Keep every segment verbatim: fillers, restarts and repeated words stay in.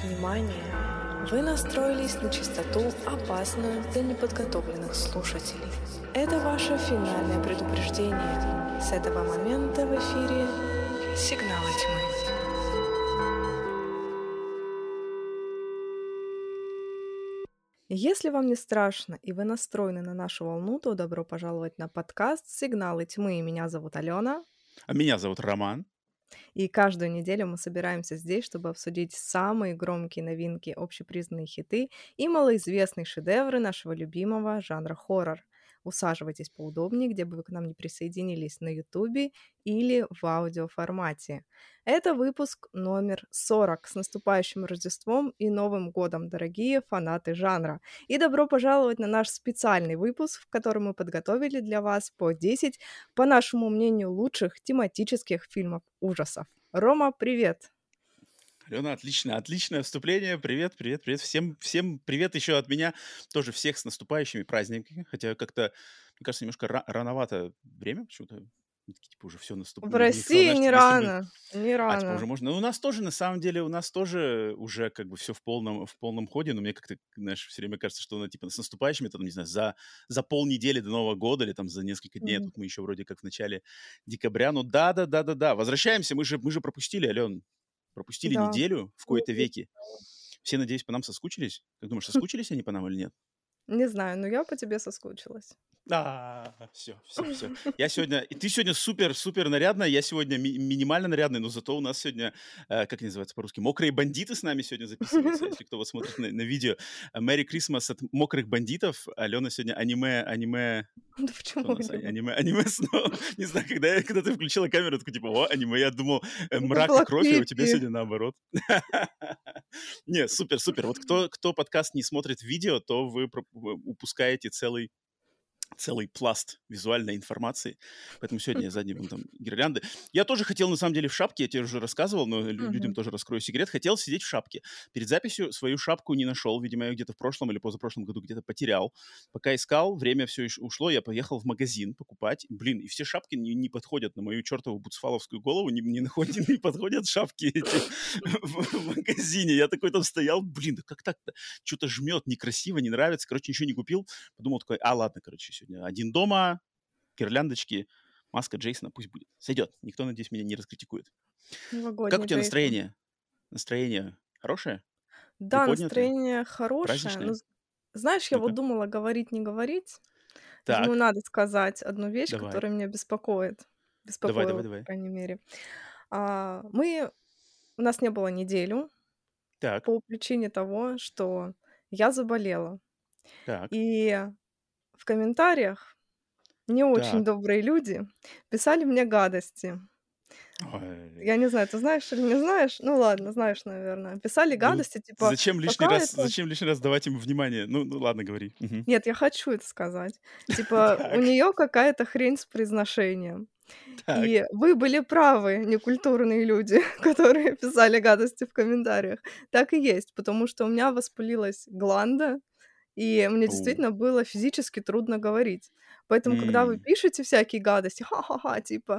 Внимание! Вы настроились на частоту, опасную для неподготовленных слушателей. Это ваше финальное предупреждение. С этого момента в эфире «Сигналы тьмы». Если вам не страшно и вы настроены на нашу волну, то добро пожаловать на подкаст «Сигналы тьмы». Меня зовут Алена. А меня зовут Роман. И каждую неделю мы собираемся здесь, чтобы обсудить самые громкие новинки, общепризнанные хиты и малоизвестные шедевры нашего любимого жанра хоррор. Усаживайтесь поудобнее, где бы вы к нам не присоединились, на Ютубе или в аудиоформате. Это выпуск номер сорок. С наступающим Рождеством и Новым годом, дорогие фанаты жанра. И добро пожаловать на наш специальный выпуск, в котором мы подготовили для вас по десять, по нашему мнению, лучших тематических фильмов ужасов. Рома, привет! Алена, отлично, отличное вступление. Привет, привет, привет. Всем, всем привет еще от меня. Тоже всех с наступающими праздниками. Хотя как-то, мне кажется, немножко ра- рановато время почему-то. Типа уже все наступает. В России не рано, не А, типа рано. уже можно. Ну, у нас тоже, на самом деле, у нас тоже уже как бы все в полном, в полном ходе. Но мне как-то, знаешь, все время кажется, что, ну, типа, с наступающими, это, ну, не знаю, за, за полнедели до Нового года или там за несколько дней. Мгм. Тут мы еще вроде как в начале декабря. Ну, да-да-да-да-да. Возвращаемся. Мы же, мы же пропустили, Ален. Пропустили Да. неделю в кои-то веки. Все, надеюсь, по нам соскучились. Как думаешь, соскучились они по нам или нет? Не знаю, но я по тебе соскучилась. А, все, все, все. Я сегодня... И ты сегодня супер-супер нарядная, я сегодня ми- минимально нарядный, но зато у нас сегодня, э, как они называются по-русски, мокрые бандиты с нами сегодня записываются. Если кто вот смотрит на, на видео. Merry Christmas от мокрых бандитов. Алена сегодня аниме, аниме... Да Что у почему нас? А- аниме? Аниме, аниме снова. Не знаю, когда, я- когда ты включила камеру, такой типа, о, аниме, я думал, э, Это мрак и было кровь, а у тебя крипи. сегодня наоборот. Не, супер, супер. Вот кто, кто подкаст не смотрит видео, то вы про- вы упускаете целый целый пласт визуальной информации. Поэтому сегодня я сзади вон там гирлянды. Я тоже хотел, на самом деле, в шапке, я тебе уже рассказывал, но лю- людям Мгм. тоже раскрою секрет, хотел сидеть в шапке. Перед записью свою шапку не нашел, видимо, я ее где-то в прошлом или позапрошлом году где-то потерял. Пока искал, время все ушло, я поехал в магазин покупать. Блин, и все шапки не, не подходят на мою чертову буцфаловскую голову, не, не, находят, не подходят шапки эти в, в магазине. Я такой там стоял, блин, да как так-то? Что-то жмет, некрасиво, не нравится. Короче, ничего не купил. Подумал такой, а, ладно, короче, сегодня один дома, гирляндочки, маска Джейсона пусть будет. Сойдет. Никто, надеюсь, меня не раскритикует. Как у Новогодний тебя Джейсон. настроение? Настроение хорошее? Да, Приподнятое? настроение хорошее. Но Праздничное? з- знаешь, я вот Ну-ка. думала, говорить, не говорить. Я думаю, Так, надо сказать одну вещь, давай. которая меня беспокоит. Давай, давай, Беспокоила, по давай. крайней мере. А, мы... У нас не было неделю Так, по причине того, что я заболела. так, И в комментариях не очень так. добрые люди писали мне гадости. Ой. Я не знаю, ты знаешь или не знаешь? Ну ладно, знаешь, наверное. Писали Ну, гадости, типа, зачем лишний раз, какая-то... зачем лишний раз давать им внимание? Ну, ну ладно, говори. Мгм. Нет, я хочу это сказать. Типа, у Так, нее какая-то хрень с произношением. так. И вы были правы, некультурные люди, которые писали гадости в комментариях. Так и есть, потому что у меня воспалилась гланда, и мне Оу. действительно было физически трудно говорить. Поэтому, когда вы М. пишете всякие гадости, ха-ха-ха, типа,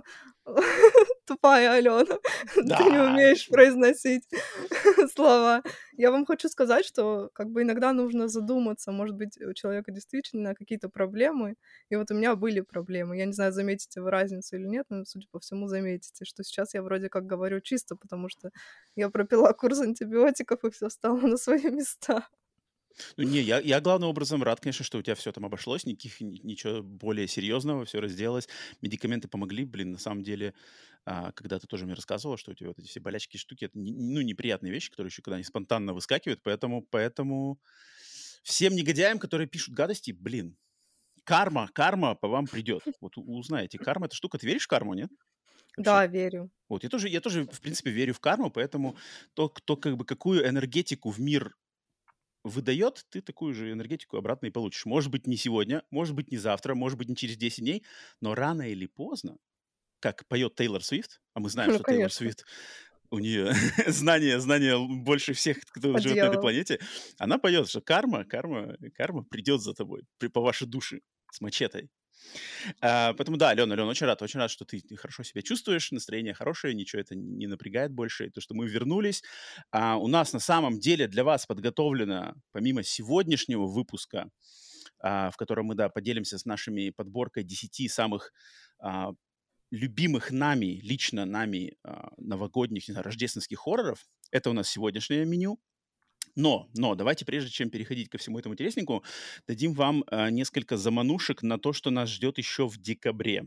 тупая Алена, ты не Да. умеешь произносить слова. Я вам хочу сказать, что как бы иногда нужно задуматься, может быть, у человека действительно какие-то проблемы. И вот у меня были проблемы. Я не знаю, заметите вы разницу или нет, но, судя по всему, заметите, что сейчас я вроде как говорю чисто, потому что я пропила курс антибиотиков, и все стало на свои места. Ну, не, я, я главным образом рад, конечно, что у тебя все там обошлось, никаких, ни- ничего более серьезного, все разделалось, медикаменты помогли, блин, на самом деле, а, когда ты тоже мне рассказывала, что у тебя вот эти все болячки, штуки, это, не- ну, неприятные вещи, которые еще когда они спонтанно выскакивают, поэтому, поэтому всем негодяям, которые пишут гадости, блин, карма, карма по вам придет. Вот у- узнаете, карма — это штука, ты веришь в карму, нет? Вообще. Да, верю. Вот, я тоже, я тоже, в принципе, верю в карму, поэтому то, кто как бы какую энергетику в мир выдает, ты такую же энергетику обратно и получишь. Может быть, не сегодня, может быть, не завтра, может быть, не через десять дней, но рано или поздно, как поет Тейлор Свифт, а мы знаем, Ну, что Тейлор конечно, Свифт, у нее знания, знания больше всех, кто по живет на этой дьяволу. планете, она поет, что карма, карма, карма придет за тобой, при- по вашей душе, с мачетой. А, поэтому да, Алена, Алена, очень рад, очень рад, что ты, ты хорошо себя чувствуешь, настроение хорошее, ничего это не напрягает больше, и то, что мы вернулись. А, у нас на самом деле для вас подготовлено, помимо сегодняшнего выпуска, а, в котором мы, да, поделимся с нашими подборкой десяти самых а, любимых нами, лично нами а, новогодних, не знаю, рождественских хорроров. Это у нас сегодняшнее меню. Но, но давайте, прежде чем переходить ко всему этому интересненькому, дадим вам а, несколько заманушек на то, что нас ждет еще в декабре.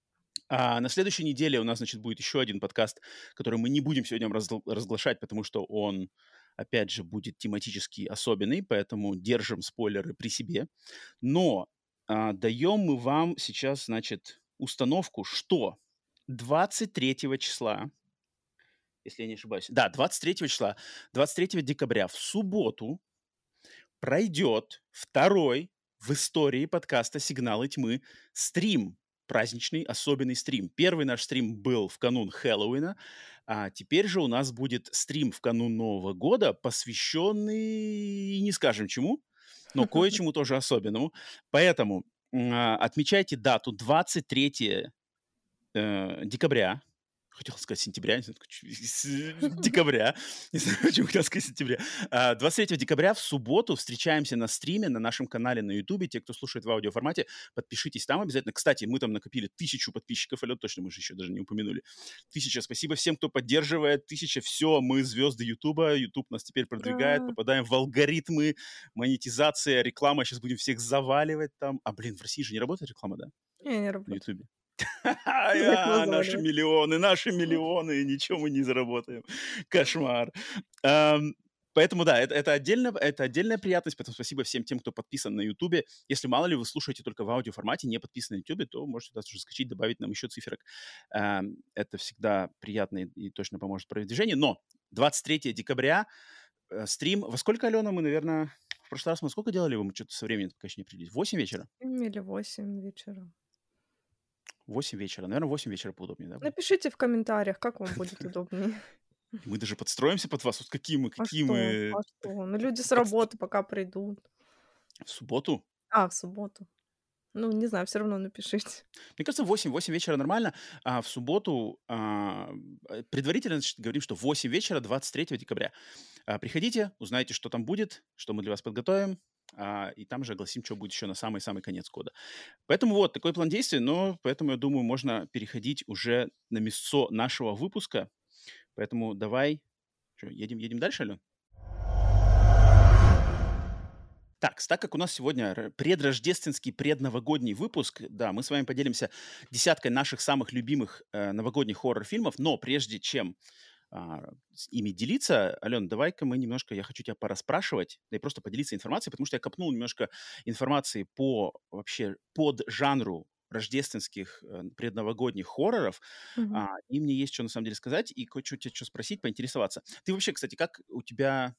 А на следующей неделе у нас, значит, будет еще один подкаст, который мы не будем сегодня разгла- разглашать, потому что он, опять же, будет тематически особенный, поэтому держим спойлеры при себе. Но а, даем мы вам сейчас, значит, установку, что двадцать третьего числа, если я не ошибаюсь, да, двадцать третьего числа, двадцать третьего декабря в субботу пройдет второй в истории подкаста «Сигналы тьмы» стрим, праздничный особенный стрим. Первый наш стрим был в канун Хэллоуина, а теперь же у нас будет стрим в канун Нового года, посвященный, не скажем чему, но кое-чему тоже особенному. Поэтому м, а, отмечайте дату двадцать третьего э, декабря. Хотел сказать сентября, не знаю, такой, чё, с- декабря. Не знаю, почему хотел сказать сентября. А, двадцать третьего декабря в субботу встречаемся на стриме на нашем канале на Ютубе. Те, кто слушает в аудиоформате, подпишитесь там обязательно. Кстати, мы там накопили тысячу подписчиков. Алён, точно, мы же еще даже не упомянули. Тысяча. Спасибо всем, кто поддерживает. Тысяча. Все, мы звезды Ютуба. Ютуб нас теперь продвигает. Ура! Попадаем в алгоритмы, монетизация, реклама. Сейчас будем всех заваливать там. А, блин, в России же не работает реклама, да? Не, не На работает. Ютубе. Их А, наши назвали. миллионы, наши миллионы, ничего мы не заработаем. Кошмар. Ам, Поэтому да, это, это, отдельно, это отдельная приятность, поэтому спасибо всем тем, кто подписан на Ютубе. Если мало ли вы слушаете только в аудиоформате, не подписаны на Ютубе, то можете туда тоже скачать, добавить нам еще циферок. Ам, Это всегда приятно и, и точно поможет продвижению. Но двадцать третьего декабря э, стрим. Во сколько, Алена, мы, наверное, в прошлый раз мы сколько делали? Вы мы что-то со временем пока еще не определились. восемь вечера? семь или восемь вечера. восемь вечера. Наверное, восемь вечера поудобнее, да, будет? Напишите в комментариях, как вам будет удобнее. И мы даже подстроимся под вас. Вот какие мы, А какие что? мы А что? Ну, люди с подстро- работы пока придут. в субботу. А, в субботу. Ну, не знаю, все равно напишите. Мне кажется, восемь, восемь вечера нормально, а в субботу а, э, предварительно, значит, говорим, что восемь вечера двадцать третьего декабря. А, приходите, узнайте, что там будет, что мы для вас подготовим, а, и там же огласим, что будет еще на самый-самый конец года. Поэтому вот такой план действий, но поэтому, я думаю, можно переходить уже на место нашего выпуска. Поэтому давай, что, едем, едем дальше, Ален? Так, так как у нас сегодня р- предрождественский, предновогодний выпуск, да, мы с вами поделимся десяткой наших самых любимых э, новогодних хоррор-фильмов, но прежде чем а, с ими делиться, Ален, давай-ка мы немножко, я хочу тебя пораспрашивать, да и просто поделиться информацией, потому что я копнул немножко информации по вообще под жанру рождественских э, предновогодних хорроров, Мгм. а, и мне есть что на самом деле сказать, и кое-что тебя что спросить, поинтересоваться. Ты вообще, кстати, как у тебя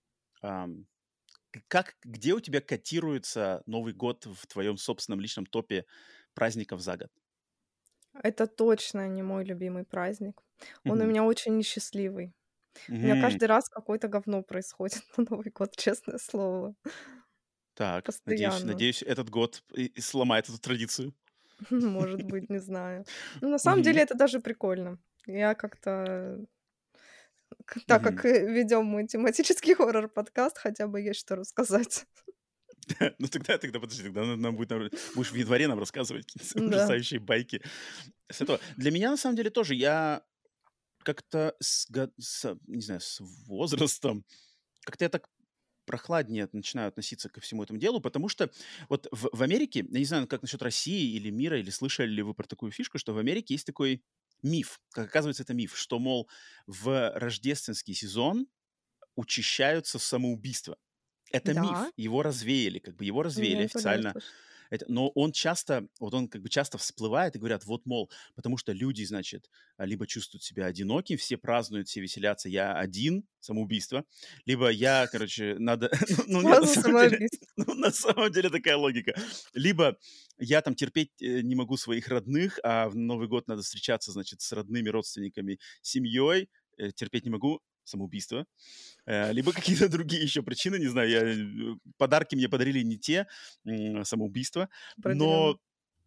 как, где у тебя котируется Новый год в твоем собственном личном топе праздников за год? Это точно не мой любимый праздник. Он у Мгм. меня очень несчастливый. У меня Мгм. каждый раз какое-то говно происходит на Новый год, честное слово. Так, надеюсь, Постоянно. надеюсь, этот год и- и сломает эту традицию. Может быть, не знаю. Но на самом Мгм. деле это даже прикольно. Я как-то, к так как, Мгм. э, ведём мы тематический хоррор-подкаст, хотя бы есть что рассказать. Ну тогда, тогда подожди, тогда нам нам будет, наверно, будешь в январе нам рассказывать какие-то Да. ужасающие байки с этого. Для меня, на самом деле, тоже я как-то с, го- с, не знаю, с возрастом как-то я так прохладнее начинаю относиться ко всему этому делу, потому что вот в, в Америке, я не знаю, как насчет России или мира, или слышали ли вы про такую фишку, что в Америке есть такой миф, как оказывается, это миф, что, мол, в рождественский сезон учащаются самоубийства. Это Да? миф, его развеяли, как бы его развеяли Я этого не официально. слышала. Это, но он часто, вот он как бы часто всплывает и говорят, вот, мол, потому что люди, значит, а, либо чувствуют себя одинокими, все празднуют, все веселятся, я один, самоубийство, либо я, короче, надо, ну, ну, нет, на Сразу самом деле, самоубийство. ну, на самом деле такая логика. Либо я там терпеть э, не могу своих родных, а в Новый год надо встречаться, значит, с родными, родственниками, семьей, э, терпеть не могу, самоубийство. Э, либо какие-то другие еще причины, не знаю, я, э, подарки мне подарили не те, м, самоубийство. Определенно. Но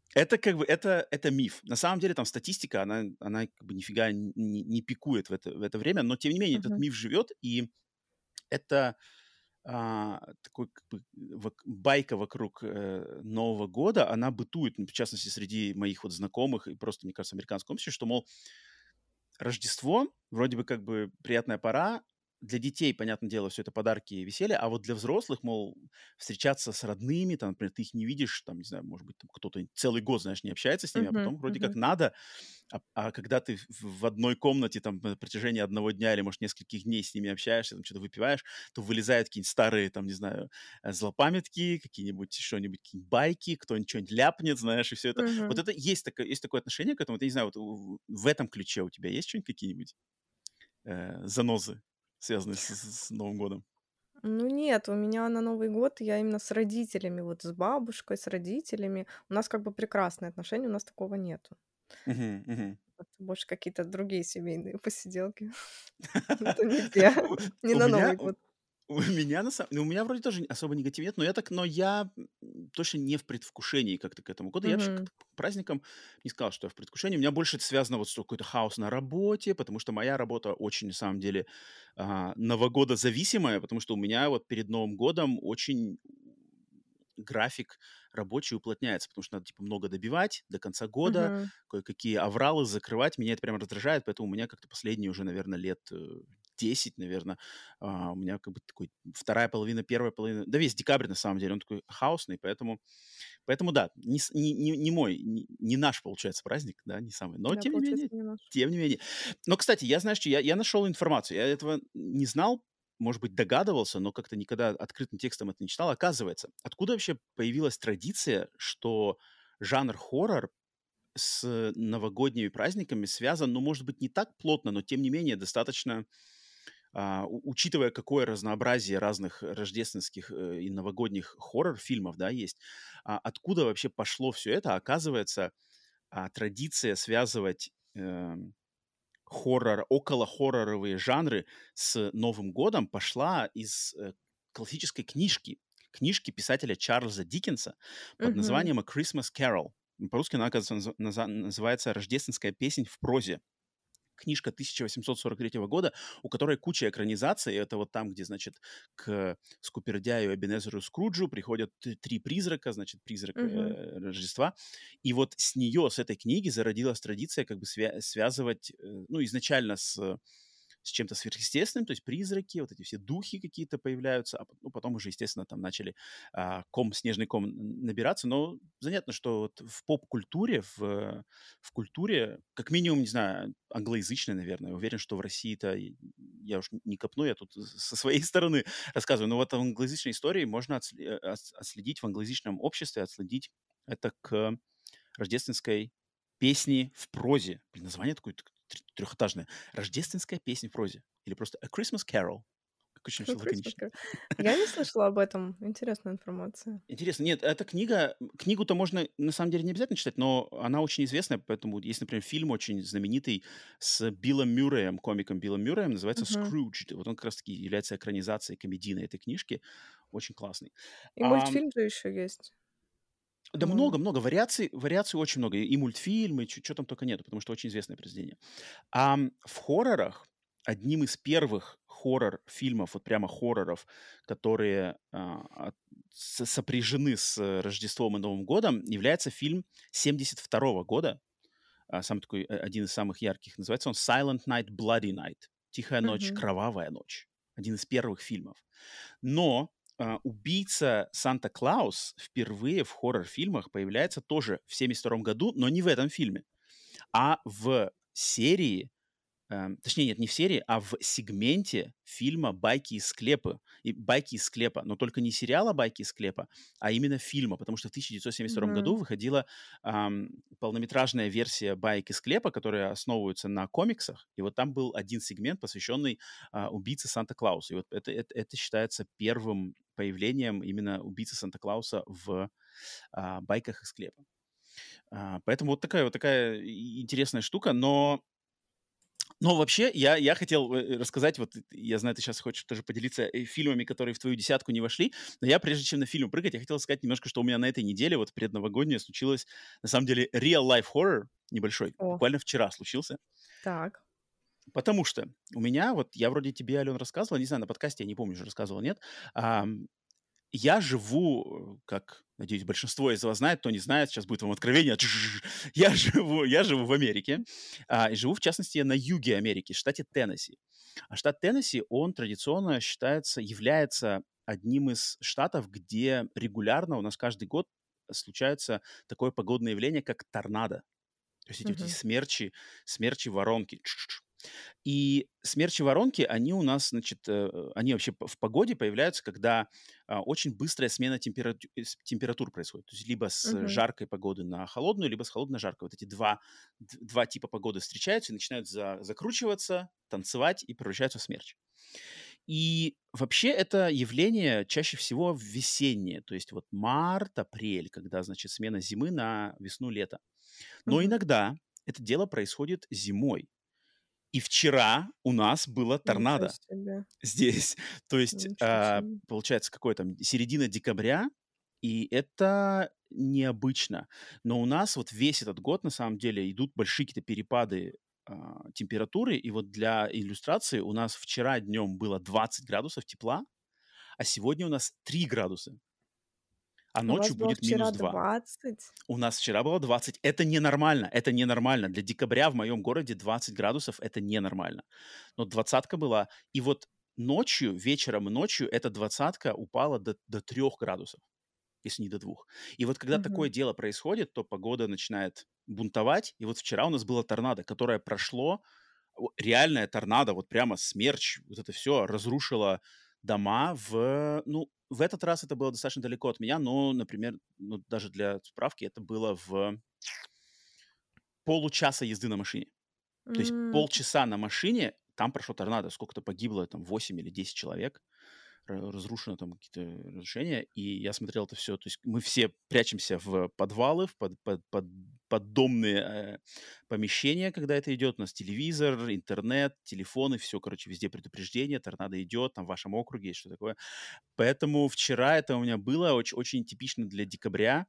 Это как бы, это это миф. На самом деле там статистика, она она как бы нифига н не не пикует в это в это время, но тем не менее этот Мгм. миф живет, и это, а, такой как бы вок байка вокруг, э, Нового года, она бытует, ну, в частности, среди моих вот знакомых и просто, мне кажется, американском обществе, что, мол, Рождество вроде бы как бы приятная пора. Для детей, понятное дело, все это подарки и веселье, а вот для взрослых, мол, встречаться с родными, там, например, ты их не видишь, там, не знаю, может быть, там кто-то целый год, знаешь, не общается с ними, а Мгм. потом вроде как Мгм. надо, а, а когда ты в, в одной комнате там на протяжении одного дня или, может, нескольких дней с ними общаешься, там что-то выпиваешь, то вылезают какие-нибудь старые, там, не знаю, э, злопамятки, какие-нибудь, что-нибудь, какие-нибудь байки, кто-нибудь что-нибудь ляпнет, знаешь, и все это. Вот Мгм. это есть такое, есть такое отношение к этому. Вот я не знаю, вот в в этом ключе у тебя есть что-нибудь какие-нибудь э, занозы, связанные с, с- с Новым годом? Ну нет, у меня на Новый год я именно с родителями, вот с бабушкой, с родителями. У нас как бы прекрасные отношения, у нас такого нету. Мгм, мгм. Это больше какие-то другие семейные посиделки. Это нигде, не У на меня, Новый год. у меня на самом, ну, у меня вроде тоже особо негатива нет, но я так, но я м, точно не в предвкушении как-то к этому году. Я вообще Мгм. как-то к праздникам не сказал, что я в предвкушении. У меня больше это связано вот с какой-то хаос на работе, потому что моя работа очень, на самом деле, а, новогодозависимая, потому что у меня вот перед Новым годом очень график рабочий уплотняется, потому что надо, типа, много добивать до конца года, Мгм. кое-какие авралы закрывать. Меня это прям раздражает, поэтому у меня как-то последние уже, наверное, лет э, десять, наверное, а, у меня как бы такой вторая половина, первая половина, да весь декабрь на самом деле, он такой хаосный, поэтому, поэтому да, не, с- не, не, не мой, не, не наш, получается, праздник, да, не самый, но Да, тем не получается, менее, не наш. тем не менее. Но, кстати, я, знаешь, что, я, я нашел информацию, я этого не знал, может быть, догадывался, но как-то никогда открытым текстом это не читал. Оказывается, откуда вообще появилась традиция, что жанр хоррор с новогодними праздниками связан, ну, может быть, не так плотно, но тем не менее достаточно, а, у- учитывая, какое разнообразие разных рождественских э, и новогодних хоррор-фильмов, да, есть, а, откуда вообще пошло все это? Оказывается, а, традиция связывать эм, хоррор, около-хорроровые жанры с Новым годом пошла из э, классической книжки, книжки писателя Чарльза Диккенса под Мгм. названием «A Christmas Carol». По-русски она, оказывается, назва- наза- называется «Рождественская песнь в прозе». Книжка тысяча восемьсот сорок третьего года, у которой куча экранизаций. Это вот там, где, значит, к Скупердяю и Эбенезеру Скруджу приходят т- три призрака, значит, призрак Мгм. э, Рождества. И вот с нее, с этой книги зародилась традиция как бы свя- связывать, э, ну, изначально с с чем-то сверхъестественным, то есть призраки, вот эти все духи какие-то появляются, а пот- ну, потом уже, естественно, там начали а, ком, снежный ком н- набираться, но занятно, что вот в поп-культуре, в, э, в культуре, как минимум, не знаю, англоязычной, наверное, уверен, что в России-то, и я уж не копну, я тут со своей стороны рассказываю, но вот в англоязычной истории можно отсле- э, ос- отследить, в англоязычном обществе отследить это к рождественской песни в прозе. Блин, название такое т- тр- трехэтажное. Рождественская песня в прозе. Или просто A Christmas Carol. Как очень все Christmas лаконично. Carol. Я не слышала об этом. Интересная информация. Интересно. Нет, эта книга, м, книгу-то можно на самом деле не обязательно читать, но она очень известная, поэтому вот есть, например, фильм очень знаменитый с Биллом Мюрреем, комиком Биллом Мюрреем, называется Мгм. «Скрудж». Вот он как раз-таки является экранизацией комедийной этой книжки. Очень классный. И мультфильм же еще есть, Да по-моему. много-много вариаций, вариаций очень много. И мультфильмы, чё там только нету, потому что очень известное произведение. Ам, в хоррорах одним из первых хоррор-фильмов, вот прямо хорроров, которые, а, от со сопряжены с э, Рождеством и Новым годом, является фильм семьдесят второго года. А, самый такой, э, один из самых ярких. Называется он «Silent Night, Bloody Night». «Тихая ночь, Мгм. кровавая ночь». Один из первых фильмов. Но, а, убийца Санта-Клаус впервые в хоррор-фильмах появляется тоже в семьдесят втором году, но не в этом фильме, а в серии, эм, точнее, нет, не в серии, а в сегменте фильма «Байки из склепа». И «Байки из склепа», но только не сериала «Байки из склепа», а именно фильма, потому что в тысяча девятьсот семьдесят втором году Мгм. выходила ам, полнометражная версия «Байек из склепа», которые основываются на комиксах, и вот там был один сегмент, посвященный а, убийце Санта-Клауса. И вот это, это, это считается первым появлением именно убийцы Санта-Клауса в а, «Байках из склепа». А, поэтому вот такая вот такая и- интересная штука, но Но вообще, я, я хотел э, рассказать, вот я знаю, ты сейчас хочешь тоже поделиться э, фильмами, которые в твою десятку не вошли, но я, прежде чем на фильм прыгать, я хотел сказать немножко, что у меня на этой неделе, вот предновогодняя, случилось, на самом деле, real-life horror небольшой, О, буквально вчера случился, так. потому что у меня, вот я вроде тебе, Ален, рассказывал, не знаю, на подкасте, я не помню, уже рассказывал, нет, ам, я живу, э, как, надеюсь, большинство из вас знает, кто не знает, сейчас будет вам откровение. Я живу, я живу в Америке, а, и живу, в частности, я на юге Америки, в штате Теннесси. А штат Теннесси, он традиционно считается, является одним из штатов, где регулярно у нас каждый год случается такое погодное явление, как торнадо. То есть эти вот эти Мгм. смерчи, смерчи, воронки. И смерчи-воронки, они у нас, значит, э, они вообще п- в погоде появляются, когда а, очень быстрая смена температу- э, с- температур происходит. То есть либо с Мгм. жаркой погоды на холодную, либо с холодной на жаркой. Вот эти два, д- два типа погоды встречаются и начинают за- закручиваться, танцевать и превращаются в смерч. И вообще это явление чаще всего весеннее, то есть вот март, апрель, когда, значит, смена зимы на весну-лето. Но Мгм. иногда это дело происходит зимой. И вчера у нас было Ничего торнадо себе. здесь. То есть, Ничего а, себе. получается, какое там, середина декабря, и это необычно. Но у нас вот весь этот год, на самом деле, идут большие какие-то перепады а, температуры. И вот для иллюстрации у нас вчера днем было двадцать градусов тепла, а сегодня у нас три градуса, а У вас ночью было будет вчера минус два. двадцать. У нас вчера было двадцать. Это ненормально. Это ненормально. Для декабря в моем городе двадцать градусов — это ненормально. Но двадцатка была. И вот ночью, вечером и ночью эта двадцатка упала до, до трех градусов, если не до двух. И вот когда такое Мгм. дело происходит, то погода начинает бунтовать. И вот вчера у нас было торнадо, которое прошло, о, реальная торнадо, вот прямо смерч, вот это все разрушило дома в... Ну, в этот раз это было достаточно далеко от меня, но, например, ну, даже для справки, это было в получаса езды на машине. То есть М, полчаса на машине, там прошло торнадо, сколько-то погибло, там восемь или десять человек, ра- разрушено там какие-то разрушения, и я смотрел это все, то есть мы все прячемся в подвалы, в под, под, под- поддомные э, помещения, когда это идет, у нас телевизор, интернет, телефоны, все, короче, везде предупреждение, торнадо идет, там в вашем округе, что такое. Поэтому вчера это у меня было очень, очень типично для декабря.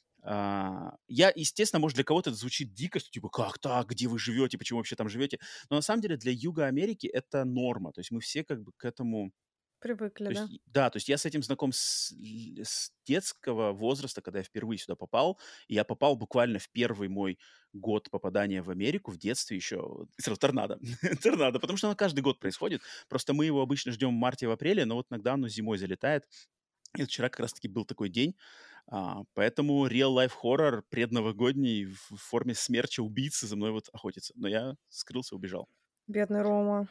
А, я, естественно, может, для кого-то это звучит дико, что типа, как так, где вы живете, почему вообще там живете? Но на самом деле для Юга Америки это норма. То есть мы все как бы к этому... Привыкли, То есть, да? и- да, то есть я с этим знаком с, л- с детского возраста, когда я впервые сюда попал. И я попал буквально в первый мой год попадания в Америку, в детстве еще. вот, и Сразу торнадо. Торнадо, потому что оно каждый год происходит. Просто мы его обычно ждем в марте, в апреле, но вот иногда оно зимой залетает. И вот вчера как раз-таки был такой день, а, поэтому real-life хоррор предновогодний в в форме смерча убийцы за мной вот охотится. Но я скрылся, убежал. Бедный Рома.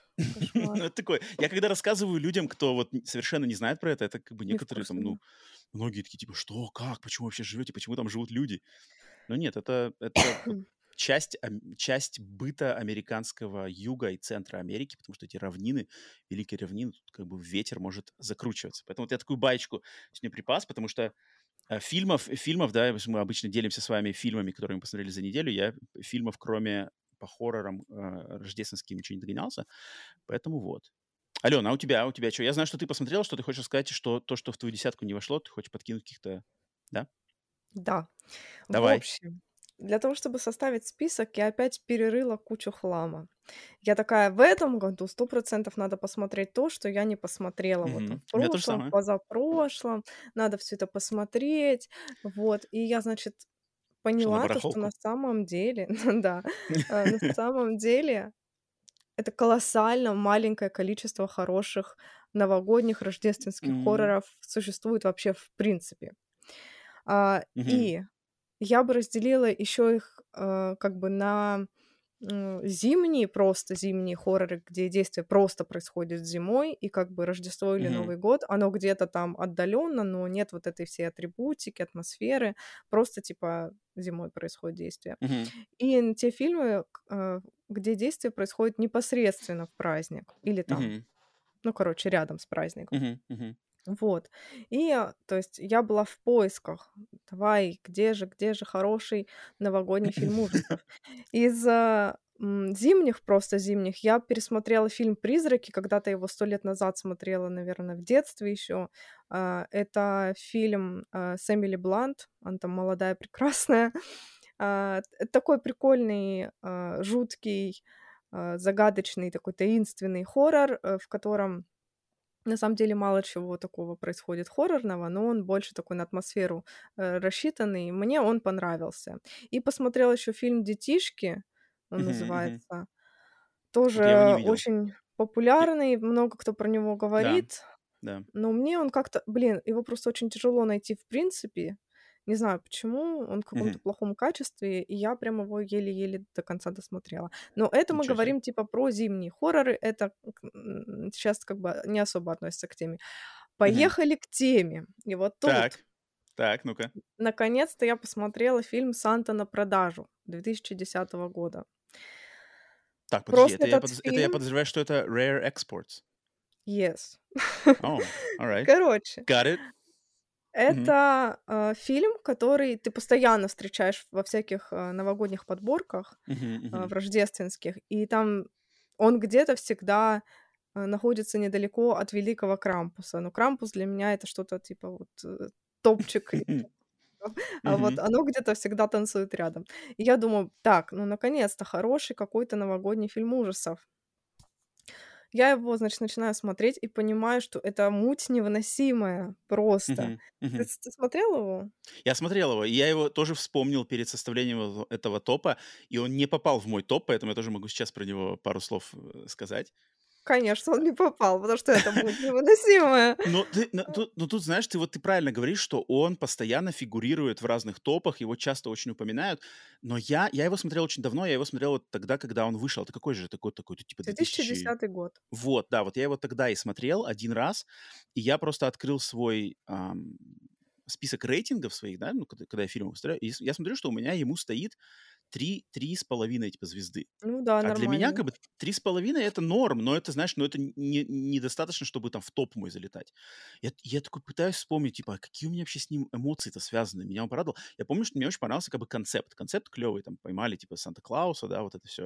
Ну, Кошмар. это такое. Я когда рассказываю людям, кто вот н- совершенно не знает про это, это как бы Не в некоторые курсе, там, да. ну, многие такие типа, что, как, почему вообще живете, почему там живут люди? Но нет, это, это вот часть, ам- часть быта американского юга и центра Америки, потому что эти равнины, великие равнины, тут как бы ветер может закручиваться. Поэтому вот я такую баечку сегодня припас, потому что А, фильмов фильмов, да, мы обычно делимся с вами фильмами, которые мы посмотрели за неделю. Я фильмов, кроме по хоррорам, а, рождественским, ничего не догонялся, поэтому вот. Алена, а у тебя, а у тебя чё? Я знаю, что ты посмотрела, что ты хочешь сказать, что то, что в твою десятку не вошло, ты хочешь подкинуть каких-то. Да? Да. В Давай. общем, для того, чтобы составить список, я опять перерыла кучу хлама. Я такая: в этом году сто процентов надо посмотреть то, что я не посмотрела вот там Мгм. в У меня то же прошлом, в самое. позапрошлом. Надо все это посмотреть. Вот. И я, значит, Что на поняла то, что на барахолку? самом деле, да, э, на самом деле это колоссально маленькое количество хороших новогодних, рождественских М, хорроров существует вообще в принципе. А, мгм, и я бы разделила еще их, э, как бы на, м, зимние, просто зимние хорроры, где действие просто происходит зимой, и как бы Рождество или мгм, Новый год, оно где-то там отдаленно, но нет вот этой всей атрибутики, атмосферы, просто типа зимой происходит действие. мгм, И н те фильмы, к э, где действие происходит непосредственно в праздник или там, мгм, ну, короче, рядом с праздником. мгм, мгм, Вот. И, а, то есть я была в поисках. Давай, где же, где же хороший новогодний фильм ужасов? Из, а, м, зимних, просто зимних, я пересмотрела фильм "Призраки". Когда-то его сто лет назад смотрела, наверное, в детстве еще. А, это фильм, а, с Эмили Блант. Она там молодая, прекрасная. А, т такой прикольный, а, жуткий, а, загадочный, такой таинственный хоррор, э, в котором на самом деле мало чего такого происходит хоррорного, но он больше такой на атмосферу, э, рассчитанный. Мне он понравился. И посмотрела еще фильм "Детишки", он Мгм, мгм. называется. Вот я его не Тоже видел. очень Я популярный, много кто про него Да, говорит, да. но мне он как-то, блин, его просто очень тяжело найти в принципе. Не знаю почему, он в каком-то Мгм. плохом качестве, и я прям его еле-еле до конца досмотрела. Но это мы Ничего себе. говорим типа про зимние хорроры, это сейчас как бы не особо относится к теме. Мгм. Поехали к теме. И вот тут Так, так, ну-ка. наконец-то я посмотрела фильм "Санта на продажу" две тысячи десятого года. Так, подожди, Просто это я этот подоз это я фильм подозреваю, что это Rare Exports. Yes. Oh, alright. Короче, Got it. Мгм. это, а, фильм, который ты постоянно встречаешь во всяких, а, новогодних подборках, Мгм, а, мгм. в рождественских, и там он где-то всегда, а, находится недалеко от Великого Крампуса. Но Крампус для меня — это что-то типа вот, э, топчик, а вот Мгм. оно где-то всегда танцует рядом. И я думаю: "Так, ну, наконец-то хороший какой-то новогодний фильм ужасов". Я его, значит, начинаю смотреть и понимаю, что это муть невыносимая просто. Мгм, Ты мгм. с ты смотрел его? Я смотрел его, и я его тоже вспомнил перед составлением эв этого топа, и он не попал в мой топ, поэтому я тоже могу сейчас про него пару слов, э, сказать. Конечно, он не попал, потому что это муть невыносимая. Но ты но тут но тут, знаешь, ты вот ты правильно говоришь, что он постоянно фигурирует в разных топах, его часто очень упоминают, но я я его смотрел очень давно, я его смотрел вот тогда, когда он вышел. Это какой же это год такой? Это типа две две тысячи тысячи. десятый год. Вот, да, вот я его тогда и смотрел один раз, и я просто открыл свой, ам, список рейтингов своих, да, ну, когда когда я фильмы выставляю, и с я смотрю, что у меня ему стоит три три с половиной типа звезды. Ну да, А для меня нормальный. как бы три с половиной это норм, но это, знаешь, ну, это не недостаточно, чтобы там в топ мой залетать. Я я такой пытаюсь вспомнить, типа, а какие у меня вообще с ним эмоции-то связаны. Меня он порадовал. Я помню, что мне очень понравился как бы концепт. Концепт клевый, там поймали типа Санта-Клауса, да, вот это все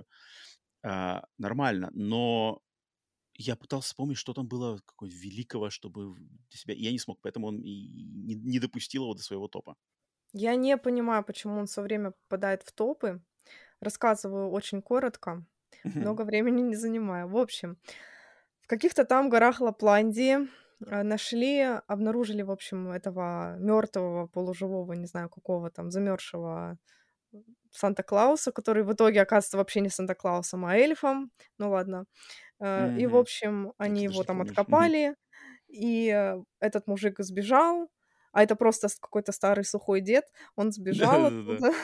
нормально. Но я пытался вспомнить, что там было какое великого, чтобы в для себя, и я не смог, поэтому он и не не допустил его до своего топа. Я не понимаю, почему он всё время попадает в топы. Рассказываю очень коротко, Мгм. много времени не занимаю. В общем, в каких-то там горах Лапландии, а, нашли, обнаружили, в общем, этого мертвого, полуживого, не знаю, какого там, замерзшего Санта-Клауса, который в итоге оказывается вообще не Санта-Клаусом, а эльфом. Ну ладно. Э, и, в Мгм. общем, Как они ты даже его не там помнишь. Мгм. откопали, и, э, этот мужик сбежал, а это просто с какой-то старый сухой дед. Он сбежал Да-да-да. оттуда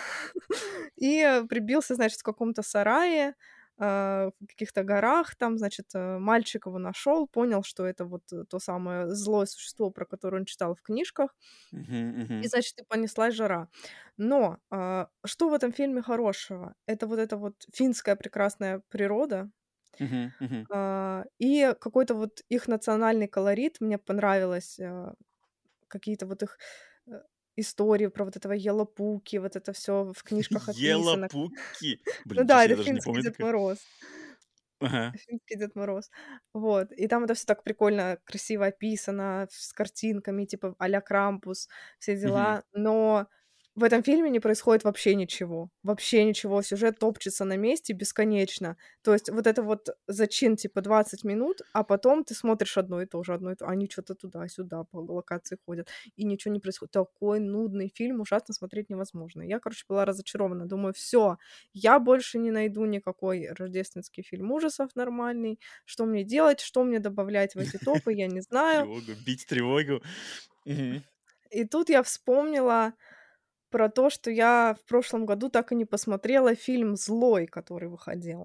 и, э, прибился, значит, в каком-то сарае, а, в каких-то горах. Там, значит, э, мальчик его нашел, понял, что это вот э, то самое злое существо, про которое он читал в книжках. Мгм, И, мгм. значит, и понеслась жара. Но, а, что в этом фильме хорошего? Это вот эта вот финская прекрасная природа, Мгм, мгм. а, и какой-то вот их национальный колорит. Мне понравилось, а, какие-то вот их, э, истории про вот этого Елапуки, вот это все в книжках описано. Елапуки. Ну Блин, ничего да, себе, это я даже не финский помню Дед такое. Мороз. Ага. Финский Дед Мороз. Вот. И там это все так прикольно, красиво описано, с картинками, типа а-ля Крампус, все Мгм. дела. Но в этом фильме не происходит вообще ничего. Вообще ничего. Сюжет топчется на месте бесконечно. То есть вот это вот зачин типа двадцать минут, а потом ты смотришь одно и то же, одно и то они что то туда-сюда по локации ходят, и ничего не происходит. Такой нудный фильм, ужасно смотреть невозможно. Я, короче, была разочарована. Думаю: все, я больше не найду никакой рождественский фильм ужасов нормальный. Что мне делать? Что мне добавлять в эти топы? Я не знаю. Тревогу, бить тревогу. Мгм. И тут я вспомнила про то, что я в прошлом году так и не посмотрела фильм "Злой", который выходил.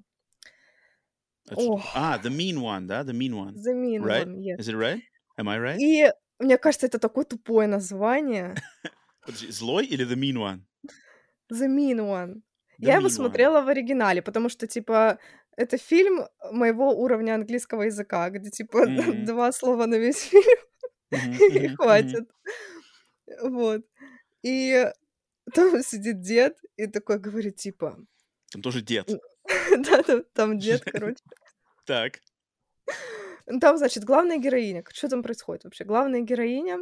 Это что Ох, такое? А, The Mean One, да? The Mean One. "The Mean Right? One", yes. Is it right? Am I right? И мне кажется, это такое тупое название. Подожди, злой или The Mean One? "The Mean One". The Я его Mean One. смотрела в оригинале, потому что, типа, это фильм моего уровня английского языка, где, типа, М. два слова на весь фильм Мгм, и мгм, мгм. хватит. Вот. И там сидит дед и такой говорит, типа, Там тоже дед. Да, там там дед, короче. Так. Ну, там, значит, главная героиня. Что там происходит вообще? Главная героиня,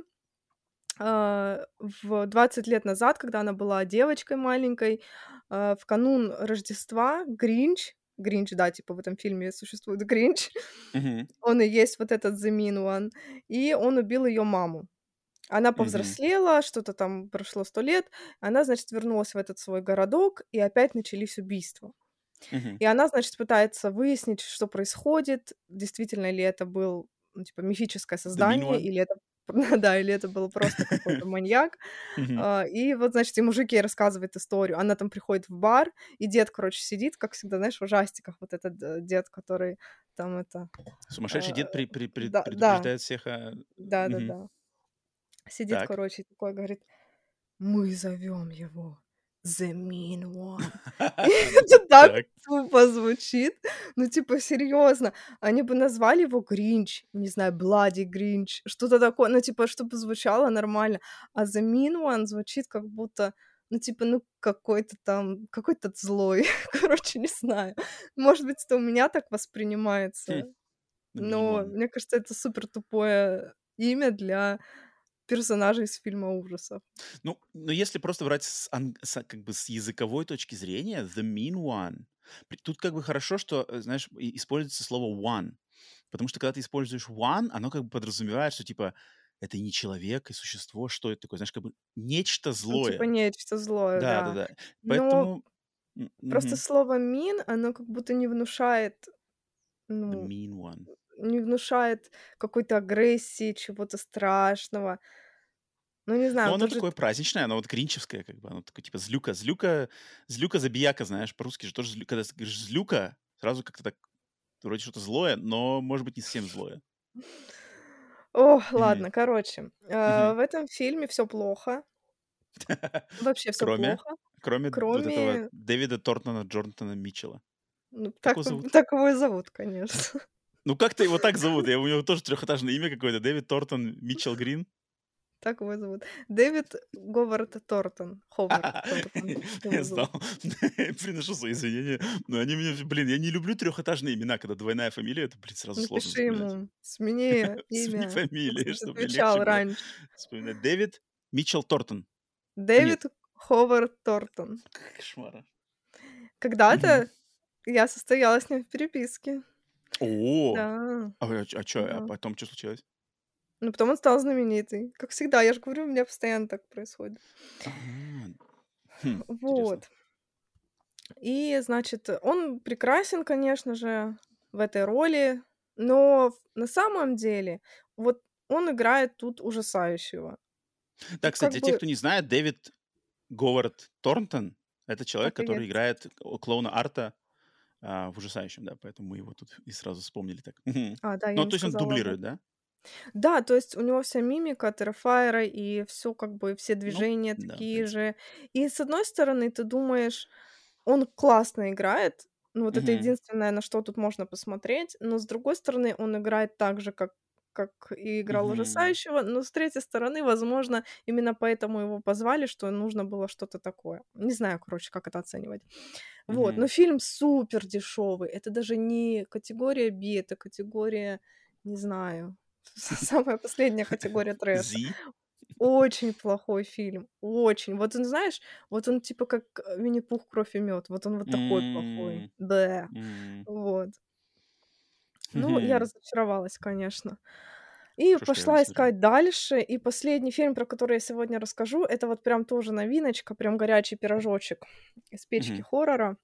а, в двадцать лет назад, когда она была девочкой маленькой, а, в канун Рождества Гринч Гринч, да, типа в этом фильме существует Гринч, Мгм. он и есть вот этот The Mean One, и он убил её маму. Она Мгм. повзрослела, что-то там прошло сто лет, она, значит, вернулась в этот свой городок, и опять начались убийства. Мгм. И она, значит, пытается выяснить, что происходит, действительно ли это был, ну, типа, мифическое The Mean создание, One? или это да, или это был просто какой-то маньяк. Мгм. А, и вот, значит, и мужик ей рассказывает историю. Она там приходит в бар, и дед, короче, сидит, как всегда, знаешь, в ужастиках, вот этот, э, дед, который там это, Сумасшедший а, дед при при пред да, да, предупреждает всех о Мгм. да-да-да. Сидит, Так. короче, и такой говорит: "Мы зовем его The Mean One". И это так Так. тупо звучит. Ну, типа, серьезно. Они бы назвали его Гринч, не знаю, Bloody Grinch, что-то такое, ну, типа, чтобы звучало нормально. А The Mean One звучит как будто, ну, типа, ну, какой-то там, какой-то злой. Короче, не знаю. Может быть, это у меня так Хм. воспринимается, The Mean но One. мне кажется, это супер тупое имя для персонажа из фильма ужасов. Ну, но если просто брать с ан с как бы с языковой точки зрения, The Mean One, при тут как бы хорошо, что, э, знаешь, и используется слово one. Потому что когда ты используешь one, оно как бы подразумевает, что типа это не человек и существо, что это такое, знаешь, как бы нечто Ну, типа злое. нечто злое, да. Да-да-да. Но Поэтому м, просто мгм. слово mean, оно как будто не внушает, The ну, Mean One. не внушает какой-то агрессии, чего-то страшного. Ну, не Но знаю, оно тот же такое праздничное, оно вот гринчевское, как бы, оно такое типа злюка. Злюка злюка-забияка, знаешь, по-русски же тоже злю когда ты говоришь злюка, сразу как-то так вроде что-то злое, но, может быть, не совсем злое. Ох, Мгм. ладно, короче, э, Мгм. в этом фильме все плохо. Вообще все Кроме плохо, кроме д вот этого кроме Дэвида Тортона Джонатана Митчелла. ну, Как так его зовут? так его и зовут, конечно. Ну, как-то его так зовут. Я У него тоже трехэтажное имя какое-то. Дэвид Тортон Митчелл Грин. Так его и зовут. Дэвид Говард Тортон. Ховард Тортон Я его знал. зовут. Приношу свои извинения. Но они мне, блин, я не люблю трехэтажные имена, когда двойная фамилия, это, блин, сразу сложно Напиши запоминать. ему: "Смени Смени имя". Он, фамилии, кстати, чтобы мне легче отвечал было раньше. вспоминать. Дэвид Митчелл Тортон. А, нет, Дэвид Ховард Тортон. кошмара. Мгм. Когда-то я состояла с ним в переписке. О! Да, А вы, а чё, а ага. потом что случилось? Но потом он стал знаменитый. Как всегда, я же говорю, у меня постоянно так происходит. А, хм, интересно. Вот. И, значит, он прекрасен, конечно же, в этой роли, но в на самом деле вот он играет тут ужасающего. Да, Ну, кстати, как для тех, бы кто не знает, Дэвид Говард Торнтон — это человек, так и который есть. играет к клоуна Арта, а, в "Ужасающем", да, поэтому мы его тут и сразу вспомнили так. Мгм. А, да, я Ну, не то есть он сказала об дублирует, этом. да? Да, то есть у него вся мимика Terrifier, и все как бы, все Ну движения да, в такие принципе. же. И с одной стороны, ты думаешь, он классно играет, ну, вот это Мгм. единственное, на что тут можно посмотреть, но с другой стороны, он играет так же, как как и играл Мгм. ужасающего, но с третьей стороны, возможно, именно поэтому его позвали, что нужно было что-то такое. Не знаю, короче, как это оценивать. Вот, но Мгм. фильм супер дешевый. Это даже не категория B, это категория, не знаю, самая последняя категория трэша. Зи? Очень плохой фильм, очень. Вот он, знаешь, вот он типа как, э, "Винни-Пух. Кровь и мёд". Вот он вот такой плохой. М. Бэ. М. Вот. Ну, я Мгм. разочаровалась, конечно. И Хорошо, что я не пошла смотрел. искать дальше. И последний фильм, про который я сегодня расскажу, это вот прям тоже новиночка, прям горячий пирожочек из печки Мгм. хоррора.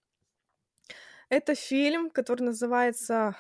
Это фильм, который называется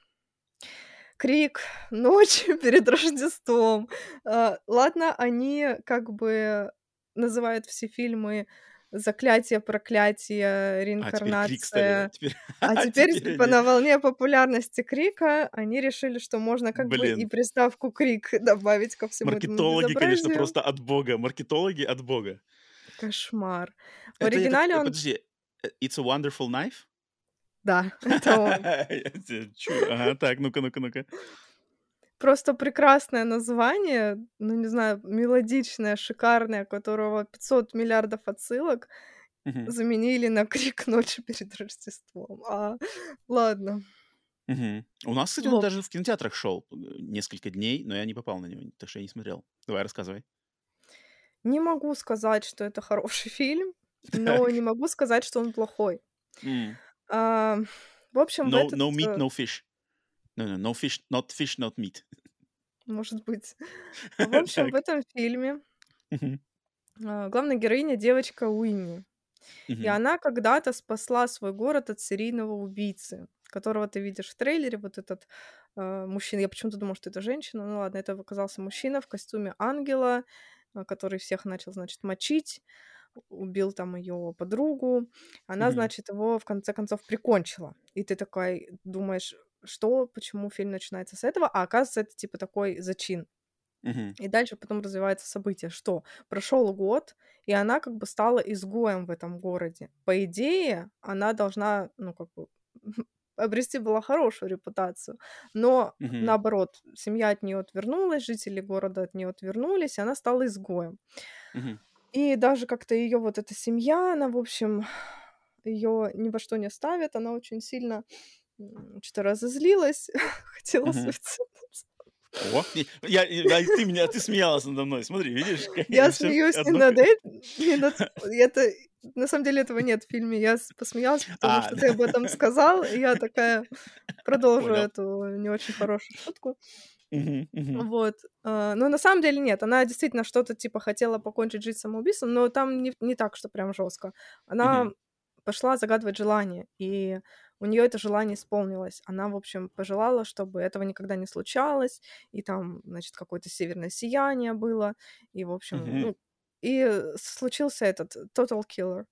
"Крик ночью перед Рождеством". А, ладно, они как бы называют все фильмы "Заклятие", "Проклятие", А, теперь Крик стали, да? "Реинкарнация", Теперь а теперь, теперь типа, они на волне популярности "Крика" они решили, что можно как бы и блин, приставку "Крик" добавить ко всему этому маркетологи, конечно, безобразию. просто от бога. Маркетологи от бога. Кошмар. В Это этот, оригинале э, он подожди, э, "It's a Wonderful Knife"? да, это он. Я те чую. Ага, так, ну-ка, ну-ка, ну-ка. Просто прекрасное название, ну, не знаю, мелодичное, шикарное, у которого пятьсот миллиардов отсылок. Мгм. заменили на «Крик ночи перед Рождеством». А, ладно. Мгм. У нас, кстати, он В даже в кинотеатрах шел э, несколько дней, но я не попал на него, так что я не смотрел. Давай, рассказывай. Не могу сказать, что это хороший фильм, но Так. не могу сказать, что он плохой. М. А, в общем, в No этот, no meat, э, no fish. No no no fish, not fish, not meat. может быть, в общем, в Так. этом фильме, Мгм. а, главная героиня — девочка Уинни. И Мгм. она когда-то спасла свой город от серийного убийцы, которого ты видишь в трейлере. Вот этот, э, мужчина. Я почему-то думала, что это женщина. Ну ладно, это оказался мужчина в костюме ангела, а, который всех начал, значит, мочить, у убил там ее подругу. Она, Мгм. значит, его в конце концов прикончила. И ты такой думаешь: что, почему фильм начинается с этого? А оказывается, это типа такой зачин. Мгм. И дальше потом развивается событие, что прошел год, и она как бы стала изгоем в этом городе. По идее, она должна, ну, как бы обрести была хорошую репутацию, но Мгм. наоборот, семья от нее отвернулась, жители города от нее отвернулись, и она стала изгоем. Мгм. И даже как-то ее вот эта семья, она, в общем, ее ни во что не ставит, она очень сильно м, что-то разозлилась, хотела Мгм. суициднуться. О, и я и да, и ты меня ты смеялась надо мной. Смотри, видишь, как Я всё смеюсь не одно к над этим, не над это на самом деле этого нет в фильме. Я с посмеялась, потому А, что ты об этом сказал, и я такая продолжу понял. эту не очень хорошую шутку. Мгм, мгм, Вот, а, но на самом деле нет, она действительно что-то типа хотела покончить жизнь самоубийством, но там не не так, что прям жестко. Она мгм, пошла загадывать желание, и у нее это желание исполнилось. Она, в общем, пожелала, чтобы этого никогда не случалось, и там, значит, какое-то северное сияние было, и, в общем, мгм. ну, и случился этот Total Killer,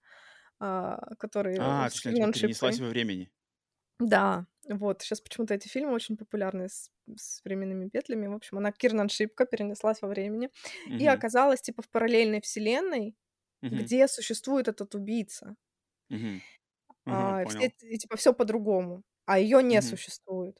а, который А, то с есть она типа Кирман перенеслась Шипкой. во времени. Да, вот. Сейчас почему-то эти фильмы очень популярны с с временными петлями. В общем, она Кирнан Шипка перенеслась во времени и Мгм, оказалась типа в параллельной вселенной, мгм, где существует этот убийца. мгм. Ага, А, все понял. и типа все по-другому, а ее не Мгм. существует.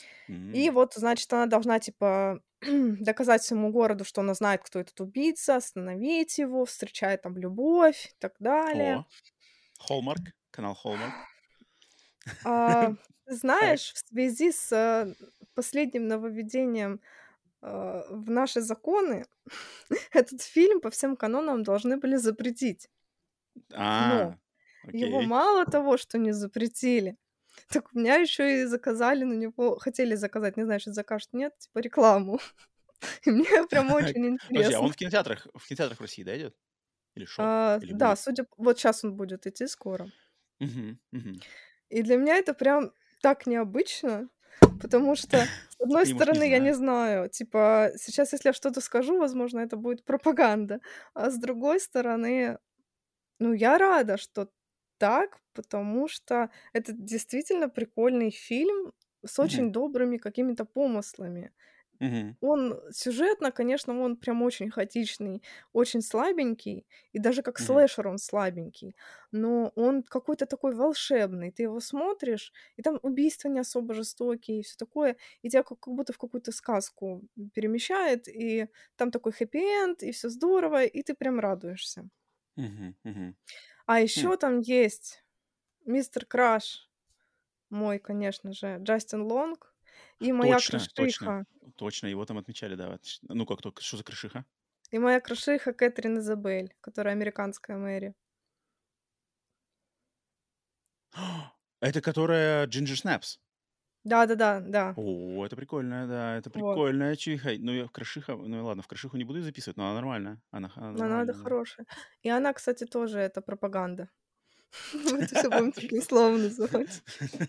И М. вот, значит, она должна типа доказать всему городу, что она знает, кто этот убийца, остановить его, встречает там любовь и так далее. О, Hallmark, канал Hallmark. А, ты Так. знаешь, в связи с, э, последним нововведением, а, в наши законы, этот фильм по всем канонам должны были запретить. Но А, его окей. мало того, что не запретили, так у меня еще и заказали на него хотели заказать, не знаю, сейчас закажут, нет, типа рекламу. И мне прям Так. очень Подожди, а интересно. он в кинотеатрах в кинотеатрах в России, да, идет? Или шел? А, Или да, будет? судя п вот сейчас он будет идти скоро. Мгм, мгм. И для меня это прям так необычно, потому что, с одной Типа они, может, не стороны, я не знают. знаю, типа, сейчас, если я что-то скажу, возможно, это будет пропаганда, а с другой стороны, ну, я рада, что так, потому что это действительно прикольный фильм с Мгм, очень добрыми какими-то помыслами. мгм, Он сюжетно, конечно, он прям очень хаотичный, очень слабенький, и даже как мгм, слэшер он слабенький, но он какой-то такой волшебный. Ты его смотришь, и там убийства не особо жестокие и всё такое, и тебя как как будто в какую-то сказку перемещает, и там такой хэппи-энд, и всё здорово, и ты прям радуешься. мгм, мгм. А Хм. еще там есть мистер Краш мой, конечно же, Джастин Лонг и моя Точно, точно, крышиха. точно, его там отмечали, да. Вот ш ну, как только что за крышиха? И моя крышиха Кэтрин Изабель, которая американская Мэри. Это которая Ginger Snaps? Да-да-да, да. О, это прикольная, да, это Вот. прикольная чиха. Ну, я в крышиха ну и ладно, в крышиху не буду записывать, но она нормальная. Она х она Но она, нормальная, хорошая. И она, кстати, тоже это пропаганда. Мы это всё будем таким словом называть.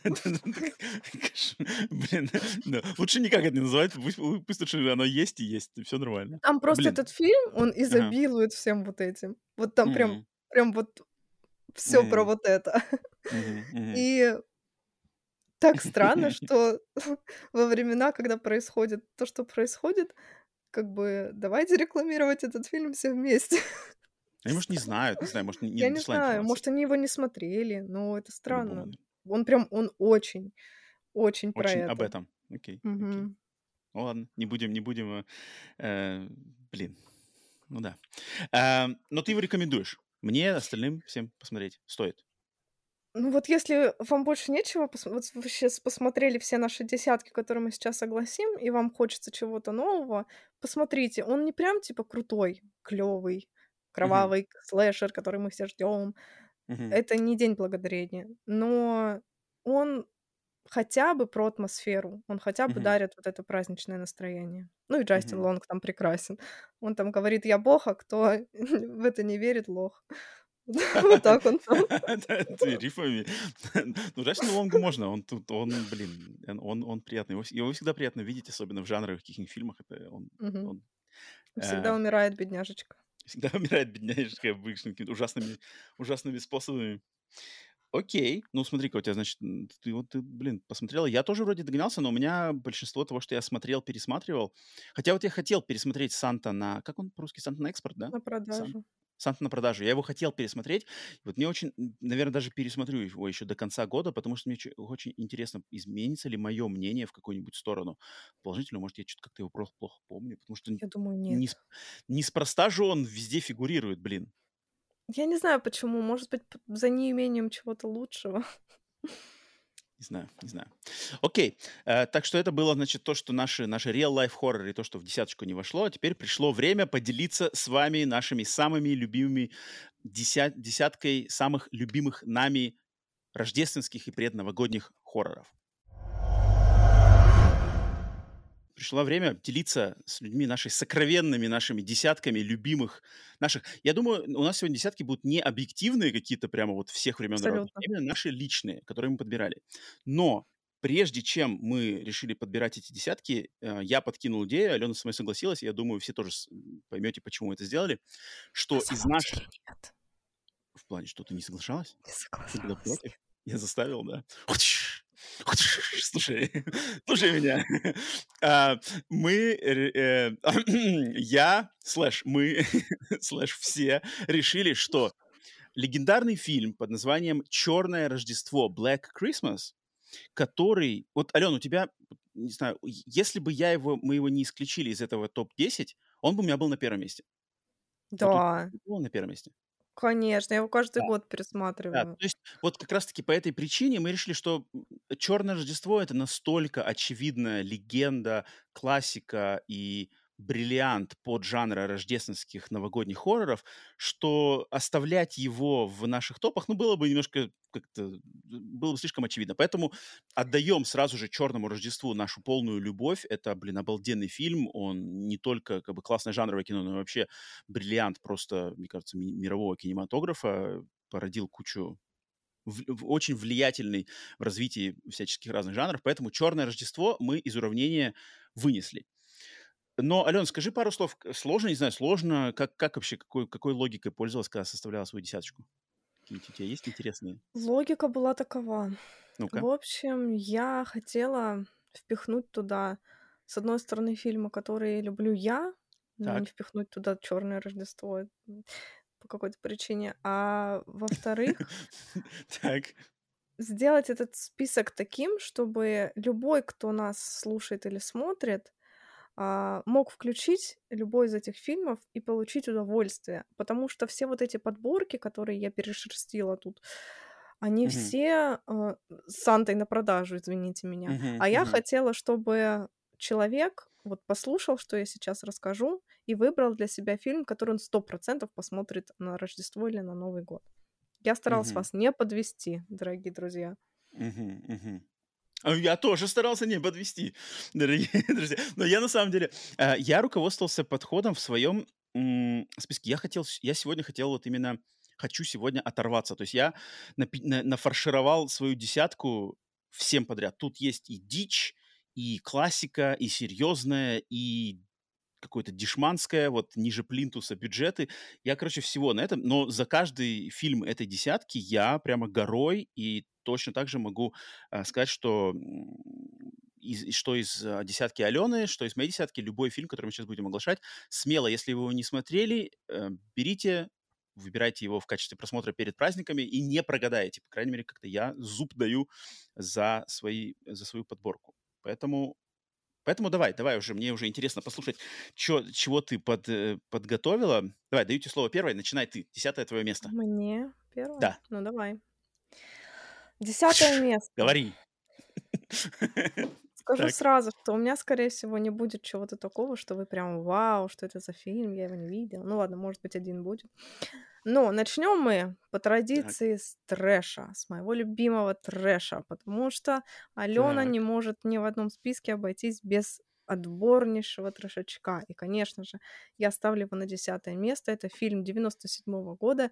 Блин, да. Лучше никак это не называть. Пусть пусть лучше оно есть и есть, и всё нормально. Там просто Блин. этот фильм, он Ага. изобилует всем вот этим. Вот там прям Мгм. прям вот всё про М. вот это. Мгм. Мгм. И так странно, что во времена, когда происходит то, что происходит, как бы давайте рекламировать этот фильм все вместе. Они, может, не Странно. знают, не знаю, может, не не Я не дошла знаю, информация. может, они его не смотрели, но это странно. По-любому. Он прям, он очень, очень про Очень об это. этом. Окей, окей. Мгм. Ну ладно, не будем не будем, э, э, блин, ну да. Ам, но ты его рекомендуешь? Мне, остальным всем посмотреть стоит. Ну вот если вам больше нечего пос вот вы щас посмотрели все наши десятки, которые мы сейчас огласим, и вам хочется чего-то нового, посмотрите. Он не прям типа крутой, клёвый, Мгм. кровавый слэшер, который мы все ждем. Мгм. Это не "День благодарения", но он хотя бы про атмосферу, он хотя бы Мгм. дарит вот это праздничное настроение. Ну и Джастин Мгм. Лонг там прекрасен. Он там говорит: "Я бог", а кто в это не верит- лох. Вот так он там. Да, ты рифмами. Ну, Джастину Лонгу можно. Он тут, он, блин, эн он он приятный. Его вс его всегда приятно видеть, особенно в жанровых каких-нибудь фильмах. Это он Мгм. он, э, Всегда умирает бедняжечка. всегда умирает бедняжечка обычно какими-то ужасными ужасными способами. Окей. Ну, смотри-ка, у тебя, значит, м, ты вот ты, блин, посмотрела. Я тоже вроде догонялся, но у меня большинство того, что я смотрел, пересматривал. Хотя вот я хотел пересмотреть "Санта" на как он по-русски? "Санта на экспорт", да? На Сан продажу. "Санта на продажу". Я его хотел пересмотреть. Вот мне очень, наверное, даже пересмотрю его еще до конца года, потому что мне чё очень интересно, изменится ли мое мнение в какую-нибудь сторону положительную. Может, я чё-то как-то его просто плохо помню, потому что н Я думаю, нес нет. неспроста же он везде фигурирует, блин. Я не знаю почему, может быть, п за неимением чего-то лучшего. Не знаю, не знаю. Окей, э, так что это было, значит, то, что наши наши real life хорроры, то, что в десяточку не вошло. А теперь пришло время поделиться с вами нашими самыми любимыми деся десяткой самых любимых нами рождественских и предновогодних хорроров. Пришло время делиться с людьми нашей сокровенными нашими десятками любимых наших. Я думаю, у нас сегодня десятки будут не объективные какие-то прямо вот всех времен народов, а Абсолютно. именно наши личные, которые мы подбирали. Но прежде чем мы решили подбирать эти десятки, э, я подкинул идею, Алена со мной согласилась, и я думаю, все тоже с поймете, почему мы это сделали, На что из самом деле наших нет. В плане, что ты не соглашалась? Не Ты была соглашалась, против? нет. Я заставил, да? Слушай, слушай меня. А, мы, ре э, я слэш мы, слэш все решили, что легендарный фильм под названием "Черное Рождество" Black Christmas, который вот, Алена, у тебя, не знаю, е если бы я его мы его не исключили из этого топ десять, он бы у меня был на первом месте. Вот у тебя Да, был на первом месте? конечно, я его каждый Да. год Да, пересматриваю. то есть вот как раз таки по этой причине мы решили, что, м, "Черное Рождество" — это настолько очевидная легенда, классика и бриллиант поджанра рождественских новогодних хорроров, что оставлять его в наших топах, ну, было бы немножко как-то, было бы слишком очевидно. Поэтому отдаем сразу же "Черному Рождеству" нашу полную любовь. Это, блин, обалденный фильм. Он не только как бы классное жанровое кино, но и вообще бриллиант просто, мне кажется, ми мирового кинематографа. Породил кучу в в очень влиятельный в развитии всяческих разных жанров, поэтому "Черное Рождество" мы из уравнения вынесли. Но, Алена, скажи пару слов. К Сложно, не знаю, сложно? Как как вообще, какой какой логикой пользовалась, когда составляла свою десяточку? Какие-нибудь у тебя есть интересные? Логика была такова. Ну-ка. В общем, я хотела впихнуть туда, с одной стороны, фильмы, которые люблю я, но не Так. впихнуть туда "Черное Рождество", м, по какой-то причине. А во-вторых, Так. сделать этот список таким, чтобы любой, кто нас слушает или смотрит, а, мог включить любой из этих фильмов и получить удовольствие. Потому что все вот эти подборки, которые я перешерстила тут, они Мгм. все, а, с "Сантой на продажу", извините меня. Мгм. А я Мгм. хотела, чтобы человек вот послушал, что я сейчас расскажу, и выбрал для себя фильм, который он сто процентов посмотрит на Рождество или на Новый год. Я старалась Мгм. вас не подвести, дорогие друзья. Мгм. Мгм. А я тоже старался не подвести, дорогие друзья. Но я на самом деле, э, я руководствовался подходом в своем, м, списке. Я хотел с я сегодня хотел вот именно хочу сегодня оторваться. То есть я напи на нафаршировал свою десятку всем подряд. Тут есть и дичь, и классика, и серьезная, и какое-то дешманское, вот ниже плинтуса бюджеты. Я, короче, всего на этом, но за каждый фильм этой десятки я прямо горой, и точно так же могу, э, сказать, что, м, из и что из, э, десятки Алены, что из моей десятки, любой фильм, который мы сейчас будем оглашать, смело, если вы его не смотрели, э, берите, выбирайте его в качестве просмотра перед праздниками и не прогадаете. По крайней мере, как-то я зуб даю за свои за свою подборку. Поэтому Поэтому давай, давай уже, мне уже интересно послушать, чё, чего ты под, э, подготовила. Давай, даю тебе слово первое, начинай ты. Десятое твое место. Мне первое? Да. Ну, давай. Десятое место. Говори. Скажу Так. сразу, что у меня, скорее всего, не будет чего-то такого, что вы прям: "Вау, что это за фильм? Я его не видела". Ну ладно, может быть, один будет. Но начнем мы по Так. традиции с трэша, с моего любимого трэша, потому что Алена не Так. может ни в одном списке обойтись без отборнейшего трэшачка. И, конечно же, я ставлю его на десятое место. Это фильм девяносто седьмого года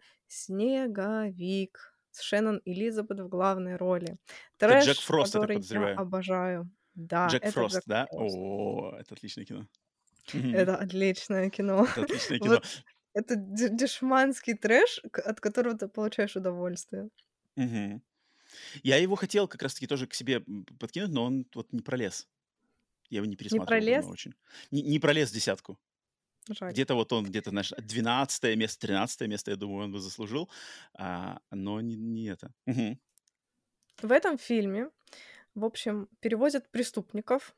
"Снеговик" с Шеннон Элизабет в главной роли. Это Джек Трэш, Фрост, я так который я подозреваю. обожаю. Да, Джек это Фрост, Джек да? Фрост. О, это отличное кино. Мгм. Это отличное кино. Это отличное кино. Вот это де дешманский трэш, к от которого ты получаешь удовольствие. Мгм. Я его хотел как раз таки тоже к себе, м, п подкинуть, но он вот не пролез. Я его не Не пересматривал давно пролез? очень. Не не пролез в десятку. Жаль. Где-то вот он, где-то, знаешь, двенадцатое место, тринадцатое место, я думаю, он бы заслужил, а, но не не это. Мгм. В этом фильме, в общем, перевозят преступников,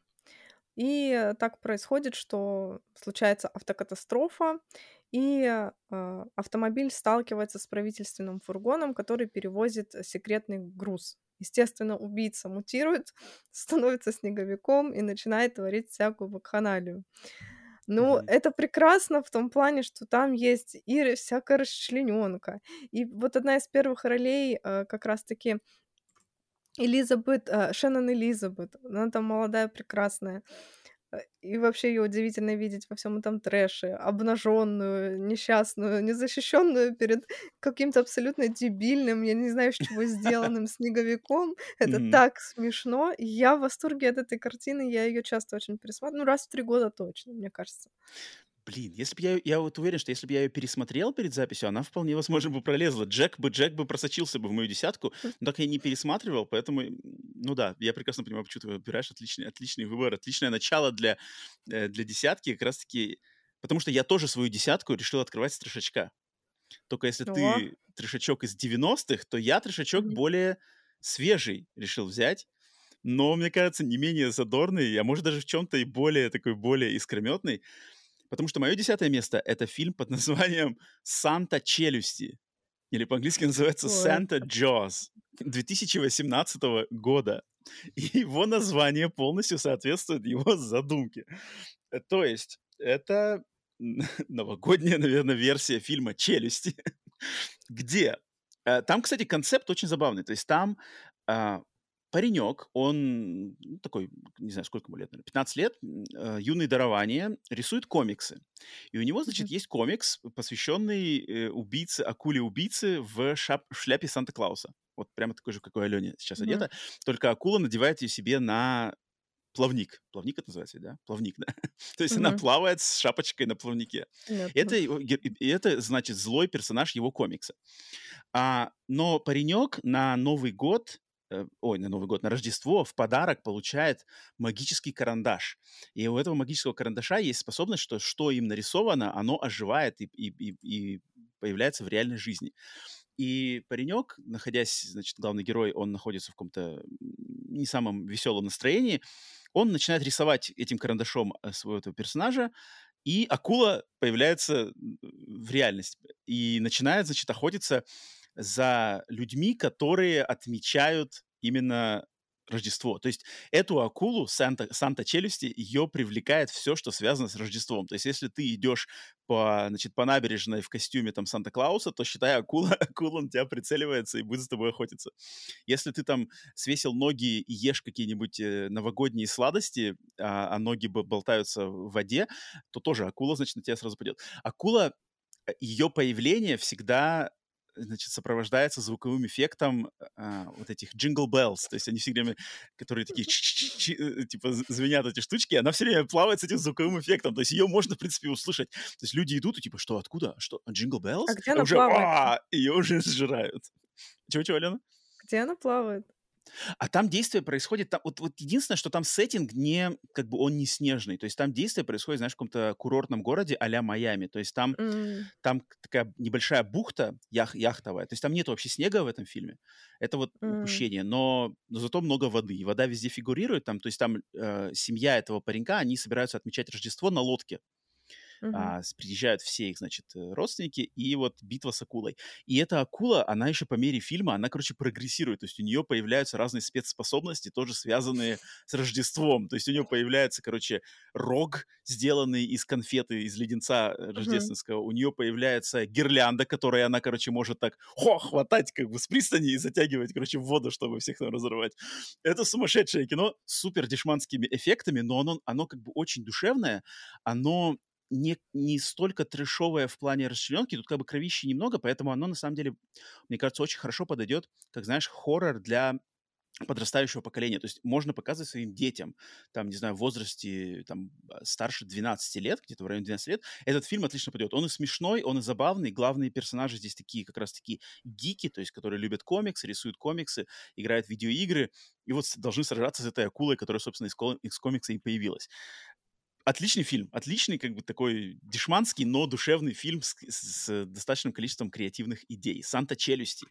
и э, так происходит, что случается автокатастрофа, и, а, автомобиль сталкивается с правительственным фургоном, который перевозит э, секретный груз. Естественно, убийца мутирует, становится снеговиком и начинает творить всякую вакханалию. Ну, Мгм. это прекрасно в том плане, что там есть и р всякая расчленёнка. И вот одна из первых ролей, э, как раз таки Элизабет, э, Шеннон Элизабет. Она там молодая, прекрасная. Э, и вообще её удивительно видеть во всем этом трэше, обнаженную, несчастную, незащищенную перед каким-то абсолютно дебильным, я не знаю, из чего сделанным снеговиком. Это Мгм. так смешно. И я в восторге от этой картины. Я ее часто очень пересматриваю. Ну, раз в три года точно, мне кажется. Блин, если бы я я вот уверен, что если бы я ее пересмотрел перед записью, она вполне возможно бы пролезла. Джек бы Джек бы просочился бы в мою десятку, М. но так я не пересматривал, поэтому, м, ну да, я прекрасно понимаю, почему ты выбираешь. Отличный отличный выбор, отличное начало для, э, для десятки. Как раз таки, потому что я тоже свою десятку решил открывать с трешачка. Только если О. ты трешачок из девяностых, то я трешачок Мгм. более свежий решил взять, но, мне кажется, не менее задорный, а может даже в чем-то и более такой, более искрометный. Потому что мое десятое место — это фильм под названием "Санта Челюсти", или по-английски называется Что "Santa это? Jaws" две тысячи восемнадцатого года. И его название полностью соответствует его задумке. Э, то есть это новогодняя, наверно, версия фильма "Челюсти", где, э, там, кстати, концепт очень забавный. То есть там, а, паренек, он, ну, такой, не знаю, сколько ему лет, наверно, пятнадцать лет, м, э, юное дарование, рисует комиксы. И у него, значит, Мгм. есть комикс, посвященный, э, убийце, акуле-убийце в шап в шляпе Санта-Клауса. Вот прямо такой же, как у Алены сейчас Мгм. одета, только акула надевает ее себе на плавник. Плавник это называется, да? Плавник, да. То есть она Мгм. плавает с шапочкой на плавнике. Это Понятно. его ге и это, значит, злой персонаж его комикса. А, но паренек на Новый год, э, ой, на Новый год, на Рождество в подарок получает магический карандаш. И у этого магического карандаша есть способность, что что им нарисовано, оно оживает и и и и появляется в реальной жизни. И паренек, находясь, значит, главный герой, он находится в каком-то, м, не самом веселом настроении, он начинает рисовать этим карандашом, э, своего этого персонажа, и акула появляется, м, в реальности и начинает, значит, охотиться за людьми, которые отмечают именно Рождество. То есть эту акулу, Санта Санта Челюсти, ее привлекает все, что связано с Рождеством. То есть если ты идешь по, значит, по набережной в костюме там Санта-Клауса, то, считай, акула акула на тебя прицеливается и будет за тобой охотиться. Если ты там свесил ноги и ешь какие-нибудь, э, новогодние сладости, а а ноги бо болтаются в воде, то тоже акула, значит, на тебя сразу пойдет. Акула, э, ее появление всегда, значит, сопровождается звуковым эффектом, а, вот этих Jingle Bells. То есть они все время, которые такие чи э, типа з звенят эти штучки, она все время плавает с этим звуковым эффектом. То есть ее можно, в принципе, услышать. То есть люди идут и типа: "Что, откуда? Что, Jingle А Bells?" где А она уже, плавает-то? а, ее уже сжирают. Чего чего, Алена? Где она плавает? А там действие происходит, там, вот, вот единственное, что там сеттинг не, как бы он не снежный, то есть там действие происходит, знаешь, в каком-то курортном городе а-ля Майами, то есть там, М, там такая небольшая бухта ях, яхтовая, то есть там нет вообще снега в этом фильме, это вот м, упущение, но, но зато много воды, и вода везде фигурирует, там, то есть там э, семья этого паренька, они собираются отмечать Рождество на лодке, мгм, а, с- приезжают все их, значит, э, родственники, и вот битва с акулой. И эта акула, она еще по мере фильма, она, короче, прогрессирует, то есть у нее появляются разные спецспособности, тоже связанные с Рождеством, то есть у нее появляется, короче, рог, сделанный из конфеты, из леденца э, мгм. рождественского, у нее появляется гирлянда, которой она, короче, может так, хо, хватать как бы с пристани и затягивать, короче, в воду, чтобы всех там разорвать. Это сумасшедшее кино с супер дешманскими эффектами, но оно, оно как бы очень душевное, оно не, не столько трэшовое в плане расчленки, тут как бы кровищи немного, поэтому оно на самом деле, мне кажется, очень хорошо подойдет, как, знаешь, хоррор для подрастающего поколения. То есть можно показывать своим детям, там, не знаю, в возрасте там, а, старше двенадцати лет, где-то в районе двенадцати лет, этот фильм отлично подойдет. Он и смешной, он и забавный. Главные персонажи здесь такие, как раз таки гики, то есть которые любят комиксы, рисуют комиксы, играют в видеоигры, и вот с- должны сражаться с этой акулой, которая, собственно, из, ко- из комикса и появилась. Отличный фильм, отличный, как бы такой дешманский, но душевный фильм с, с- с достаточным количеством креативных идей. «Санта Челюсти»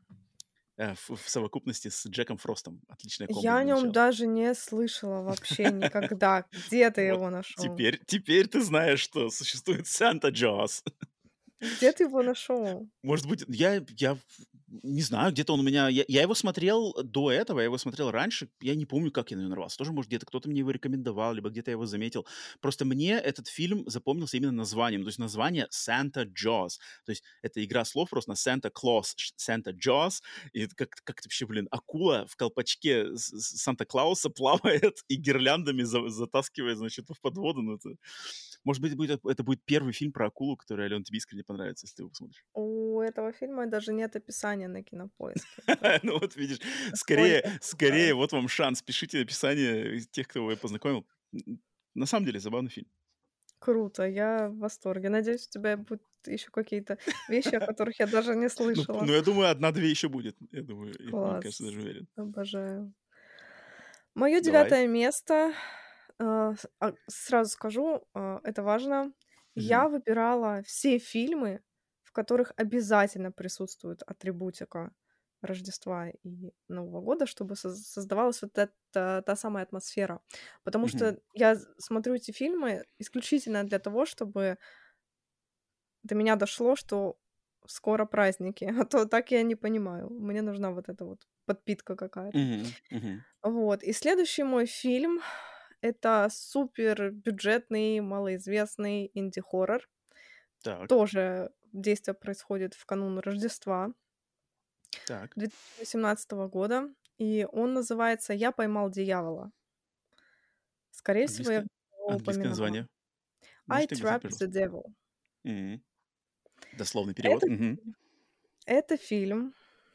э, в, в совокупности с Джеком Фростом. Отличная комбо Я о для нем начала. даже не слышала вообще никогда. Где ты Вот его нашел? теперь, теперь ты знаешь, что существует Санта Джоз. Где ты его нашел? Может быть, я, я не знаю, где-то он у меня... Я, я его смотрел до этого, я его смотрел раньше. Я не помню, как я на него нарвался. Тоже, может, где-то кто-то мне его рекомендовал, либо где-то я его заметил. Просто мне этот фильм запомнился именно названием. То есть название Santa Jaws. То есть это игра слов просто на Santa Claus, ш- Santa Jaws. И это как, как это вообще, блин, акула в колпачке с- с Санта-Клауса плавает и гирляндами за- затаскивает, значит, в подводу. Ну, это... Может быть, это будет, это будет первый фильм про акулу, который, Ален, тебе искренне понравится, если ты его посмотришь. У этого фильма даже нет описания на Кинопоиске. Так Ну вот видишь, скорее, насколько скорее, круто. вот вам шанс. Пишите описание из тех, кто его познакомил. М, На самом деле, забавный фильм. Круто, я в восторге. Надеюсь, у тебя будут еще какие-то вещи, о которых я даже не Ну, п- слышала. ну, я думаю, одна-две еще будет. Я думаю, я, мне кажется, Класс. даже уверен. Обожаю. Мое Давай. девятое место, а, с а, сразу скажу, а, это важно. Мгм. Я выбирала все фильмы, в которых обязательно присутствует атрибутика Рождества и Нового года, чтобы соз создавалась вот эта та самая атмосфера. Потому Мгм. что я з смотрю эти фильмы исключительно для того, чтобы до меня дошло, что скоро праздники, а то так я не понимаю. Мне нужна вот эта вот подпитка какая-то. Мгм. Мгм. Вот. И следующий мой фильм — это супербюджетный, малоизвестный инди-хоррор. Так, Тоже действие происходит в канун Рождества так. две тысячи восемнадцатого года, и он называется «Я поймал дьявола». Скорее всего, я Английское? его Английское упоминала. название. «I Можете объяснить, trapped the пожалуйста? devil». Мгм. Дословный перевод. Это Мгм. это фильм,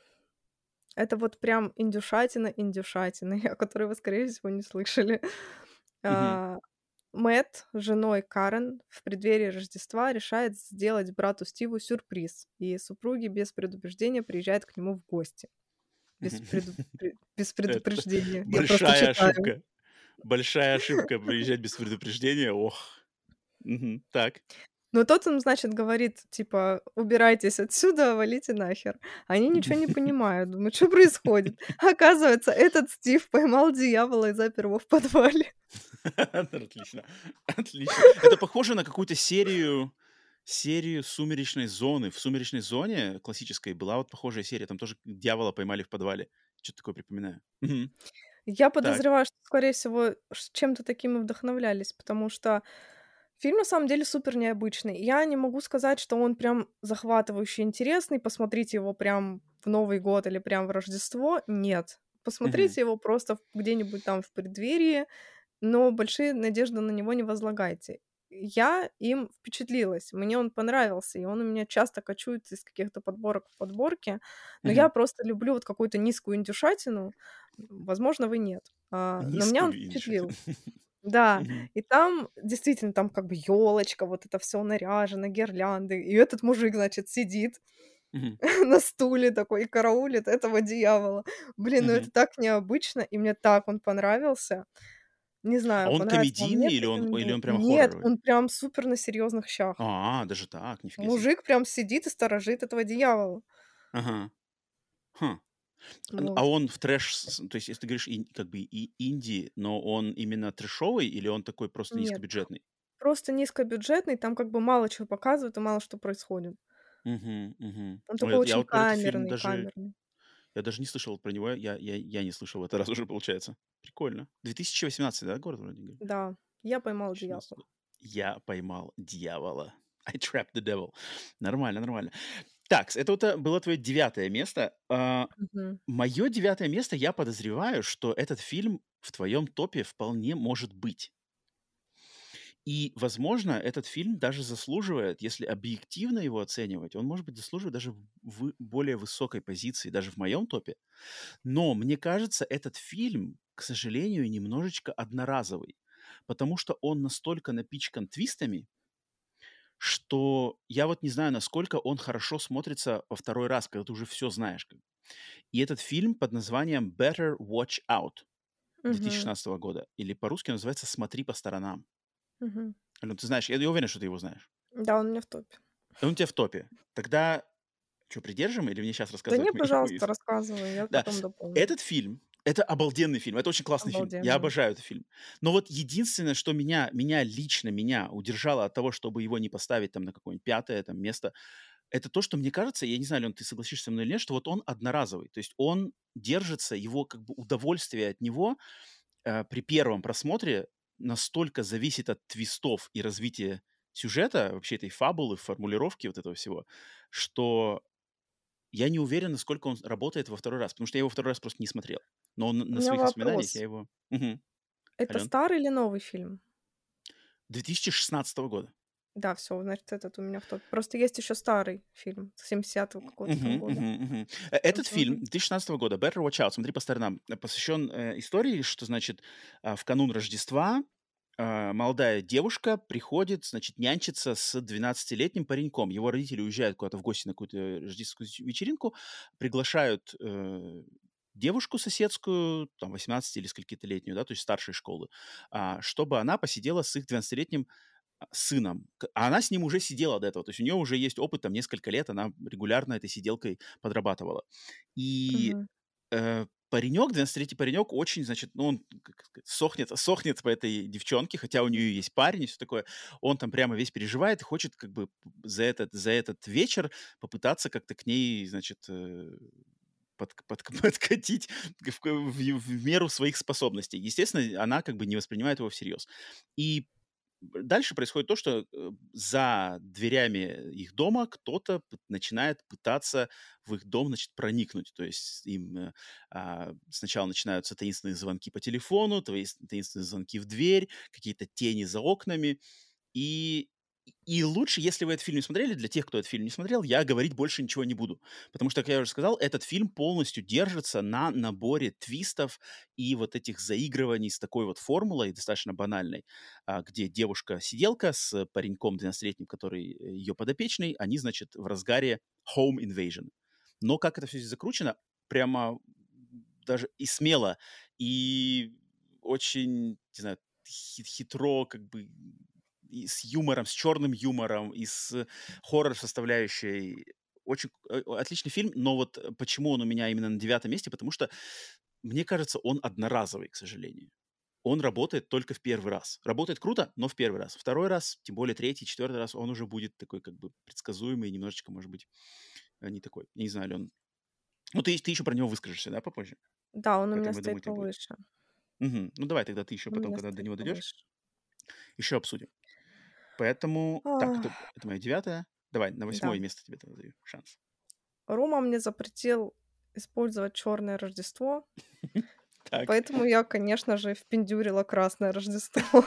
это вот прям индюшатина индюшатины, о которой вы, скорее всего, не слышали. Мгм. А, Мэтт с женой Карен в преддверии Рождества решает сделать брату Стиву сюрприз, и супруги без предупреждения приезжают к нему в гости. Без, Мгм. преду- пре- без Это предупреждения. Я просто большая читаю. ошибка. Большая ошибка приезжать без предупреждения. Ох. Мгм. Так. Но тот им, значит, говорит, типа, убирайтесь отсюда, валите нахер. Они ничего не понимают, думают, что происходит. Оказывается, этот Стив поймал дьявола и запер его в подвале. Отлично. Отлично. Это похоже на какую-то серию серию «Сумеречной зоны». В «Сумеречной зоне» классической была вот похожая серия. Там тоже дьявола поймали в подвале. Что-то такое припоминаю. Мгм. Я Так. подозреваю, что, скорее всего, ш- чем-то таким и вдохновлялись, потому что фильм на самом деле супер необычный. Я не могу сказать, что он прям захватывающе интересный. Посмотрите его прям в Новый год или прям в Рождество. Нет. Мгм. Посмотрите его просто в- где-нибудь там в преддверии, но большие надежды на него не возлагайте. Я им впечатлилась, мне он понравился, и он у меня часто кочует из каких-то подборок в подборки, но я Мгм. просто люблю вот какую-то низкую индюшатину, возможно, вы нет. А, но меня он Низкую впечатлил. индюшатину. Да, Мгм. и там действительно, там как бы елочка, вот это все наряжено, гирлянды, и этот мужик, значит, сидит. Мгм. на стуле такой и караулит этого дьявола. Блин, ну Мгм. это так необычно, и мне так он понравился. Не А знаю, он понравится вам, комедийный нет, или он или рекомендую. он прямо Нет, хорроровый? он прям супер на серьезных щах. А, даже так, нифига себе. Мужик прям сидит и сторожит этого дьявола. Ага. Хм. Н а Вот. он в трэш с то есть, если ты говоришь ин как бы и инди, но он именно трэшовый или он такой просто Нет, низкобюджетный? просто низкобюджетный, там как бы мало чего показывают и мало что происходит. Мгм, мгм. Он Ой, такой это я очень вот про этот фильм камерный даже камерный. я даже не слышал про него. Я я я не слышал в этот раз уже, получается. Прикольно. две тысячи восемнадцатый, да, год вроде говорит? Да, я поймал две тысячи семнадцатый дьявола. год. Я поймал дьявола. I trapped the devil. Нормально, нормально. Такс, это вот, э, было твое девятое место. А, Мгм. мое девятое место, я подозреваю, что этот фильм в твоем топе вполне может быть. И, возможно, этот фильм даже заслуживает, если объективно его оценивать, он, может быть, заслуживает даже в вы более высокой позиции, даже в моем топе. Но мне кажется, этот фильм, к сожалению, немножечко одноразовый, потому что он настолько напичкан твистами, что я вот не знаю, насколько он хорошо смотрится во второй раз, когда ты уже все знаешь. как бы. И этот фильм под названием Better Watch Out две тысячи Мгм. шестнадцатого года, или по-русски он называется «Смотри по сторонам». Мгм. Ну, ты знаешь, я, я уверен, что ты его знаешь. Да, он у меня в топе. Он у тебя в топе. Тогда что, придержим или мне сейчас Да не, рассказывать мои мои пожалуйста, с рассказывай, я Да, потом дополню. этот фильм — это обалденный фильм, это очень классный фильм. Я Обалденно. обожаю этот фильм. Но вот единственное, что меня меня, лично меня удержало от того, чтобы его не поставить там на какое-нибудь пятое там место, это то, что мне кажется, я не знаю, Лен, ты согласишься со мной или нет, что вот он одноразовый. То есть он держится, его как бы удовольствие от него, э, при первом просмотре настолько зависит от твистов и развития сюжета, вообще этой фабулы, формулировки вот этого всего, что я не уверен, насколько он работает во второй раз, потому что я его второй раз просто не смотрел. Но он У на меня своих воспоминаниях я вопрос. его Мгм. Это Алён? старый или новый фильм? две тысячи шестнадцатого года. Да, все, значит, этот у меня в топе. Просто есть еще старый фильм семидесятого какого-то там Мгм, года. мгм, мгм. Э, Там этот фильм тоже. две тысячи шестнадцатого года, Better Watch Out, смотри по сторонам, э, посвящен э, истории, что, значит, а, в канун Рождества а, молодая девушка приходит, значит, нянчиться с двенадцатилетним пареньком. Его родители уезжают куда-то в гости на какую-то рождественскую вечеринку, приглашают э, девушку соседскую, там, восемнадцати или скольки-то летнюю, да, то есть старшей школы, а, чтобы она посидела с их двенадцатилетним а, сыном. К а она с ним уже сидела до этого. То есть у нее уже есть опыт, там несколько лет она регулярно этой сиделкой подрабатывала. И, Мгм. э, паренек, двенадцатилетний паренек очень, значит, ну, он, как сказать, сохнет сохнет по этой девчонке, хотя у нее есть парень и всё такое. Он там прямо весь переживает и хочет как бы п за этот за этот вечер попытаться как-то к ней, значит, э, подк подк подкатить в к в в меру своих способностей. Естественно, она как бы не воспринимает его всерьез. И дальше происходит то, что, э, за дверями их дома кто-то пыт начинает пытаться в их дом, значит, проникнуть. То есть им, э, а, сначала начинаются таинственные звонки по телефону, таис таинственные звонки в дверь, какие-то тени за окнами. И и лучше, если вы этот фильм не смотрели, для тех, кто этот фильм не смотрел, я говорить больше ничего не буду. Потому что, как я уже сказал, этот фильм полностью держится на наборе твистов и вот этих заигрываний с такой вот формулой, достаточно банальной, а, где девушка-сиделка с пареньком двенадцатилетним, который э, ее подопечный, они, значит, в разгаре home invasion. Но как это все здесь закручено, прямо даже и смело, и очень, не знаю, хи- хитро, как бы и с юмором, с черным юмором, и с хоррор-составляющей. Очень э, отличный фильм, но вот э, почему он у меня именно на девятом месте, потому что, мне кажется, он одноразовый, к сожалению. Он работает только в первый раз. Работает круто, но в первый раз. Второй раз, тем более третий, четвертый раз, он уже будет такой как бы предсказуемый, немножечко, может быть, э, не такой. Я не знаю, Лен. Ну, ты, ты еще про него выскажешься, да, попозже? Да, он у меня Поэтому, я думаю, стоит у тебя будет. повыше. Мгм. Ну, давай тогда ты еще Он у потом, меня когда до стоит него дойдешь, повыше. еще обсудим. Поэтому, так, Ах, это, это мое девятое. Давай, на восьмое да. место тебе тогда даю шанс. Рома мне запретил использовать черное Рождество, Так. поэтому я, конечно же, впендюрила красное Рождество.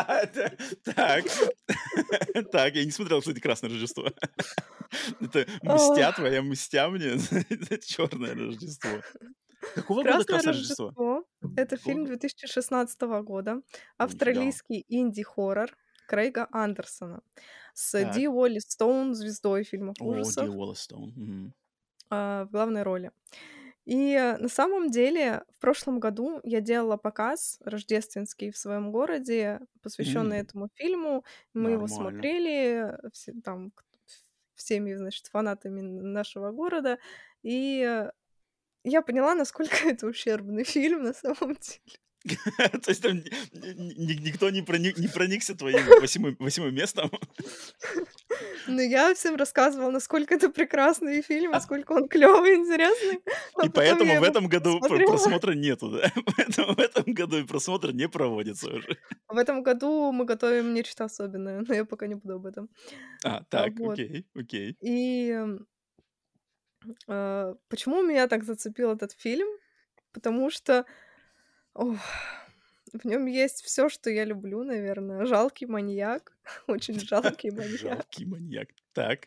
Так. Так, я не смотрел, кстати, «Красное Рождество». Это мстя Ах, твоя, мстя мне за «Черное Рождество». Какого года «Красное «Красное Рождество»? Рождество» — это Какого фильм года? две тысячи шестнадцатого года, О, нифига. австралийский инди-хоррор Крейга Андерсона. с Так. Ди Уолли Стоун, звездой фильмов О, Ди ужасов, Уоллес Стоун. Мгм. а, в главной роли. И э, на самом деле в прошлом году я делала показ рождественский в своем городе, посвященный М, этому фильму. Мы его Нормально. смотрели э, все, там к- всеми, значит, фанатами нашего города. И э, я поняла, насколько это ущербный фильм на самом деле. То есть там ни- ни- никто не проник- не проникся твоим восьмым восьмым местом? Но я всем рассказывала, насколько это прекрасный фильм, насколько он клевый, интересный. А И потом поэтому я в его этом году пр посмотрела. просмотра нету, да? Поэтому в этом году и просмотр не проводится уже. В этом году мы готовим нечто особенное, но я пока не буду об этом. А, А, так, вот. окей, окей. И, м, а, почему меня так зацепил этот фильм? Потому что, ох, в нем есть все, что я люблю, наверное. Жалкий маньяк, очень жалкий маньяк, Жалкий маньяк. Так.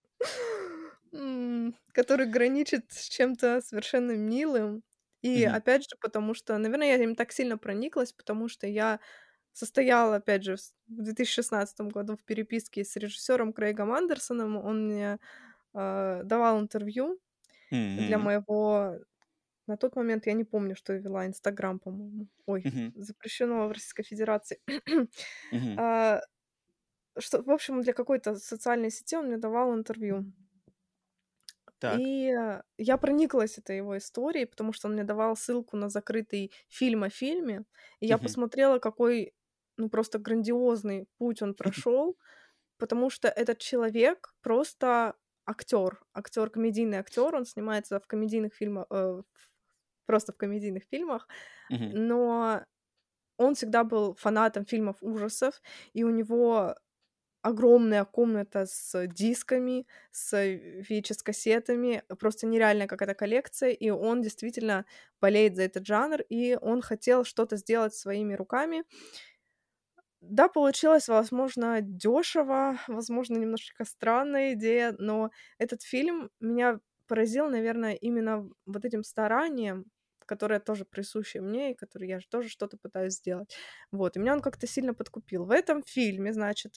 м, который граничит с чем-то совершенно милым. И Мгм, опять же, потому что, наверное, я им так сильно прониклась, потому что я состояла, опять же, в с в две тысячи шестнадцатом году в переписке с режиссером Крейгом Андерсоном. Он мне, а, давал интервью для мгм, моего. На тот момент я не помню, что я вела, "Инстаграм", по-моему. Ой, мгм, запрещено в Российской Федерации. мгм. А, что, в общем, для какой-то социальной сети он мне давал интервью. Так. И, э, я прониклась этой его историей, потому что он мне давал ссылку на закрытый фильм о фильме. И я Мгм. посмотрела, какой, ну, просто грандиозный путь он прошел, потому что этот человек просто актер, актер, комедийный актер. Он снимается в комедийных фильмах, э, в просто в комедийных фильмах, Мгм. но он всегда был фанатом фильмов ужасов, и у него огромная комната с дисками, с ви эйч эс-кассетами, просто нереальная какая-то коллекция, и он действительно болеет за этот жанр, и он хотел что-то сделать своими руками. Да, получилось, возможно, дешево, возможно, немножечко странная идея, но этот фильм меня поразил, наверное, именно вот этим старанием, которое тоже присуще мне, и которое я ж тоже что-то пытаюсь сделать. Вот, и меня он как-то сильно подкупил. В этом фильме, значит,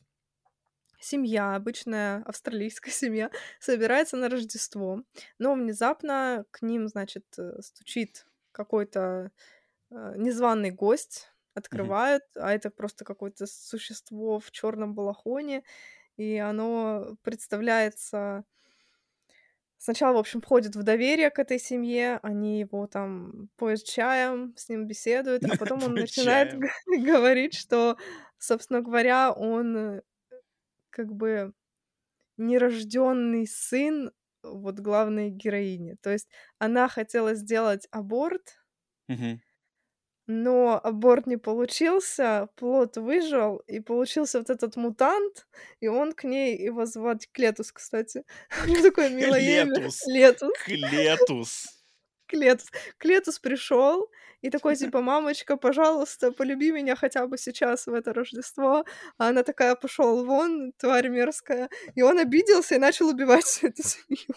семья, обычная австралийская семья, собирается на Рождество, но внезапно к ним, значит, э, стучит какой-то э, незваный гость, Мгм. открывают, а это просто какое-то существо в черном балахоне, и оно представляется. Сначала, в общем, входит в доверие к этой семье, они его там поят чаем, с ним беседуют, а потом он начинает Чаем. г говорить, что, собственно говоря, он, э, как бы нерожденный сын вот главной героини. То есть она хотела сделать аборт, Мгм. но аборт не получился, плод выжил, и получился вот этот мутант, и он к ней, его звать Клетус, кстати. У него такое милое имя. Клетус. Летус. Клетус. Клетус. Клетус пришел и такой типа: "Мамочка, пожалуйста, полюби меня хотя бы сейчас в это Рождество". А она такая: "Пошел вон, тварь мерзкая". И он обиделся и начал убивать всю эту семью.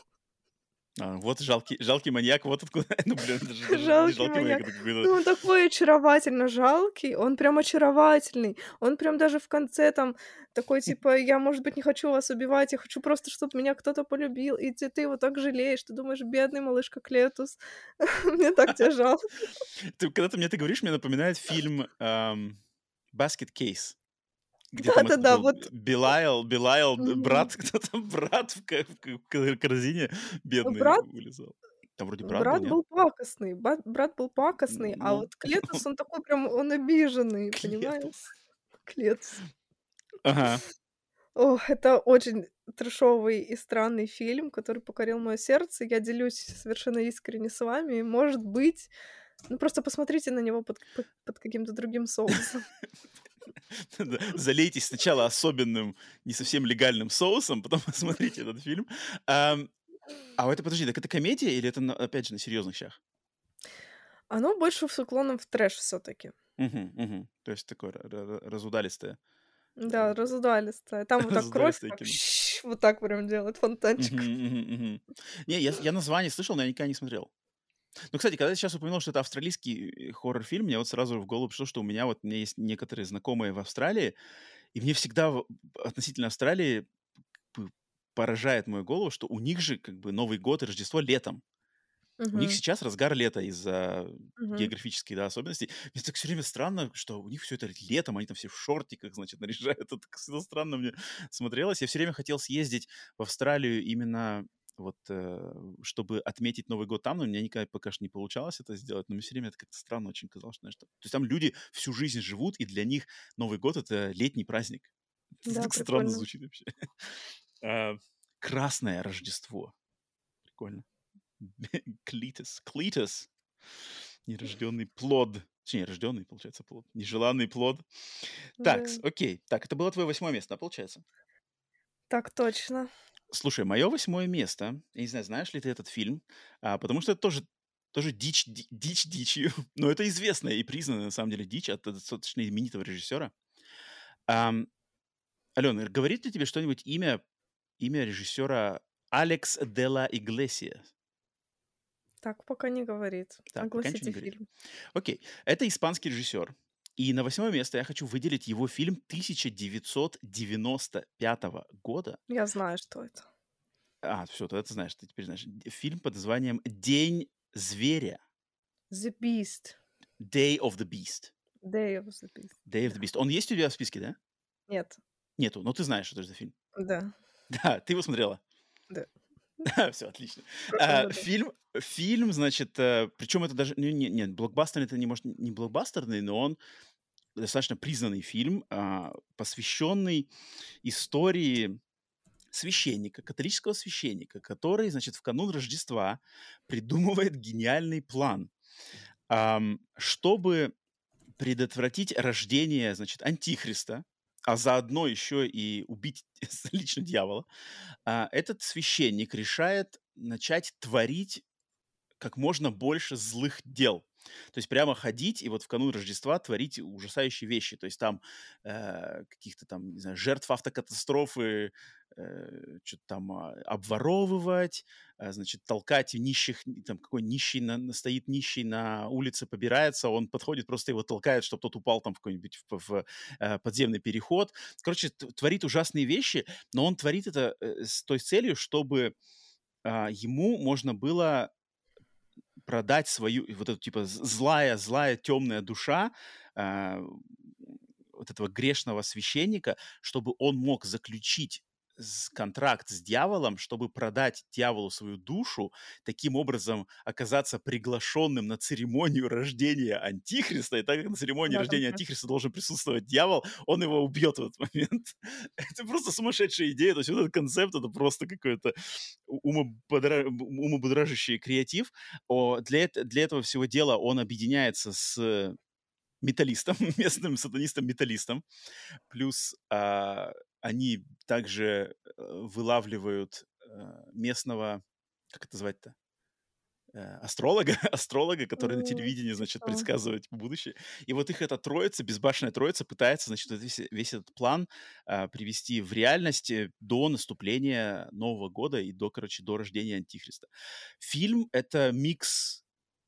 А, вот жалкий жалкий маньяк, вот откуда. Ну, блин, даже даже не Жалкий жалкий маньяк, маньяк. это какой-то. Ну, он такой очаровательно жалкий, он прям очаровательный. Он прям даже в конце там такой типа: "Я, может быть, не хочу вас убивать, я хочу просто, чтобы меня кто-то полюбил". И ты ты его так жалеешь, ты думаешь: "Бедный малышка Клетус, мне так тебя жалко". Ты когда ты мне это говоришь, мне напоминает фильм, ам, "Basket Case", где там этот Да-да-да, был вот. Билайл Билайл, д Мгм. брат, кто там, брат в ка в ка в ка корзине бедный Брат вылезал. Там вроде брат был, брат нет? был пакостный, бат брат был пакостный, а Ну, вот Клетус, он такой прям, он обиженный, понимаешь? Клетус. Клетус. Ага. Ох, это очень трэшовый и странный фильм, который покорил моё сердце. Я делюсь совершенно искренне с вами. Может быть, ну, просто посмотрите на него под под под каким-то другим соусом. Да. Залейтесь сначала особенным, не совсем легальным соусом, потом посмотрите этот фильм. Ам, а это, подожди, так это комедия или это, на опять же, на серьезных щах? Оно больше с уклоном в трэш всё таки. Мгм, мгм. То есть такое ра ра ра разудалистое, Да, разудалистое. Там вот так кровь разудалистое так кино. вот так прям делает Мгм, фонтанчиком. мгм, мгм. Не, я с я название слышал, но я никогда не смотрел. Ну, кстати, когда ты сейчас упомянул, что это австралийский, э, хоррор-фильм, мне вот сразу в голову пришло, что у меня вот у меня есть некоторые знакомые в Австралии, И мне всегда в- относительно Австралии п- поражает мою голову, что у них же как бы Новый год и Рождество летом. У них Мгм. сейчас разгар лета из-за Мгм. географических, да, особенностей. Мне так все время странно, что у них все это летом, они там все в шортиках, значит, наряжают. Это так всегда странно мне смотрелось. Я все время хотел съездить в Австралию именно вот, э, чтобы отметить Новый год там, но у меня никогда пока что не получалось это сделать. Но мне все время это как-то странно очень казалось, знаешь, что... То есть там люди всю жизнь живут, и для них Новый год — это летний праздник. Это Да, так странно прикольно. звучит вообще. А, Красное Рождество. Прикольно. Клитос. Клитос. Нерожденный плод. Точнее, рожденный, получается, плод. Нежеланный плод. Так, Да. окей. Так, это было твое восьмое место, да, получается? Так точно. Слушай, мое восьмое место, я не знаю, знаешь ли ты этот фильм, а, потому что это тоже, тоже дичь, ди- дичь дичью, но это известная и признанная, на самом деле, дичь от достаточно именитого режиссера. Ам, Алена, говорит ли тебе что-нибудь имя, имя режиссера Алекс де ла Иглесия? Так пока не говорит. Так, пока ничего Огласите не говорит. фильм. Окей. Это испанский режиссер. И на восьмое место я хочу выделить его фильм тысяча девятьсот девяносто пятого года. Я знаю, что это. А, все, тогда ты знаешь, ты теперь знаешь. Д- Фильм под названием «День зверя». The Beast. Day of the Beast. Day of the Beast. Day of Да. the Beast. Он есть у тебя в списке, да? Нет. Нету, но ты знаешь, что это за фильм. Да. Да, ты его смотрела. Да. Все, отлично. В прошлом А, году. Фильм, фильм, значит, причем это даже... не- не- Нет, блокбастер это не, может, не блокбастерный, но он достаточно признанный фильм, а, посвященный истории священника, католического священника, который, значит, в канун Рождества придумывает гениальный план, ам, чтобы предотвратить рождение, значит, антихриста, а заодно еще и убить лично дьявола. А, этот священник решает начать творить как можно больше злых дел. То есть прямо ходить и вот в канун Рождества творить ужасающие вещи. То есть там э, каких-то там, не знаю, жертв автокатастрофы, э, что-то там а, обворовывать, а, значит, толкать нищих, н- там какой нищий на, на- стоит нищий на улице, побирается, он подходит, просто его толкает, чтобы тот упал там в какой-нибудь в, в, э, подземный переход. Короче, т- творит ужасные вещи, но он творит это э, с той целью, чтобы а, ему можно было продать свою вот эту типа з- злая, злая, темная душа а, вот этого грешного священника, чтобы он мог заключить с- контракт с дьяволом, чтобы продать дьяволу свою душу, таким образом оказаться приглашенным на церемонию рождения Антихриста, и так как на церемонии Да, там рождения тоже. Антихриста должен присутствовать дьявол, он его убьет в этот момент. Это просто сумасшедшая идея, то есть вот этот концепт, это просто какой-то умоподра- умобудражащий креатив. О, для, эт- для этого всего дела он объединяется с металлистом, местным сатанистом-металлистом. Плюс а, они также э, вылавливают э, местного, как это звать-то, э, астролога, астролога, который на М, телевидении, значит, типа, предсказывать будущее. И вот их эта троица, безбашенная троица, пытается, значит, вот весь, весь этот план а, привести в реальность э, до наступления Нового года и до, короче, до рождения Антихриста. Фильм — это микс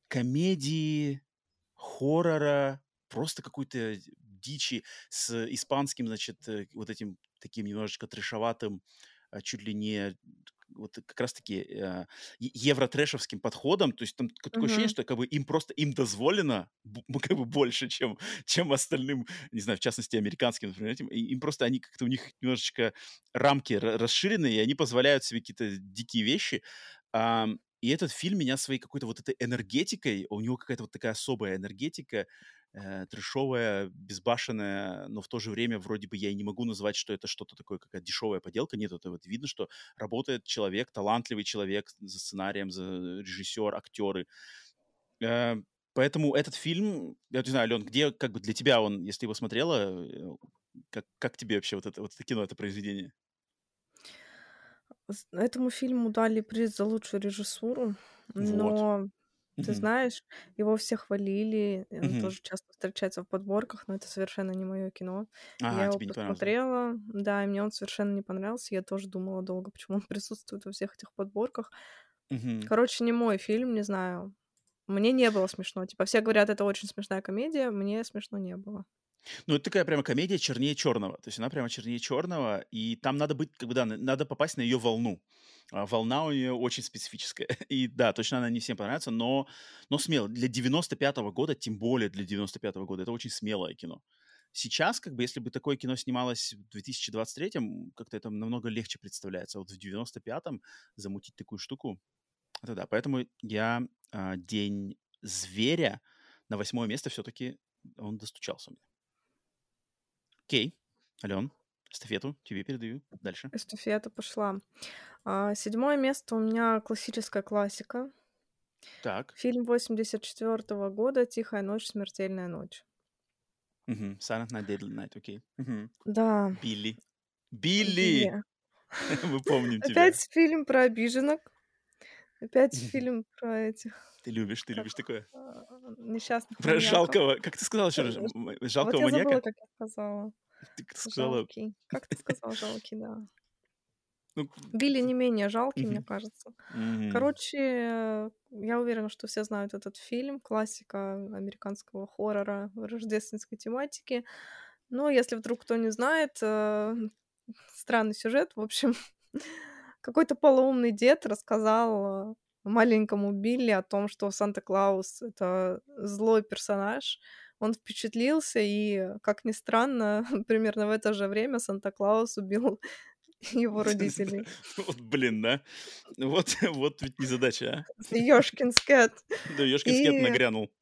комедии, хоррора, просто какой-то дичи с испанским, значит, э, вот этим таким немножечко трэшоватым, а, чуть ли не вот как раз-таки э, е- евротрэшевским подходом. То есть там такое такое ощущение, мгм. что как бы им просто им дозволено б- м, как бы больше, чем, чем остальным, не знаю, в частности, американским, например, этим. И им просто они как-то у них немножечко рамки ра- расширены, и они позволяют себе какие-то дикие вещи. Ам, и этот фильм меня своей какой-то вот этой энергетикой, у него какая-то вот такая особая энергетика, э, трэшовая, безбашенная, но в то же время вроде бы я и не могу назвать, что это что-то такое, какая-то дешевая поделка. Нет, это вот видно, что работает человек, талантливый человек за сценарием, за режиссер, актеры. Э, Поэтому этот фильм, я вот не знаю, Ален, где как бы для тебя он, если ты его смотрела, э, как, как тебе вообще вот это, вот это кино, это произведение? С Этому фильму дали приз за лучшую режиссуру, Вот. но ты Мгм. знаешь, его все хвалили, и он Мгм. тоже часто встречается в подборках, но это совершенно не мое кино. Я Ага, его тебе не понравилось, да? посмотрела, да, и мне он совершенно не понравился. Я тоже думала долго, почему он присутствует во всех этих подборках. Мгм. Короче, не мой фильм, не знаю. Мне не было смешно. Типа все говорят, это очень смешная комедия, мне смешно не было. Ну, это такая прямо комедия чернее черного. То есть она прямо чернее черного, и там надо быть, как бы, да, н- надо попасть на ее волну. А волна у нее очень специфическая. И да, точно она не всем понравится, но, но смело. Для девяносто пятого года, тем более для девяносто пятого года, это очень смелое кино. Сейчас, как бы, если бы такое кино снималось в две тысячи двадцать третьем, как-то это намного легче представляется. А вот в девяносто пятом замутить такую штуку, это да. Поэтому я а, День зверя на восьмое место все-таки он достучался. Окей. Ален, эстафету тебе передаю. Дальше. Эстафета пошла. А, седьмое место у меня классическая классика. Так. Фильм восемьдесят четвертого года «Тихая ночь, смертельная ночь». Мгм. Silent Night, Deadly Night. Окей. Мгм. Да, Билли. Билли! Билли. Мы помним тебя. Опять фильм про обиженок. Опять Мгм. фильм про этих, Ты любишь, ты как, любишь такое. а, несчастных Про маньяков. жалкого, как ты сказала еще Э, раз, ж м, а вот жалкого я забыла, маньяка? как я сказала. Ты как сказала, Жалкий. Как ты сказал? Жалкий, да. ну, Билли как-то... не менее жалкий, мне Мгм. кажется. Мгм. Короче, э, я уверена, что все знают этот фильм. Классика американского хоррора рождественской тематики. Но если вдруг кто не знает, э, странный сюжет. В общем, какой-то полоумный дед рассказал, э, маленькому Билли о том, что Санта-Клаус — это злой персонаж. Он впечатлился, и, как ни странно, примерно в это же время Санта-Клаус убил его родителей. Вот, блин, да? Вот, вот ведь незадача, Ёшкин кэт. а. Да, ёшкин скет И нагрянул.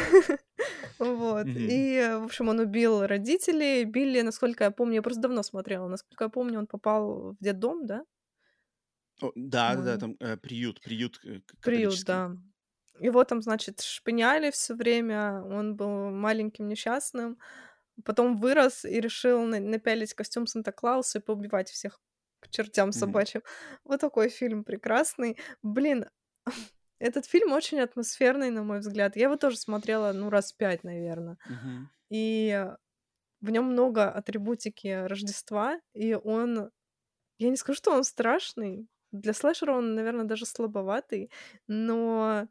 вот. Мгм. И, в общем, он убил родителей. Билли, насколько я помню, я просто давно смотрела, насколько я помню, он попал в детдом, да, О, да-да-да, по-моему? там, э, приют приют, э, к Приют, католический. да. Его там, значит, шпыняли все время, он был маленьким несчастным, потом вырос и решил на напялить костюм Санта-Клауса и поубивать всех к чертям Мгм. собачьим. Вот такой фильм прекрасный. Блин, этот фильм очень атмосферный, на мой взгляд. Я его тоже смотрела, ну, раз пять, наверно. Мгм. И в нем много атрибутики Рождества, и он я не скажу, что он страшный. Для слэшера он, наверное, даже слабоватый, но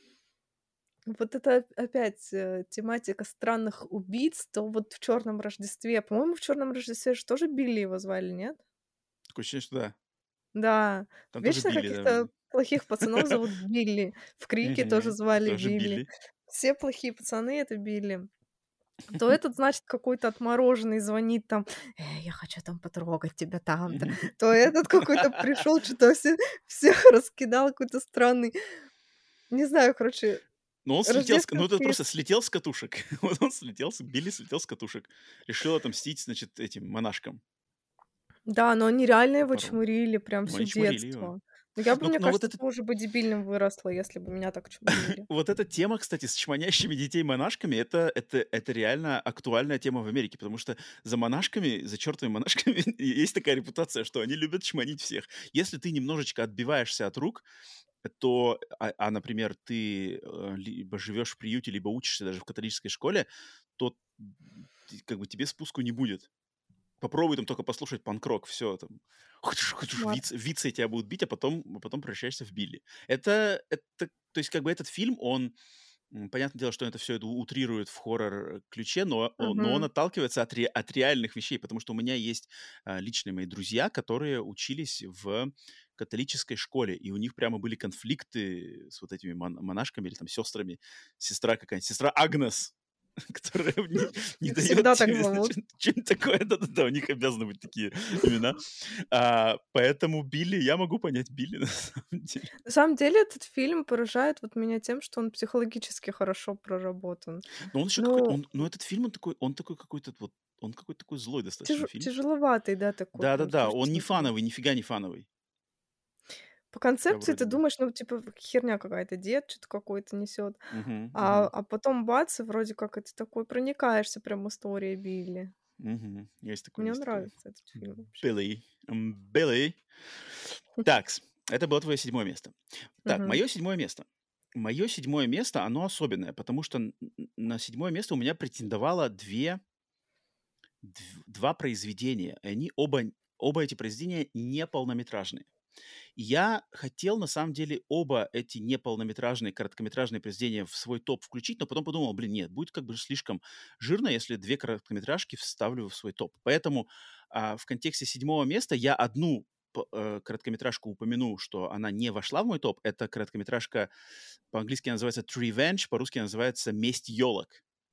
вот это оп опять, э, тематика странных убийц, то вот в "Черном Рождестве", по-моему, в "Черном Рождестве" же тоже Билли его звали, нет? Такое ощущение, что да. Да, Там тоже вечно Билли, каких-то плохих пацанов да. зовут Билли. В "Крике" тоже Мгм. звали Тоже Билли. Билли. Все плохие пацаны — это Билли. То этот, значит, какой-то отмороженный звонит там: "Э, я хочу там потрогать тебя там-то". Мгм. То этот какой-то пришел, что-то все всех раскидал, какой-то странный. Не знаю, короче, Но он слетел с ну, это рождественские. просто слетел с катушек. Вот он слетел с Билли слетел с катушек. Решил отомстить, значит, этим монашкам. Да, но они реально его Попорол. чмырили прям Ну, всё они чморили его. детство. Но я бы, Но мне но вот кажется, этот тоже бы дебильным выросла, если бы меня так чморили. вот эта тема, кстати, с чмонящими детей монашками, это это это реально актуальная тема в Америке, потому что за монашками, за чертовыми монашками есть такая репутация, что они любят чмонить всех. Если ты немножечко отбиваешься от рук, то, а, а, например, ты, э, либо живешь в приюте, либо учишься даже в католической школе, то, м, ты как бы тебе спуску не будет. Попробуй там только послушать панк-рок, всё там. Хочешь хочешь Кошмар. виц вицы тебя будут бить, а потом а потом превращаешься в Билли. Это это то есть как бы этот фильм, он, м, понятное дело, что это все это утрирует в хоррор-ключе, но о но он Мгм. отталкивается от ре от реальных вещей, потому что у меня есть, а, личные мои друзья, которые учились в католической школе, и у них прямо были конфликты с вот этими мон монашками или там сестрами. Сестра какая-нибудь, сестра Агнес, которая не не Их дает всегда так тебе, зовут. значит, что-нибудь такое. Да-да-да, у них обязаны быть такие имена. А, поэтому Билли, я могу понять Билли на самом деле. На самом деле этот фильм поражает вот меня тем, что он психологически хорошо проработан. Но он еще какой-то, Ну, он, но этот фильм, он такой, он такой какой-то вот, он какой-то такой злой тяж достаточно фильм. тяжеловатый, да, такой прям с Да-да-да, точки он не зрения. фановый, нифига не фановый. По Хотя концепции ты вроде бы. думаешь, ну, типа, херня какая-то, дед что то какое-то несет, Мгм, а мгм, а потом бац, и вроде как это такой проникаешься прям историей Билли. мгм. Есть такое, Мне есть такое. нравится этот фильм вообще. Билли, м, Билли. Такс, это было твое седьмое место. Так, Мгм. мое седьмое место. Мое седьмое место, оно особенное, потому что н н на седьмое место у меня претендовало две дв два произведения. И они оба оба эти произведения не полнометражные. И я хотел, на самом деле, оба эти неполнометражные, короткометражные произведения в свой топ включить, но потом подумал, блин, нет, будет как бы слишком жирно, если две короткометражки вставлю в свой топ. Поэтому а, в контексте седьмого места я одну п- э, короткометражку упомяну, что она не вошла в мой топ. Это короткометражка, по-английски она называется "Revenge", по-русски она называется "Месть елок".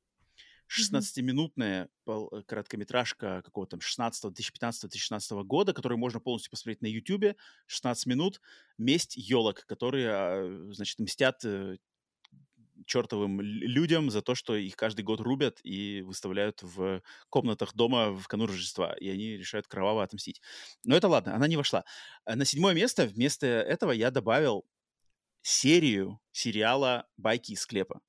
Мгм. шестнадцатиминутная пол- э, короткометражка какого-то там шестнадцатого, две тысячи пятнадцатого две тысячи шестнадцатого года, которую можно полностью посмотреть на Ютубе. шестнадцать минут. Месть елок, которые, а, значит, мстят э, чертовым л- людям за то, что их каждый год рубят и выставляют в комнатах дома в канун Рождества, и они решают кроваво отомстить. Но это ладно, она не вошла. А На седьмое место вместо этого я добавил серию сериала «Байки из склепа».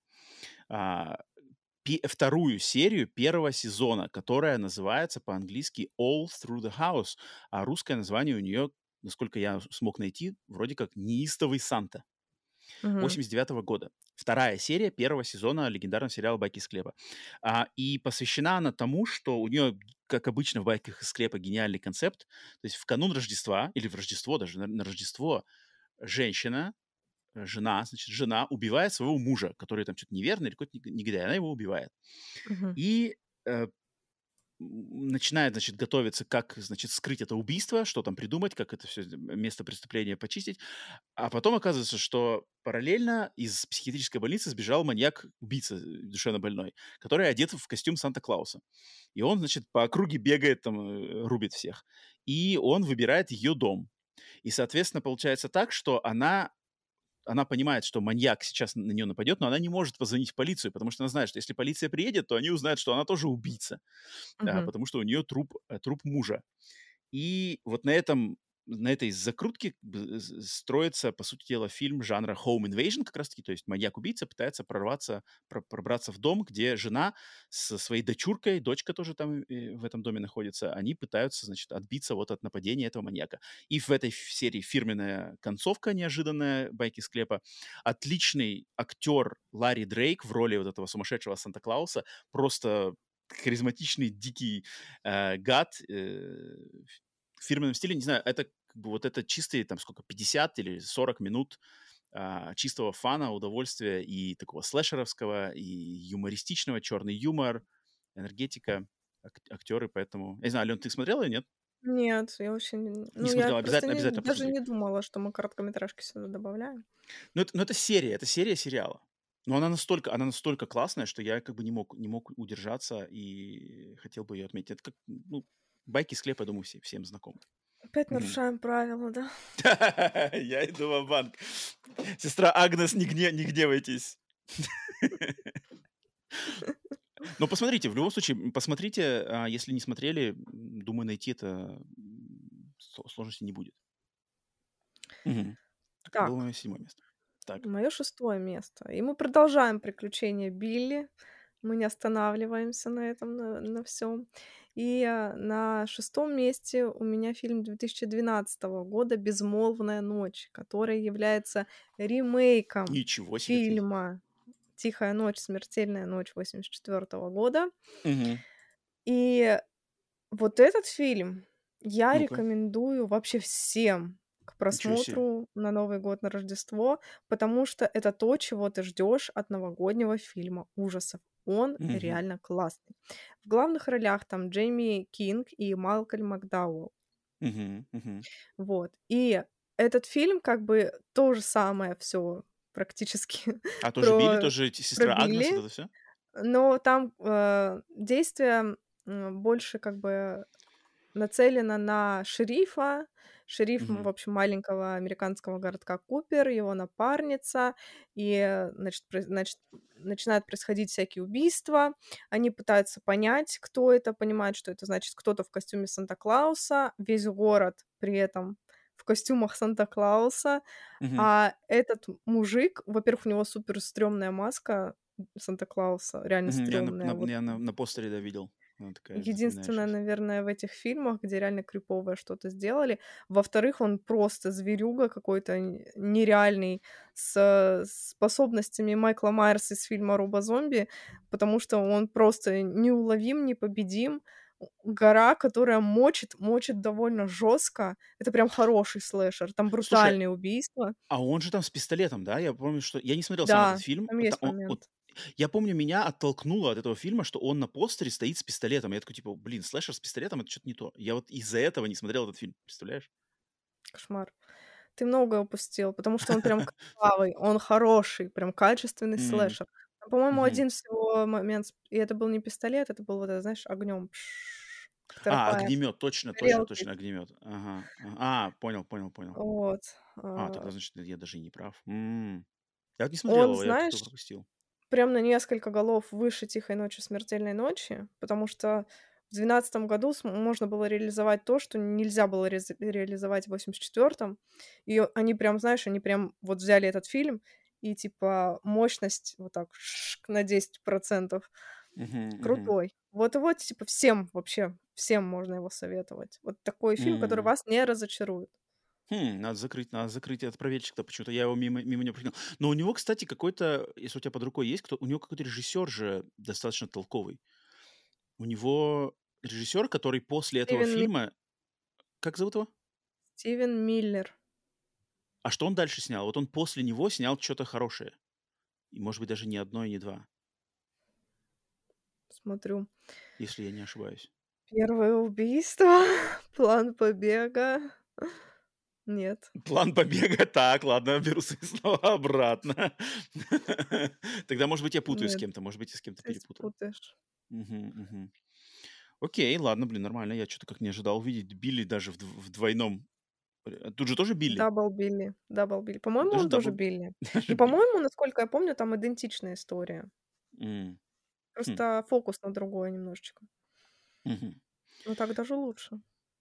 А, пе- вторую серию первого сезона, которая называется по-английски "All Through the House", а русское название у нее, насколько я смог найти, вроде как "Неистовый Санта", Мгм. восемьдесят девятого года. Вторая серия первого сезона легендарного сериала "Байки из склепа". А, и посвящена она тому, что у нее, как обычно в "Байках из склепа", гениальный концепт. То есть в канун Рождества, или в Рождество даже, на, на Рождество, женщина, э, жена, значит, жена убивает своего мужа, который там что-то неверный или какой-то нег- негодяй. Она его убивает. Мгм. И э, м, начинает, значит, готовиться, как, значит, скрыть это убийство, что там придумать, как это все место преступления почистить. А потом оказывается, что параллельно из психиатрической больницы сбежал маньяк-убийца, э, душевно больной, который одет в костюм Санта-Клауса. И он, значит, по округе бегает, там, э, рубит всех. И он выбирает ее дом. И, соответственно, получается так, что она она понимает, что маньяк сейчас на нее нападет, но она не может позвонить в полицию, потому что она знает, что если полиция приедет, то они узнают, что она тоже убийца, а, Мгм. потому что у нее труп, э, труп мужа. И вот на этом, на этой закрутке как бы с- строится, по сути дела, фильм жанра home invasion как раз-таки, то есть маньяк-убийца пытается прорваться, про- пробраться в дом, где жена со своей дочуркой, дочка тоже там э, в этом доме находится, они пытаются, значит, отбиться вот от нападения этого маньяка. И в этой ф- серии фирменная концовка неожиданная «Байки склепа». Отличный актер Ларри Дрейк в роли вот этого сумасшедшего Санта-Клауса, просто харизматичный, дикий э, гад, э, в фирменном стиле, не знаю, это как бы вот это чистые там сколько, пятьдесят или сорок минут а, чистого фана, удовольствия и такого слэшеровского, и юмористичного, черный юмор, энергетика, ак- актеры, поэтому... Я не знаю, Ален, ты смотрела или нет? Нет, я вообще не Не ну, я смотрела, просто обязательно, не обязательно даже посмотри. не думала, что мы короткометражки сюда добавляем. Ну это, ну, это серия, это серия сериала. Но она настолько, она настолько классная, что я как бы не мог, не мог удержаться и хотел бы ее отметить. Это как, ну, байки из склепа, я думаю, все, всем знакомы. Опять Мгм. нарушаем правила, да? Я иду в банк. Сестра Агнес, не, гне- не гневайтесь. Но посмотрите, в любом случае, м, посмотрите, а, если не смотрели, м, думаю, найти это м, сло- сложности не будет. Мгм. Так, это было Так, мое седьмое место. Так, мое шестое место. И мы продолжаем приключения Билли. Мы не останавливаемся на этом, на, на всем. И а, на шестом месте у меня фильм две тысячи двенадцатого года "Безмолвная ночь", который является ремейком ничего себе ты. фильма "Тихая ночь, смертельная ночь" восемьдесят четвертого года. Мгм. И вот этот фильм я Ну-ка, рекомендую вообще всем к ничего себе. просмотру на Новый год, на Рождество, потому что это то, чего ты ждешь от новогоднего фильма ужасов. Он Мгм. реально классный. В главных ролях там Джейми Кинг и Малкольм Макдауэлл. Мгм. Мгм. Вот. И этот фильм как бы то же самое все практически А тоже Билли, про тоже эти- про сестра Агнес, вот Билли, это все? но там, э, действие, м, больше как бы нацелена на шерифа. Шериф, м, в общем, маленького американского городка Купер, его напарница. И, э, значит, проис значит, начинают происходить всякие убийства. Они пытаются понять, кто это, понимают, что это значит кто-то в костюме Санта-Клауса. Весь город при этом в костюмах Санта-Клауса. А этот мужик, во-первых, у него супер стрёмная маска Санта-Клауса, реально Мгм. Я на, стрёмная. на- Вот я на, на постере, да, видел. Она такая единственное, запоминающаяся. наверное, в этих фильмах, где реально криповое что-то сделали. Во-вторых, он просто зверюга какой-то н нереальный, с способностями Майкла Майерса из фильма "Робозомби", потому что он просто неуловим, непобедим. гора, которая мочит, мочит довольно жестко. Это прям хороший слэшер. Там Слушай, брутальные убийства. а он же там с пистолетом, да? Я помню, что я не смотрел сам этот Да, фильм. там Та- есть он- вот момент. я помню, меня оттолкнуло от этого фильма, что он на постере стоит с пистолетом. Я такой, типа, блин, слэшер с пистолетом — это что-то не то. Я вот из-за этого не смотрел этот фильм, представляешь? Кошмар. Ты многое упустил, потому что он прям кровавый, он хороший, прям качественный М, слэшер. Там, по-моему, мгм. один всего момент, с и это был не пистолет, это был вот это, знаешь, огнем, как А, таранная, огнемет, точно, точно, горелкой. точно, огнемет. Ага. ага. А, понял, понял, понял. Вот, А, а. тогда, значит, я даже и не прав. М. Я вот не смотрел Он, его, я как-то знаешь, пропустил. прям на несколько голов выше «Тихой ночи, смертельной ночи», потому что в двенадцатом году см можно было реализовать то, что нельзя было рез реализовать в восемьдесят четвёртом. И они прям, знаешь, они прям вот взяли этот фильм и типа мощность вот так шк на десять процентов. Мгм, мгм. Крутой. Вот его типа всем вообще, всем можно его советовать. Вот такой фильм, который М. вас не разочарует. Хм, надо закрыть, надо закрыть этот проверчик-то. Почему-то я его мимо, мимо него прокинул. Но у него, кстати, какой-то, если у тебя под рукой есть кто, у него какой-то режиссер же достаточно толковый. У него режиссер, который после этого Стивен Ми фильма... Как зовут его? Стивен Миллер. А что он дальше снял? Вот он после него снял что-то хорошее. И, может быть, даже не одно и не два, Смотрю. если я не ошибаюсь. Первое убийство, план побега. Нет, План побега. Так, ладно, беру свои слова обратно. Тогда, может быть, я путаю с нет, кем-то. Может быть, я с кем-то ты перепутал. путаешь. Мгм, мгм. Окей, ладно, блин, нормально. Я что-то как не ожидал увидеть Билли даже в, дв- в двойном. Э, Тут же тоже Билли? Дабл Билли, Дабл Билли. По-моему, Даже он тоже дабл... Билли. Даже И, Билли. по-моему, насколько я помню, там идентичная история. М, хм, Просто фокус на другое немножечко. мгм. Ну, так даже лучше.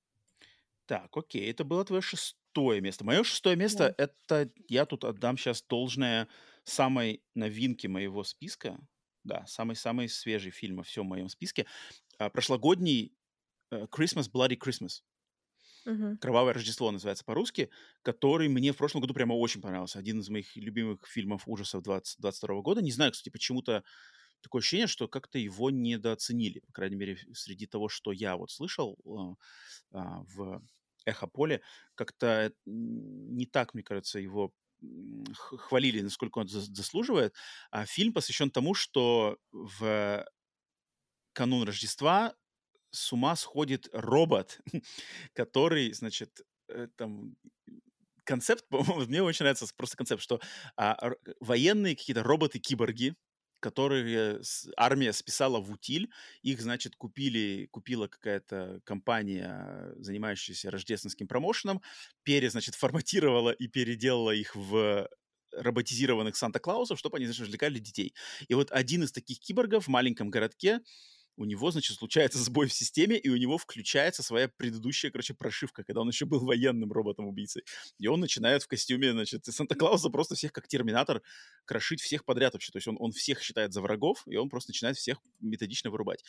Так, окей, это было твое шестое место. Мое шестое Да. место — это я тут отдам сейчас должное самой новинке моего списка. Да, самый-самый свежий фильм во всем моем списке. А, прошлогодний э, Christmas, Bloody Christmas. Мгм. «Кровавое Рождество» называется по-русски, который мне в прошлом году прямо очень понравился. Один из моих любимых фильмов ужасов двадцать двадцать второго года. Не знаю, кстати, почему-то такое ощущение, что как-то его недооценили. По крайней мере, среди того, что я вот слышал э, а, в «Эхополе», как-то м, не так, мне кажется, его м, х- хвалили, насколько он зас- заслуживает. А фильм посвящен тому, что в канун Рождества с ума сходит робот, который, значит, э, там концепт, по-моему, вот мне очень нравится просто концепт, что а, р- военные какие-то роботы-киборги, которые с- армия списала в утиль, их, значит, купили, купила какая-то компания, занимающаяся рождественским промоушеном, пере, значит, форматировала и переделала их в роботизированных Санта-Клаусов, чтобы они, значит, развлекали детей. И вот один из таких киборгов в маленьком городке, у него, значит, случается сбой в системе, и у него включается своя предыдущая, короче, прошивка, когда он еще был военным роботом-убийцей. И он начинает в костюме, значит, Санта-Клауса просто всех, как Терминатор, крошить всех подряд вообще. То есть он, он всех считает за врагов, и он просто начинает всех методично вырубать.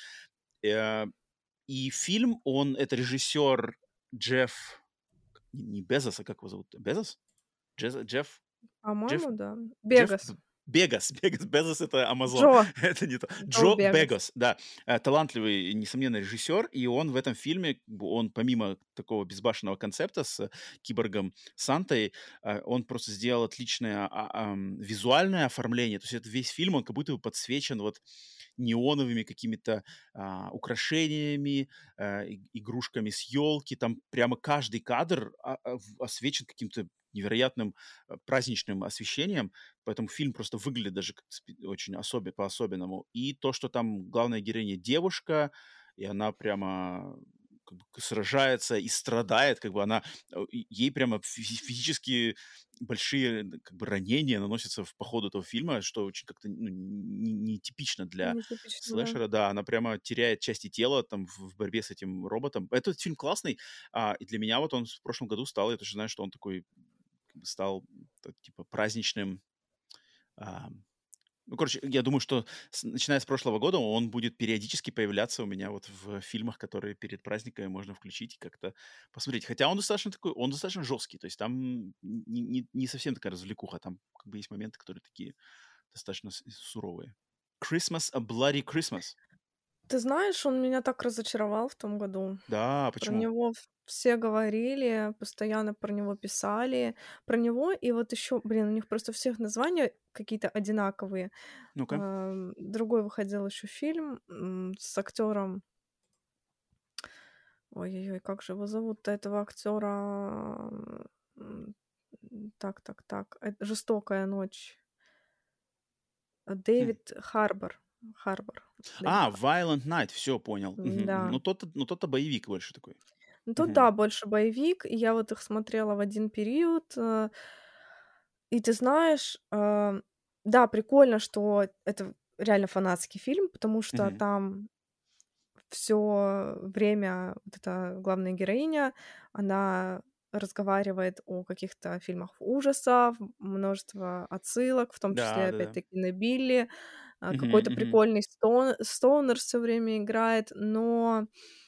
Э, И фильм, он, это режиссер Джефф, не, не Безос, а как его зовут? Безос? Джез- Джефф? Джефф По-моему, да. Джефф Бегас. Б Бегос. Бегос. Безос — это Амазон. Джо. Это не то. Джо Джо Бегас. Бегос, да. Э, талантливый, несомненно, режиссер, и он в этом фильме, как бы он помимо такого безбашенного концепта с киборгом Сантой, э, он просто сделал отличное а, ам, визуальное оформление. То есть это весь фильм, он как будто бы подсвечен вот неоновыми какими-то а, украшениями, э, и- игрушками с елки. Там прямо каждый кадр а, а, в- освещен каким-то невероятным э, праздничным освещением. Поэтому фильм просто выглядит даже как спе очень особе по-особенному. И то, что там главная героиня девушка, и она прямо как бы сражается и страдает, как бы она, э, и ей прямо фи физически большие, н как бы ранения наносятся в по ходу этого фильма, что очень как-то, ну, не нетипично для Нетипично, да. слэшера. Да, она прямо теряет части тела там в в борьбе с этим роботом. Этот фильм классный, а, и для меня вот он в прошлом году стал, я тоже знаю, что он такой как бы стал, т типа праздничным, а, ну, короче, я думаю, что с начиная с прошлого года он будет периодически появляться у меня вот в фильмах, которые перед праздниками можно включить и как-то посмотреть. Хотя он достаточно такой, он достаточно жесткий, то есть там не не не совсем такая развлекуха, там как бы есть моменты, которые такие достаточно с суровые. Christmas, A Bloody Christmas. Ты знаешь, он меня так разочаровал в том году. Да, Про почему? него в все говорили, постоянно про него писали. Про него и вот еще, блин, у них просто всех названия какие-то одинаковые. Ну-ка. Ам, другой выходил еще фильм, м, с актером. Ой-ой-ой, как же его зовут-то, этого актера? М, так так так, э, "Жестокая ночь". Э, Хм. Дэвид Харбор. Харбор. Дэвид А, Харбор. Violent Night, все понял. Мгм, мгм. М-да. Ну, тот-то ну, тот-то боевик больше такой. Ну, тут Мгм. да, больше боевик. И я вот их смотрела в один период. Э, и ты знаешь, а, да, прикольно, что это реально фанатский фильм, потому что Мгм. там все время вот эта главная героиня, она разговаривает о каких-то фильмах ужасов, множество отсылок, в том числе, Да-да-да. опять-таки, на Билли. А, Мгм, какой-то мгм. прикольный стон стоунер всё время играет, но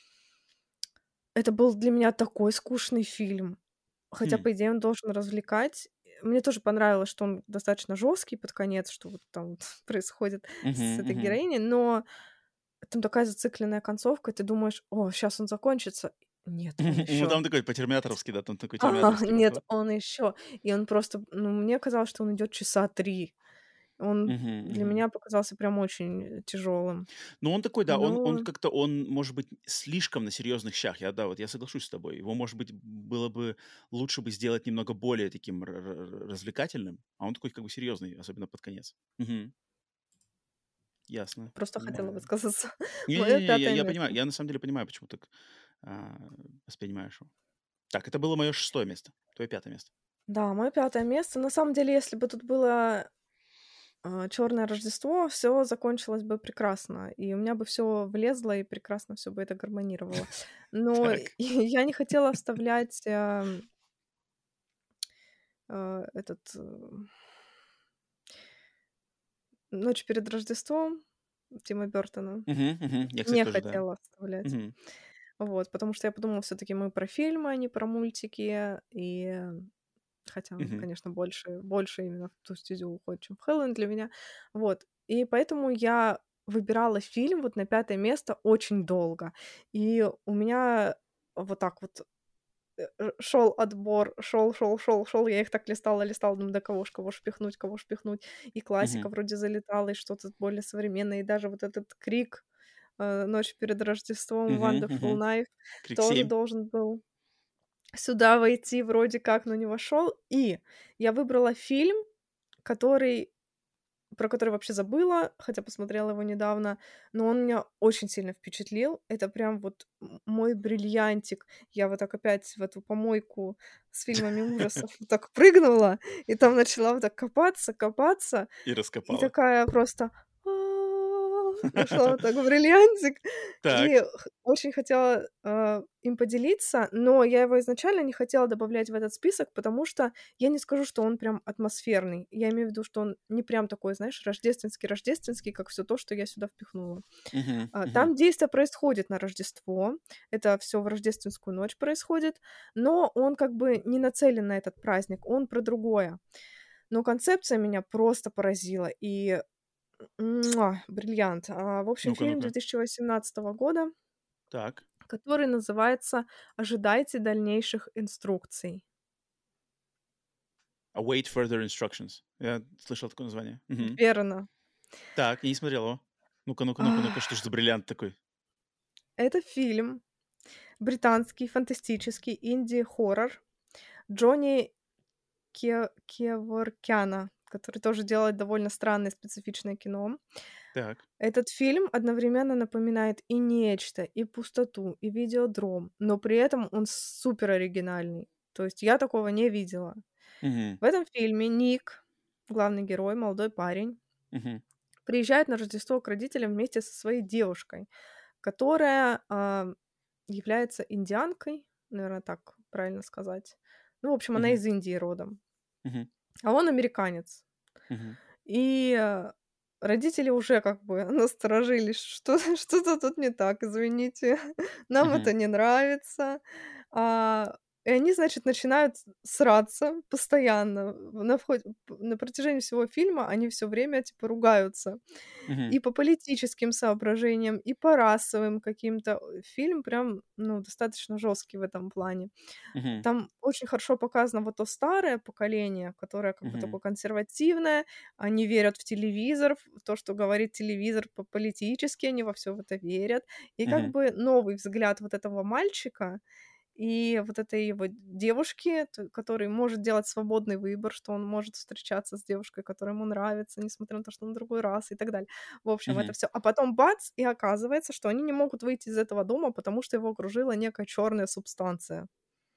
это был для меня такой скучный фильм. Хотя, Хм. по идее, он должен развлекать. Мне тоже понравилось, что он достаточно жесткий под конец, что вот там вот происходит с Мгм, этой мгм. героиней, но там такая зацикленная концовка, и ты думаешь: "О, сейчас он закончится". Нет, он Ну, еще. там такой по-терминаторски, да, там такой Ага, терминаторский нет, подход. он еще. И он просто, ну, мне казалось, что он идет часа три. Он Мгм, для мгм. меня показался прям очень тяжелым. Ну, он такой, да, он он Но как-то, он, может быть, слишком на серьезных щах. Я, да, вот я соглашусь с тобой. Его, может быть, было бы лучше бы сделать немного более таким р р развлекательным, а он такой как бы серьезный, особенно под конец. Мгм. Ясно, просто хотела понимаю. высказаться. Мое Не-не-не, я пятое я понимаю. место. Я на самом деле понимаю, почему так, а, воспринимаешь его. Так, это было мое шестое место. Твое пятое место. Да, мое пятое место. На самом деле, если бы тут было а, "Черное Рождество", все закончилось бы прекрасно, и у меня бы все влезло, и прекрасно все бы это гармонировало. Но Так. я не хотела вставлять, ам, а, этот, э, "Ночь перед Рождеством" Тима Бёртона. Мгм, мгм. Я, кстати, Не тоже, да. хотела вставлять. Мгм, Вот, потому что я подумала, все таки мы про фильмы, а не про мультики. И хотя он, мгм, конечно, больше больше именно в ту стезю уходит, чем в Хэллоуин для меня. Вот. И поэтому я выбирала фильм вот на пятое место очень долго. И у меня вот так вот, э, э, шёл отбор, шел, шел, шел, шел. Я их так листала, листала, думаю: "Да кого ж, кого ж впихнуть, кого ж впихнуть?" И классика мгм, вроде залетала, и что-то более современное, и даже вот этот "Крик", э, "Ночь перед Рождеством", мгм, "Wonderful мгм. Life" Крик тоже семь. должен был сюда войти вроде как, но не вошел. И я выбрала фильм, который про который вообще забыла, хотя посмотрела его недавно, но он меня очень сильно впечатлил. Это прям вот м мой бриллиантик. Я вот так опять в эту помойку с фильмами ужасов вот так прыгнула, и там начала вот так копаться, копаться, И и раскопала. такая просто: "А". Нашла вот так бриллиантик и Так. х очень хотела, а, им поделиться, но я его изначально не хотела добавлять в этот список, потому что я не скажу, что он прям атмосферный. Я имею в виду, что он не прям такой, знаешь, рождественский-рождественский, как все то, что я сюда впихнула. Мгм, А, мгм, там действие происходит на Рождество, это все в рождественскую ночь происходит, но он как бы не нацелен на этот праздник, он про другое. Но концепция меня просто поразила, и Муа! Бриллиант. А, в общем, Ну-ка, фильм ну-ка. две тысячи восемнадцатого года, Так. который называется "Ожидайте дальнейших инструкций". Await further instructions. Я слышал такое название. Мгм. Верно. Так, я не смотрел его. Ну-ка, ну-ка, ну-ка, А, ну-ка, что ж за бриллиант такой? это фильм британский, фантастический инди-хоррор Джонни Ке Кеворкяна, который тоже делает довольно странное специфичное кино. Так. Этот фильм одновременно напоминает и нечто, и пустоту, и видеодром, но при этом он супер оригинальный. То есть я такого не видела. Мгм, В этом фильме Ник, главный герой, молодой парень, мгм, приезжает на Рождество к родителям вместе со своей девушкой, которая, а, является индианкой, наверное, так правильно сказать. Ну, в общем, она мгм, из Индии родом, мгм, а он американец. мгм, И, э, родители уже как бы насторожились: "Что что-то тут не так, извините, нам это мгм. не нравится". А И они, значит, начинают с сраться постоянно. В на входе п на протяжении всего фильма они всё время, типа, ругаются. Мгм. И по политическим соображениям, и по расовым каким-то. Э, фильм прям, ну, достаточно жёсткий в этом плане. Мгм. Там очень хорошо показано вот то старое поколение, которое как бы Мгм. такое консервативное. Они верят в телевизор, в то, что говорит телевизор, по политически они во всё в это верят. И как Мгм. бы новый взгляд вот этого мальчика и вот этой его девушки, т который может делать свободный выбор, что он может встречаться с девушкой, которая ему нравится, несмотря на то, что он другой расы и так далее. В общем, это Мгм. всё. А потом бац! И оказывается, что они не могут выйти из этого дома, потому что его окружила некая чёрная субстанция.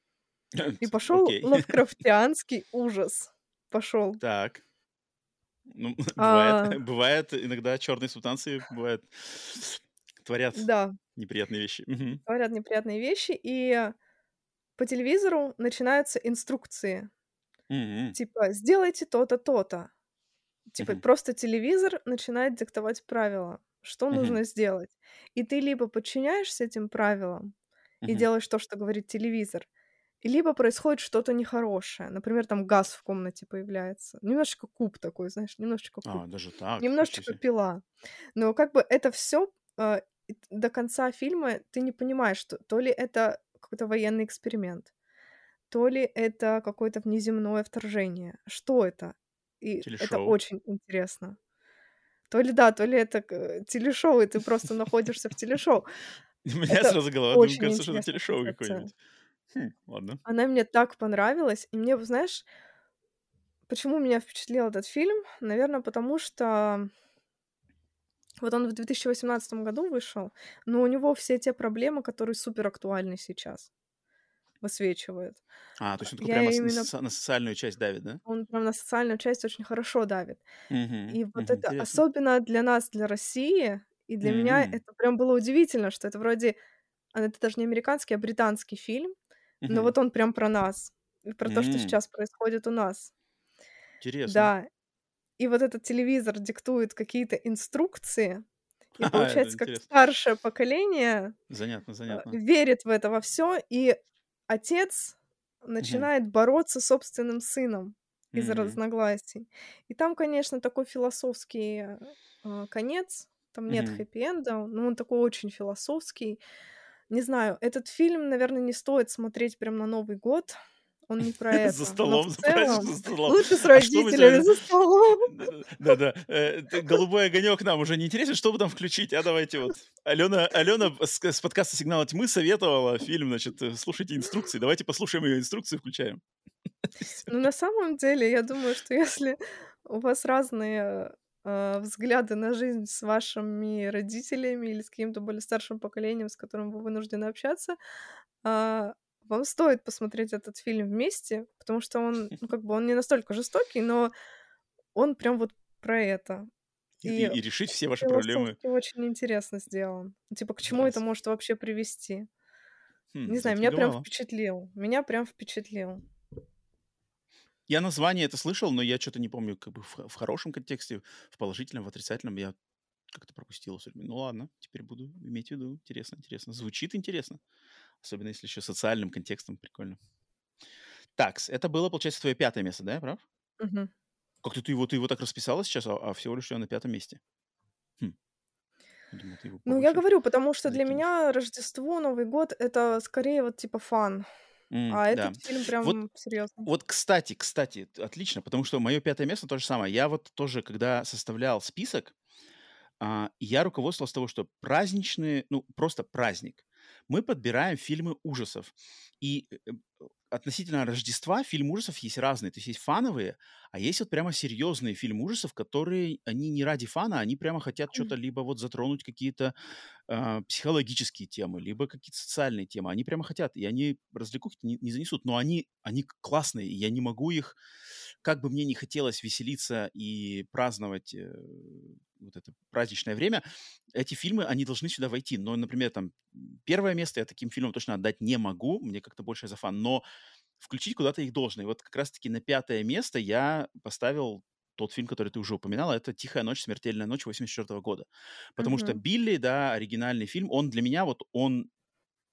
И пошёл Окей. лавкрафтианский ужас. Пошёл. Так. Ну, бывает А бывает иногда чёрные субстанции, бывает, творят Да. неприятные вещи. Мгм. Творят неприятные вещи, и по телевизору начинаются инструкции. М. Типа: "Сделайте то-то, то-то". Типа Мгм. просто телевизор начинает диктовать правила, что Мгм. нужно сделать. И ты либо подчиняешься этим правилам и Мгм. делаешь то, что говорит телевизор, либо происходит что-то нехорошее. Например, там газ в комнате появляется. Немножечко куб такой, знаешь, немножечко куб, А, даже так? Ничего немножечко себе. пила. Но как бы это всё, а, и т до конца фильма ты не понимаешь, что то ли это какой-то военный эксперимент, то ли это какое-то внеземное вторжение. Что это? И это Телешоу. очень интересно. То ли да, то ли это к телешоу, и ты просто находишься в телешоу. У меня Это сразу голова дум очень кажется, что это интересная телешоу концепция. какое-нибудь. Хм, ладно. Она мне так понравилась. И мне, вот знаешь почему меня впечатлил этот фильм? Наверно, потому что вот он в две тысячи восемнадцатом году вышел, но у него все те проблемы, которые супер актуальны сейчас, высвечивает. А, то А, есть он такой я прямо с на именно соци на социальную часть давит, да? Он прям на социальную часть очень хорошо давит. Мгм. И вот Мгм. это Интересно. особенно для нас, для России, и для меня М. это прям было удивительно, что это вроде а, это даже не американский, а британский фильм, но Мгм. вот он прям про нас и про то, что М. сейчас происходит у нас. Интересно. Да. И вот этот телевизор диктует какие-то инструкции, и Это получается, как интересно. старшее поколение, Занятно а, занятно. верит в это во всё, и отец Мгм. начинает бороться с собственным сыном из-за Мгм. разногласий. И там, конечно, такой философский, а, конец, там нет Мгм. хэппи-энда, но он такой очень философский. Не знаю, этот фильм, наверно, не стоит смотреть прям на Новый год, он не про За это. Но в столом, за целом праздничным столом. лучше с А что вы родителями сегодня за столом. д да-да, э, т "Голубой огонёк" нам уже не интересен, что бы там включить? А давайте вот Алена Алена с с подкаста "Сигнал тьмы" советовала фильм, значит, э, слушайте инструкции. Давайте послушаем её инструкции, включаем. Всё. Ну, на самом деле, я думаю, что если у вас разные, а, взгляды на жизнь с вашими родителями или с каким-то более старшим поколением, с которым вы вынуждены общаться, а, вам стоит посмотреть этот фильм вместе, потому что он, ну, как бы он не настолько жестокий, но он прям вот про это. И и И и решить все ваши проблемы. философски очень интересно сделан. Типа, к чему это Класс. может вообще привести? Хм, Не знаю, меня прям заинтриговало. впечатлил. Меня прям впечатлил. Я название это слышал, но я чё-то не помню, как бы в в хорошем контексте, в положительном, в отрицательном. Я как-то пропустил всё время. Ну ладно, теперь буду иметь в виду. Интересно интересно. Звучит интересно, особенно если ещё социальным контекстом. Прикольно. Такс, это было, получается, твоё пятое место, да, я прав? Мгм. Как-то ты его ты его так расписала сейчас, а а всего лишь всё на пятом месте. Хм. Я думал, ты его Ну, я повыше говорю, потому что для закинешь. меня Рождество, Новый год- это скорее вот типа фан, М, а да. этот фильм Вот прям серьёзный. вот, кстати кстати, т отлично, потому что моё пятое место то же самое. Я вот тоже, когда составлял список, а, я руководствовался того, что праздничные, ну, просто праздник, мы подбираем фильмы ужасов. И, э, э, относительно Рождества фильмы ужасов есть разные. То есть есть фановые, а есть вот прямо серьезные фильмы ужасов, которые они не ради фана, они прямо хотят чё-то либо вот затронуть какие-то, а, психологические темы, либо какие-то социальные темы. Они прямо хотят, и они развлекухи не не занесут, но они они к классные, и я не могу их как бы мне не хотелось веселиться и праздновать, э, вот это праздничное время, эти фильмы, они должны сюда войти. Но, например, там, первое место я таким фильмам точно отдать не могу, мне как-то больше за фан, но включить куда-то их должно. И вот как раз таки на пятое место я поставил тот фильм, который ты уже упоминала. Это "Тихая ночь, смертельная ночь" восемьдесят четвёртого года. Потому что Мгм. Билли, да, оригинальный фильм, он для меня вот он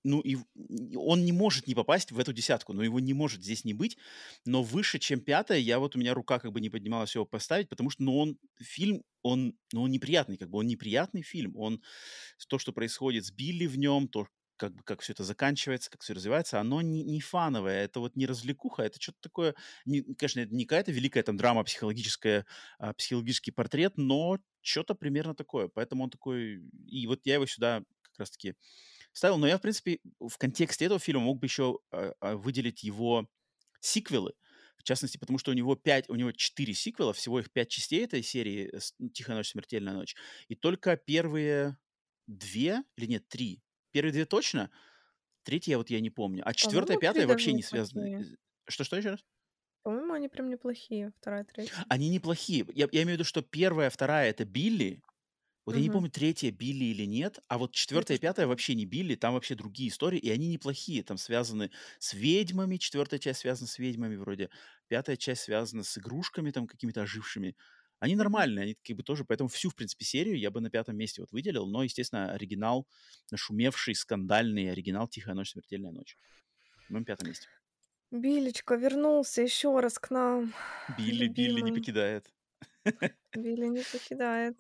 ну, и в- и он не может не попасть в эту десятку, но его не может здесь не быть. Но выше, чем пятое, я вот у меня рука как бы не поднималась его поставить, потому что, ну, он фильм, он, ну, он неприятный, как бы он неприятный фильм. Он то, что происходит с Билли в нем, то, как бы как все это заканчивается, как все развивается, оно не, не фановое, это вот не развлекуха, это что-то такое, не, конечно, это не какая-то великая там драма психологическая, а, психологический портрет, но что-то примерно такое. Поэтому он такой... И вот я его сюда как раз-таки ставил. Но я, в принципе, в контексте этого фильма мог бы еще а, а, выделить его сиквелы. В частности, потому что у него пять, у него четыре сиквела, всего их пять частей этой серии э, с- ну, «Тихая ночь, смертельная ночь». И только первые две, или нет, три. Первые две точно, третья вот я не помню. А четвертая, По-моему, три пятая даже вообще не связаны. неплохие. Э, Что-что еще раз? По-моему, они прям неплохие, вторая, третья. Они неплохие. Я, я имею в виду, что первая, вторая — это Билли. Вот я не Мгм. помню, третья Билли или нет, а вот Я четвертая и тоже не пятая помню. вообще не Билли, там вообще другие истории, и они неплохие. Там связаны с ведьмами, четвертая часть связана с ведьмами вроде, пятая часть связана с игрушками там какими-то ожившими. Они Мгм. нормальные, они как бы тоже, поэтому всю, в принципе, серию я бы на пятом месте вот выделил, но, естественно, оригинал, нашумевший, скандальный оригинал «Тихая ночь, смертельная ночь». На моем пятом месте. Билечка вернулся еще раз к нам, Билли, Билли не любимый. покидает. Билли не покидает.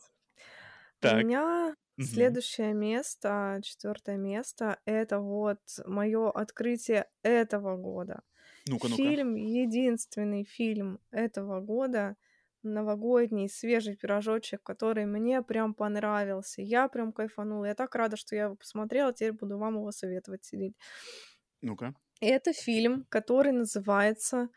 У Так. меня Мгм. следующее место, четвертое место, это вот мое открытие этого года. Ну-ка, ну-ка. Фильм, единственный фильм этого года, новогодний, свежий пирожочек, который мне прям понравился. Я прям кайфанула. Я так рада, что я его посмотрела, теперь буду вам его советовать сидеть. Ну-ка. Это фильм, который называется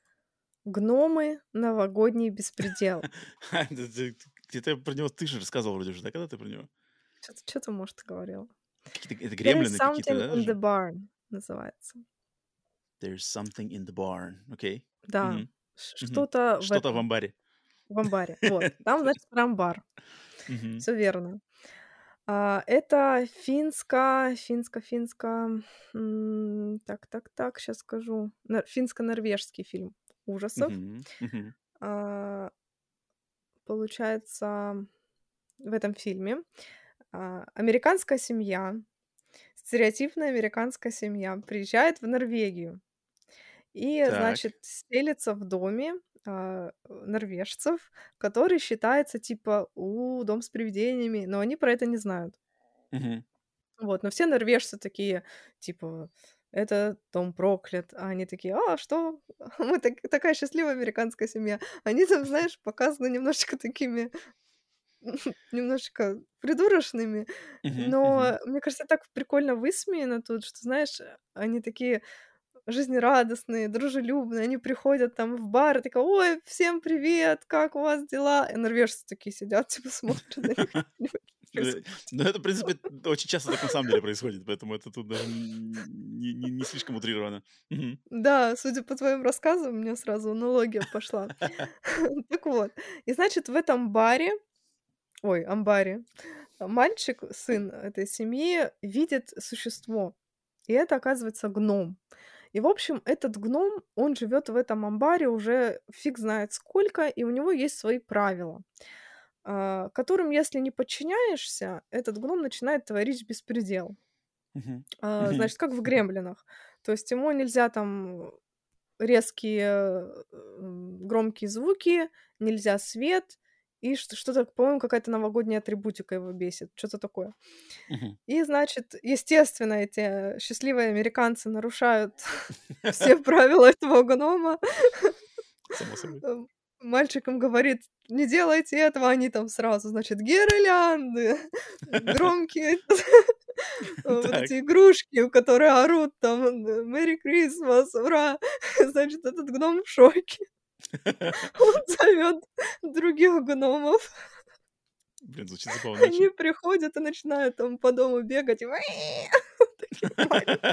«Гномы. Новогодний беспредел». Ха, д д Где-то про него ты же рассказывал вроде же, да, когда ты про него? Что то может, говорила. Какие-то это «There is гремлины какие-то, something да, in the даже? barn» называется. There's something in the barn. Окей. Да, Мгм. ш Мгм. что-то в Что-то в этом, амбаре. в амбаре. Вот, там, значит, про амбар. Мгм. Всё верно. А, это финско финско-финско, м, так так так, сейчас скажу. Нор финско-норвежский фильм ужасов. Мгм. Мгм. А, получается, в этом фильме, а, американская семья, стереотипная американская семья приезжает в Норвегию и, Так. значит, селится в доме, а, норвежцев, который считается типа: "У, дом с привидениями", но они про это не знают. Мгм. Вот, но все норвежцы такие, типа: "Это дом проклят". А они такие: "А, что? Мы так такая счастливая американская семья". Они там, знаешь, показаны немножечко такими, немножечко придурочными, Мгм. Мгм. но мне кажется, так прикольно высмеяно тут, что, знаешь, они такие жизнерадостные, дружелюбные. Они приходят там в бар и такая: "Ой, всем привет, как у вас дела?" И норвежцы такие сидят, типа смотрят на них, не понимают, что Э, происходит. ну, это, в принципе, очень часто так на самом деле происходит, поэтому это тут даже не не не слишком утрировано. Мгм. Да, судя по твоим рассказам, у меня сразу аналогия пошла. Так вот, и значит, в этом баре, ой, амбаре, а, мальчик, сын этой семьи, видит существо, и это, оказывается, гном. И, в общем, этот гном, он живет в этом амбаре уже фиг знает сколько, и у него есть свои правила, а, которым, если не подчиняешься, этот гном начинает творить беспредел. Мгм. А, Мгм. значит, как в "Гремлинах". То есть ему нельзя там резкие, м, громкие звуки, нельзя свет и что что-то, по-моему, какая-то новогодняя атрибутика его бесит, что-то такое. Мгм. И, значит, естественно, эти счастливые американцы нарушают все правила этого гнома. Само собой. М, мальчик им говорит: "Не делайте этого". Они там сразу, значит, гирлянды, громкие э, вот Так. эти игрушки, у которые орут там н "Merry Christmas", "Ура!". Значит, этот гном в шоке. Он зовёт других гномов. Блин, звучит забавно Они очень. приходят и начинают там по дому бегать и такие маленькие.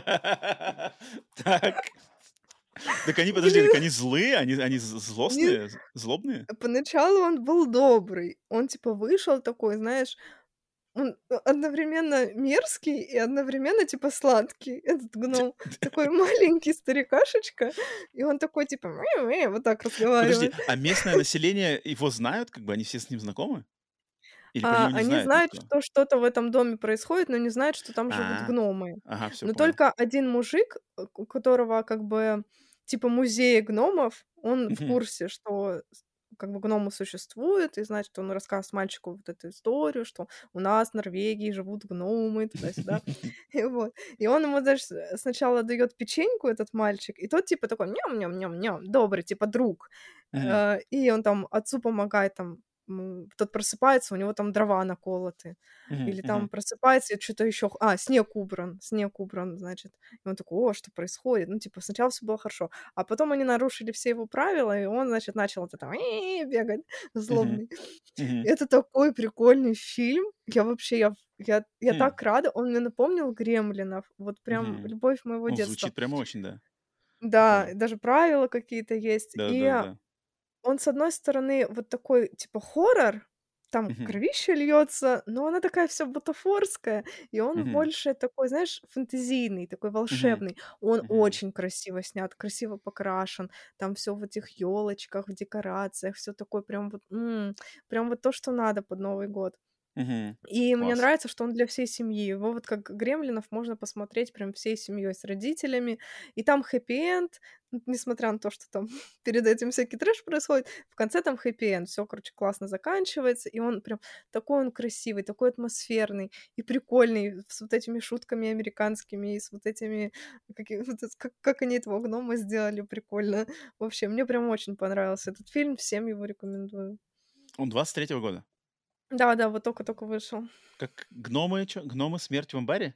Так. Так они, подожди, так Блин, они злые? Они они з не злостные, з злобные? поначалу он был добрый. Он типа вышел такой, знаешь, он о одновременно мерзкий и одновременно типа сладкий, этот гном. Такой маленький старикашечка, и он такой типа вот так Подожди, разговаривает. а местное население его знают? Как бы они все с ним знакомы? Или про А, него не они знают знают, никто? что что-то в этом доме происходит, но не знают, что там живут А, гномы. ага, всё, Но понял. только один мужик, э, у которого как бы типа музей гномов, он в Мгм. курсе, что с как бы гномы существуют, и, значит, он рассказывает мальчику вот эту историю, что у нас в Норвегии живут гномы туда-сюда. И вот. И он ему, знаешь, с сначала даёт печеньку, этот мальчик, и тот типа такой: "Ням ням ням ням". Добрый, типа друг. Мгм. Э, и он там отцу помогает, там, м, тот просыпается, у него там дрова наколоты. Мгм, Или там мгм. просыпается, и чё-то ещё х а, снег убран, снег убран, значит. И он такой: "О, что происходит?" Ну, типа, сначала всё было хорошо, а потом они нарушили все его правила, и он, значит, начал вот это и бегать Мгм. злобный. Мгм. Это такой прикольный фильм. Я вообще, я в я я Хм. так рада. Он мне напомнил "Гремлинов". Вот прям Мгм. любовь моего Ну, детства. звучит прямо очень, да, Да, похоже. и даже правила какие-то есть. И Да-да-да. он, с одной стороны, вот такой, типа, хоррор, там Мгм. кровища льётся, но она такая вся бутафорская, и он Мгм. больше такой, знаешь, фэнтезийный, такой Мгм. волшебный. Он Мгм. очень красиво снят, красиво покрашен, там всё в этих ёлочках, в декорациях, всё такое прям вот, м, прям вот то, что надо под Новый год. Мгм. И мне Класс. нравится, что он для всей семьи. Его вот как "Гремлинов" можно посмотреть прям всей семьёй, с родителями. И там хэппи-энд, н несмотря на то, что там перед этим всякий трэш происходит, в конце там хэппи-энд. Всё, короче, классно заканчивается, и он прям такой он красивый, такой атмосферный и прикольный, с вот этими шутками американскими, и с вот этими, каки вот эт как как они этого гнома сделали прикольно. Вообще, мне прям очень понравился этот фильм, всем его рекомендую. Он двадцать третьего года? Да-да, вот тока-тока вышел. Как гномы чё? Гномы смерть в амбаре?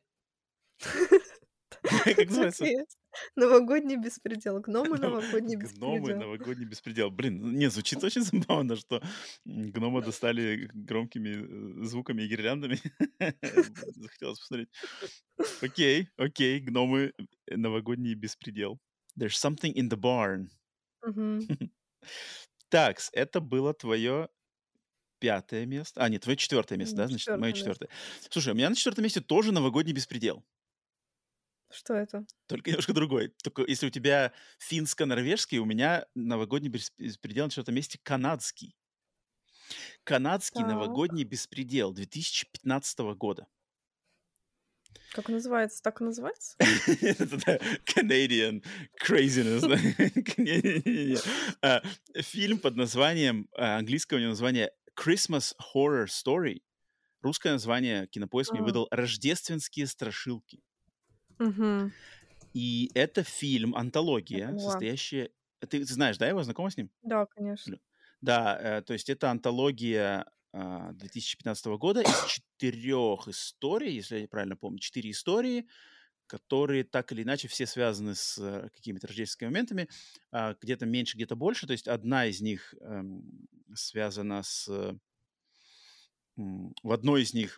Как Так и называется? есть. Новогодний беспредел. Гномы- Ну, новогодний гномы, беспредел. новогодний беспредел. Блин, не, звучит очень забавно, что, м, гнома достали громкими, э, звуками и гирляндами. Захотелось посмотреть. Окей, окей, гномы, э, новогодний беспредел. There's something in the barn. Мгм. Такс, это было твое пятое место. А, нет, твое четвертое место, М, да, значит, мое четвёртое место. четвертое. Слушай, у меня на четвертом месте тоже новогодний беспредел. Что это? Только немножко другой. Только если у тебя финско-норвежский, у меня новогодний бес беспредел на четвертом месте канадский. Канадский Так. новогодний беспредел две тысячи пятнадцатого года. Как называется? Так и называется? Это да, Canadian craziness, да. Не не не не. А, фильм под названием, а, английское у него название Christmas Horror Story. Русское название Кинопоиск мне А. выдал "Рождественские страшилки". Мгм. И это фильм, Я антология, поняла. состоящая Ты знаешь, да, его, знакома с ним? Да, конечно. Алё. Да, э, то есть это антология, а, две тысячи пятнадцатого года из четырёх историй, если я правильно помню. четыре истории, которые так или иначе все связаны с, э, какими-то рождественскими моментами. А, где-то меньше, где-то больше. То есть одна из них, эм, связана с м, в одной из них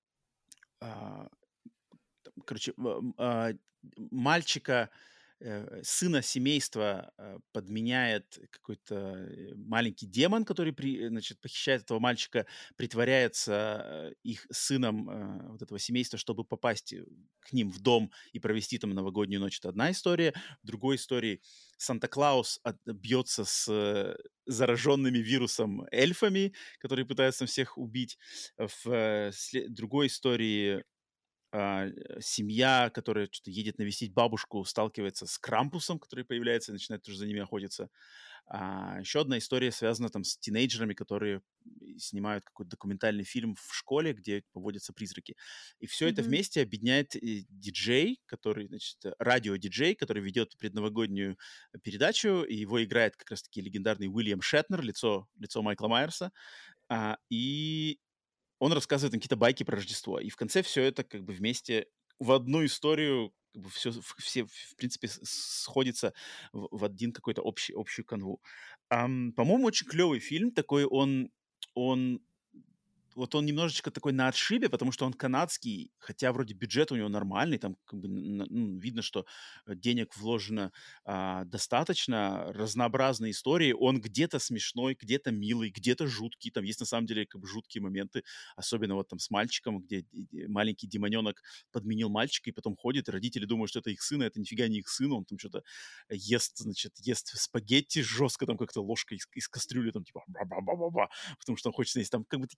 а, там, короче, в м, а, мальчика, э, сына семейства, а, подменяет какой-то, э, маленький демон, который при значит, похищает этого мальчика, притворяется, э, их сыном, э, вот этого семейства, чтобы попасть, э, к ним в дом и провести там новогоднюю ночь. Это одна история. В другой истории Санта-Клаус от бьется с, э, зараженными вирусом эльфами, которые пытаются всех убить. В, э, сле другой истории, а, семья, которая чё-то едет навестить бабушку, сталкивается с Крампусом, который появляется и начинает тоже за ними охотиться. А, еще одна история связана там с тинейджерами, которые снимают какой-то документальный фильм в школе, где водятся призраки. И всё это Мгм. вместе объединяет, э, диджей, который, значит, радиодиджей, который ведет предновогоднюю передачу. И его играет как раз таки легендарный Уильям Шетнер, лицо лицо Майкла Майерса. А, и он рассказывает им какие-то байки про Рождество. И в конце всё это как бы вместе в одну историю, как бы всё все, в принципе, с сходится в в один какой-то общий общую канву. Ам, по-моему, очень клёвый фильм. Такой он он вот он немножечко такой на отшибе, потому что он канадский, хотя вроде бюджет у него нормальный, там как бы н ну, видно, что денег вложено, а, достаточно. Разнообразные истории. Он где-то смешной, где-то милый, где-то жуткий. Там есть на самом деле как бы жуткие моменты, особенно вот там с мальчиком, где д д маленький демонёнок подменил мальчика и потом ходит, и родители думают, что это их сын, а это нифига не их сын. Он там чё-то ест, значит, ест спагетти жестко, там как-то ложкой из из кастрюли, там типа ба ба ба ба ба, потому что он хочет есть. Там как бы такие есть как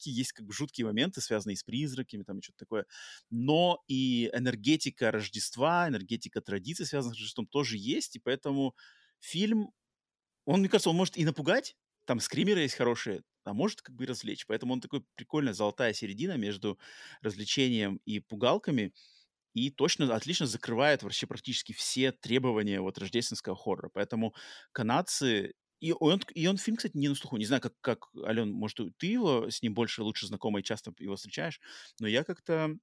как бы жуткие моменты, связанные с призраками, там и что-то такое. Но и энергетика Рождества, энергетика традиций, связанных с Рождеством, тоже есть, и поэтому фильм, он, мне кажется, он может и напугать, там скримеры есть хорошие, а может как бы и развлечь. Поэтому он такой прикольная золотая середина между развлечением и пугалками, и точно отлично закрывает вообще практически все требования вот рождественского хоррора. Поэтому канадцы... И он, и он фильм, кстати, не на слуху. Не знаю, как, как Ален, может, ты его с ним больше, лучше знакома и часто его встречаешь, но я как-то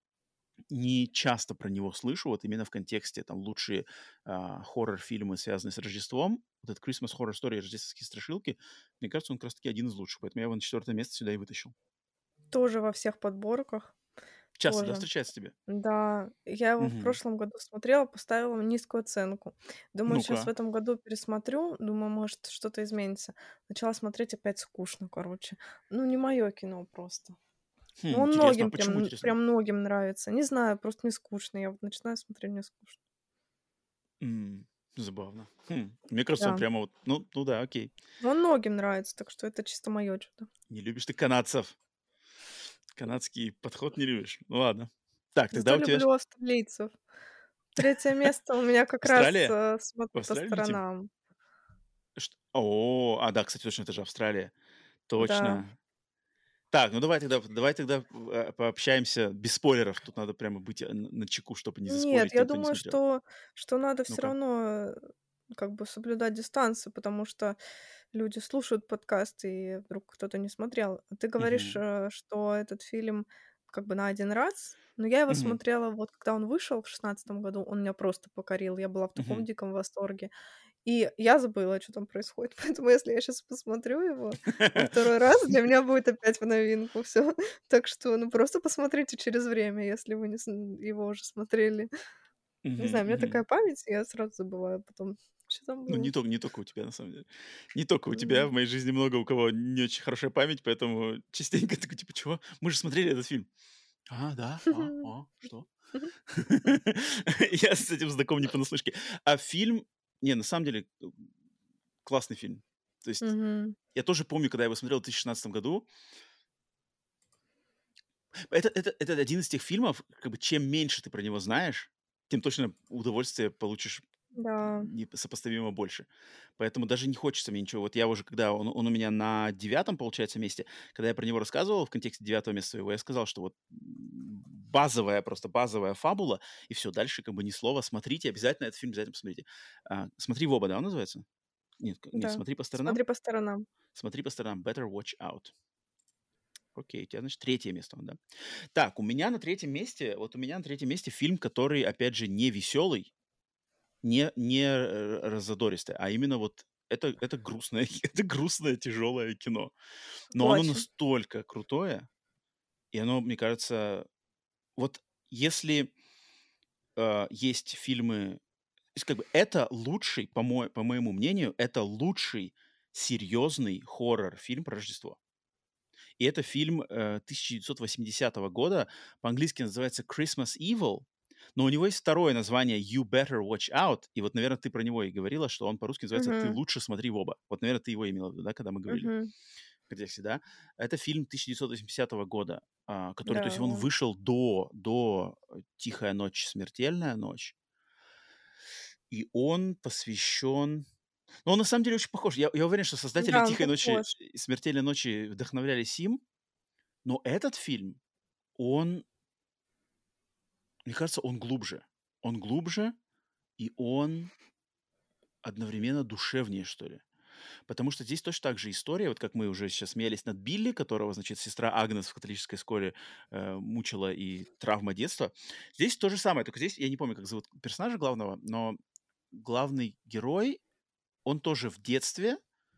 не часто про него слышу, вот именно в контексте там лучшие а, хоррор-фильмы, связанные с Рождеством. Вот этот Christmas Horror Story, рождественские страшилки, мне кажется, он как раз-таки один из лучших, поэтому я его на четвертое место сюда и вытащил. Тоже во всех подборках. Часто, да, Тоже. встречается тебе? Да, я его в Мгм. прошлом году смотрела, поставила низкую оценку. Думаю, сейчас в Ну-ка. этом году пересмотрю, думаю, может, что-то изменится. Начала смотреть, опять скучно, короче. Ну, не мое кино просто. Ну, Хм, он интересно. А многим почему прям, интересно? прям многим нравится. Не знаю, просто мне скучно. Я вот начинаю смотреть, мне скучно. М, забавно. Хм, мне кажется, он Да. прямо вот, ну, ну да, окей. Но он многим нравится, так что это чисто мое что-то. Не любишь ты канадцев. Канадский подход не любишь. Ну ладно. Так, тогда Зато у тебя ж- люблю австралийцев. Третье место у меня как раз Австралия? э, В «Смотри по Австралию летим? сторонам». Ш- О, а да, кстати, точно, это же Австралия. Да. Точно. Так, ну давай тогда, давай тогда э, пообщаемся без спойлеров. Тут надо прямо быть э, н- на чеку, чтобы не Нет, заспойлерить я тем, кто не думаю, смотрел. что что надо все Ну-ка. равно, э, как бы соблюдать дистанцию, потому что люди слушают подкасты, и вдруг кто-то не смотрел. А ты говоришь, Мгм. э, что этот фильм как бы на один раз, но я его Мгм. смотрела вот когда он вышел в шестнадцатом году, он меня просто покорил. Я была в таком Мгм. диком восторге. И я забыла, что там происходит. Поэтому если я сейчас посмотрю его во второй раз, для меня будет опять в новинку всё. Так что, ну, просто посмотрите через время, если вы не см его уже смотрели. Не Мгм. знаю, у меня такая Мгм. память, я сразу забываю потом, что там Ну, было. не только, не только у тебя, на самом деле. Не только у тебя. М. В моей жизни много у кого не очень хорошая память, поэтому частенько такой, типа, чего? Мы же смотрели этот фильм. А, да? А, а, что? Я с этим знаком не понаслышке. А фильм... Не, на самом деле, э, классный фильм. То есть Мгм. я тоже помню, когда я его смотрел в две тысячи шестнадцатом году. Это, это, это один из тех фильмов, как бы, чем меньше ты про него знаешь, тем точно удовольствие получишь Да. несопоставимо больше. Поэтому даже не хочется мне ничего. Вот я уже, когда он, он у меня на девятом, получается, месте, когда я про него рассказывал в контексте девятого места своего, я сказал, что вот м, базовая, просто базовая фабула, и все, дальше как бы ни слова. Смотрите, обязательно этот фильм обязательно посмотрите. А, «Смотри в оба», да, он называется? Нет, к- нет, Да. «Смотри по сторонам». Смотри по сторонам. «Смотри по сторонам», «Better Watch Out». Окей, у тебя, значит, третье место, он, да? Так, у меня на третьем месте, вот у меня на третьем месте фильм, который, опять же, не веселый, не не, э, раззадористое, а именно вот это это грустное это грустное, тяжелое кино. Но оно Очень. настолько крутое, и оно, мне кажется, вот если, э, есть фильмы, то есть как бы это лучший, по мо по моему мнению, это лучший серьезный хоррор-фильм про Рождество. И это фильм, э, тысяча девятьсот восьмидесятого года. По-английски называется «Christmas Evil», но у него есть второе название «You Better Watch Out». И вот, наверное, ты про него и говорила, что он по-русски называется «Ты Мгм. лучше смотри в оба». Вот, наверное, ты его имела в виду, да, когда мы говорили Мгм. в контексте, да? Это фильм тысяча девятьсот восьмидесятого года, а, который, то есть Да, он он. вышел до до, э, «Тихая ночь, смертельная ночь». И он посвящен... Ну, он на самом деле очень похож. Я я уверен, что создатели Да, он «Тихой ночи» похож. и «Смертельной ночи» вдохновлялись им, но этот фильм, он, мне кажется, он глубже. Он глубже, и он одновременно душевнее, что ли. Потому что здесь точно так же история, вот как мы уже сейчас смеялись над Билли, которого, значит, сестра Агнес в католической школе э, мучила и травма детства. Здесь то же самое, только здесь, я не помню, как зовут персонажа главного, но главный герой, он тоже в детстве,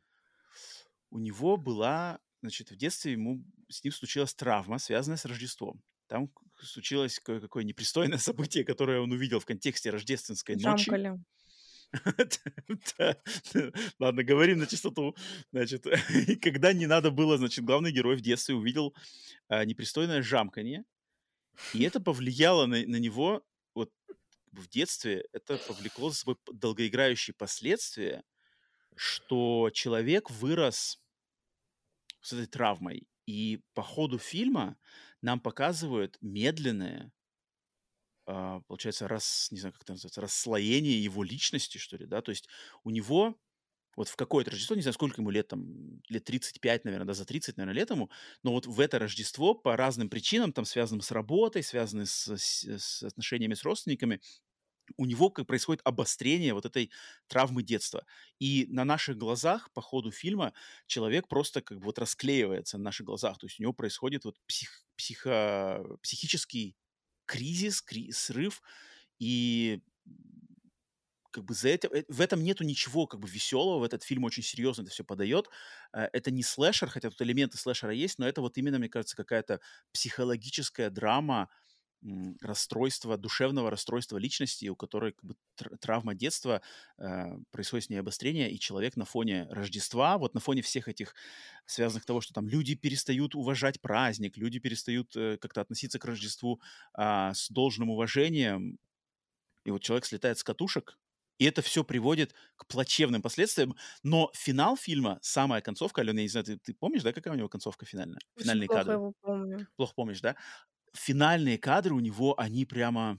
у него была, значит, в детстве ему, с ним случилась травма, связанная с Рождеством. Там к- случилось кое-какое непристойное событие, которое он увидел в контексте рождественской ночи. Жамкали. Да, да. Ладно, говорим на чистоту. Значит, и когда не надо было, значит, главный герой в детстве увидел а, непристойное жамканье, и это повлияло на, на него вот в детстве, это повлекло за собой п- долгоиграющие последствия, что человек вырос с этой травмой. И по ходу фильма нам показывают медленное, а, получается, рас не знаю, как это называется, расслоение его личности, что ли, да. То есть у него вот в какое-то Рождество, не знаю, сколько ему лет, там, лет тридцать пять, наверно, да, за тридцать, наверно, лет ему, но вот в это Рождество по разным причинам, там, связанным с работой, связанным с с с отношениями с родственниками, у него как происходит обострение вот этой травмы детства. И на наших глазах по ходу фильма человек просто как бы вот расклеивается на наших глазах. То есть у него происходит вот псих психо психический кризис, кри срыв. И, м, как бы за это э, в этом нету ничего как бы веселого. Этот фильм очень серьезно это всё подает. Э, это не слэшер, хотя тут элементы слэшера есть, но это вот именно, мне кажется, какая-то психологическая драма, м, расстройство, душевного расстройства личности, у которой как бы тр травма детства, э, происходит с ней обострение, и человек на фоне Рождества, вот на фоне всех этих связанных того, что там люди перестают уважать праздник, люди перестают, э, как-то относиться к Рождеству, а, с должным уважением. И вот человек слетает с катушек, и это всё приводит к плачевным последствиям. Но финал фильма, самая концовка, Алена, я не знаю, ты ты помнишь, да, какая у него концовка финальная? Очень Финальные плохо кадры? его помню. Плохо помнишь, да? Финальные кадры у него, они прямо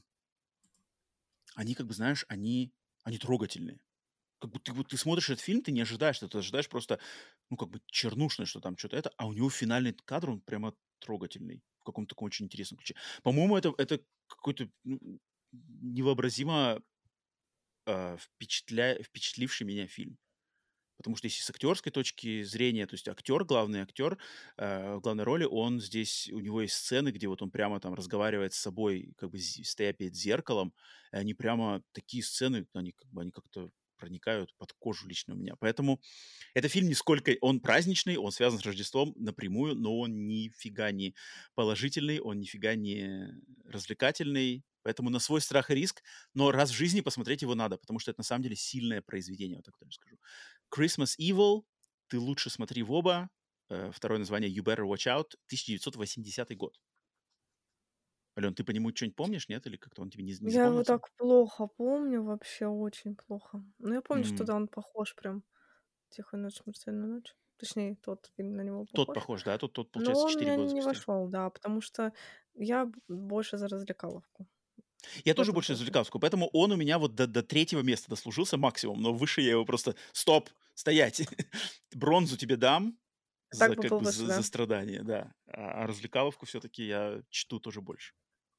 они как бы, знаешь, они они трогательные. Как бы ты вот ты смотришь этот фильм, ты не ожидаешь, ты ожидаешь просто, ну, как бы чернушное, что там чё-то это, а у него финальный т кадр, он прямо трогательный в каком-то таком очень интересном ключе. По-моему, это это какой-то, ну, невообразимо, а, впечатля впечатливший меня фильм. Потому что если с актерской точки зрения, то есть актер, главный актер, э, в главной роли, он здесь, у него есть сцены, где вот он прямо там разговаривает с собой, как бы зи стоя перед зеркалом. И они прямо такие сцены, они как бы они как-то проникают под кожу лично у меня. Поэтому это фильм нисколько он праздничный, он связан с Рождеством напрямую, но он нифига не положительный, он нифига не развлекательный. Поэтому на свой страх и риск, но раз в жизни посмотреть его надо, потому что это на самом деле сильное произведение, вот так даже скажу. Christmas Evil, ты лучше смотри в оба. Э, второе название You Better Watch Out, тысяча девятьсот восьмидесятый год. Алён, ты по нему чё-нибудь помнишь, нет? Или как-то он тебе не з не Я его запомнился? так плохо помню, вообще очень плохо. Но я помню, что М. да, он похож прям. "Тихая ночь, смертельная ночь". Точнее, тот фильм на него Тот похож. похож, да? Тот тот, Но получается, он у четыре меня года не спустя. вошел, да, потому что я б больше за развлекаловку. Я В тоже этом больше тоже. развлекаловку, поэтому он у меня вот до до третьего места дослужился максимум, но выше я его просто стоп, стоять! Бронзу тебе дам Так за бы как был бы выше, за за да? страдания, да. А а развлекаловку всё-таки я чту тоже больше.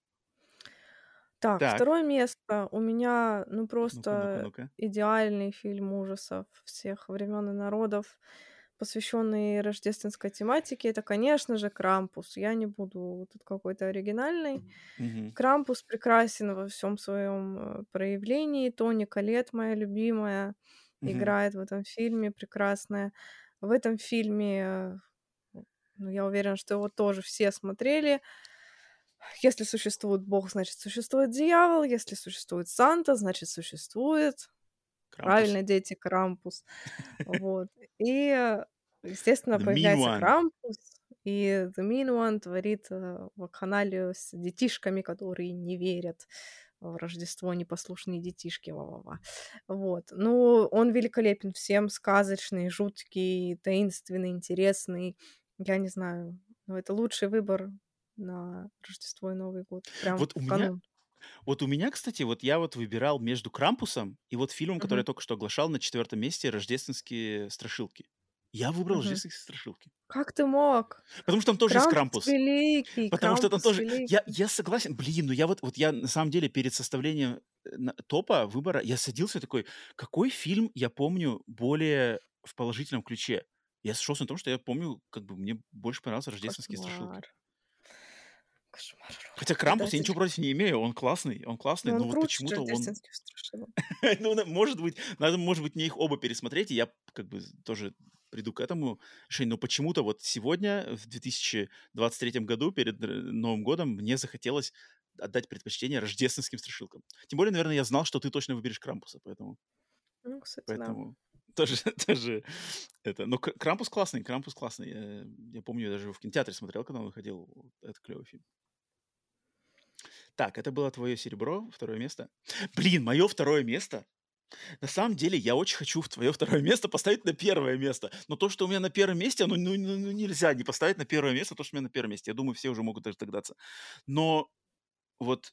Так, Так. второе место у меня, ну, Ну-ка ну-ка просто ну-ка. идеальный фильм ужасов всех времен и народов, посвященный рождественской тематике. Это, конечно же, "Крампус". Я не буду тут какой-то оригинальной. Мгм. "Крампус" прекрасен во всем своем, э, проявлении. Тони Коллетт, моя любимая, Мгм. играет в этом фильме прекрасная. В этом фильме, э, ну, я уверена, что его тоже все смотрели. Если существует Бог, значит, существует дьявол. Если существует Санта, значит, существует, Крампус. правильно, дети, Крампус. Вот. И, естественно, The mean появляется one. Крампус, и the mean one творит, э, вакханалию с детишками, которые не верят в Рождество, непослушные детишки, ва-ва-ва. Вот. Ну, он великолепен всем: сказочный, жуткий, таинственный, интересный. Я не знаю, но это лучший выбор на Рождество и Новый год, прям Вот у в меня канун. вот у меня, кстати, вот я вот выбирал между "Крампусом" и вот фильмом, который я Мгм. только что оглашал на четвертом месте, "Рождественские страшилки". Я выбрал Мгм. "Рождественские страшилки". Как ты мог? Потому что там тоже есть Крампус Крампус. великий, Потому что там Крампус тоже я великий. я согласен. Блин, ну я вот вот я на самом деле перед составлением, э, на топа выбора я садился такой: какой фильм я помню более в положительном ключе? Я сошелся на том, что я помню, как бы мне больше понравился "Рождественские страшилки". Кошмар. Кошмар Хотя ужасный, "Крампус" я предатель. ничего против не имею, он классный он классный, Но но он вот круче почему-то он "Рождественских страшилок". Ну, на может быть, надо, может быть, мне их оба пересмотреть, и я как бы тоже приду к этому решению. Но почему-то вот сегодня, в две тысячи двадцать третьем году, перед р Новым годом, мне захотелось отдать предпочтение "Рождественским страшилкам". Тем более, наверно, я знал, что ты точно выберешь "Крампуса", поэтому Ну, кстати, да. поэтому тоже тоже это. Но К "Крампус" классный, "Крампус" классный. Э, я помню, я даже его в кинотеатре смотрел, когда он выходил. Это клёвый фильм. Так, это было твоё серебро, второе место. Блин, моё второе место На самом деле, я очень хочу в твое второе место поставить на первое место. Но то, что у меня на первом месте, оно ну, ну, ну, нельзя не поставить на первое место то, что у меня на первом месте. Я думаю, все уже могут даже догадаться. Но вот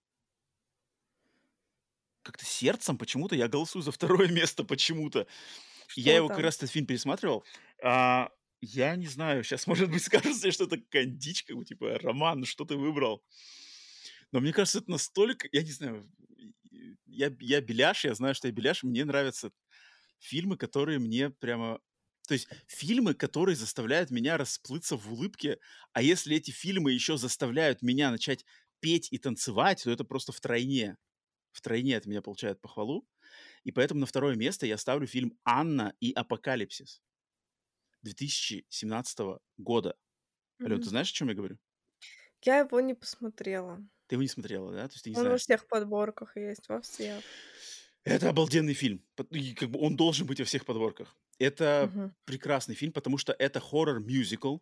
как-то сердцем почему-то я голосую за второе место почему-то. И я Что его как там? раз этот фильм пересматривал. А, я не знаю, сейчас, может быть, скажется, что это какая-нибудь дичь, как бы, типа, Роман, ну что ты выбрал? Но мне кажется, это настолько, я не знаю, и- я, я беляш, я знаю, что я беляш, мне нравятся фильмы, которые мне прямо... То есть фильмы, которые заставляют меня расплыться в улыбке, а если эти фильмы еще заставляют меня начать петь и танцевать, то это просто втройне. Втройне от меня получают похвалу. И поэтому на второе место я ставлю фильм «Анна и Апокалипсис» две тысячи семнадцатого года. Алён, ты Мгм. знаешь, о чем я говорю? Я его не посмотрела. Ты его не смотрела, да? То есть ты не Он во знаешь. всех подборках есть, во всех. Это обалденный фильм. Пот и как бы он должен быть во всех подборках. Это Мгм. прекрасный фильм, потому что это хоррор-мюзикл,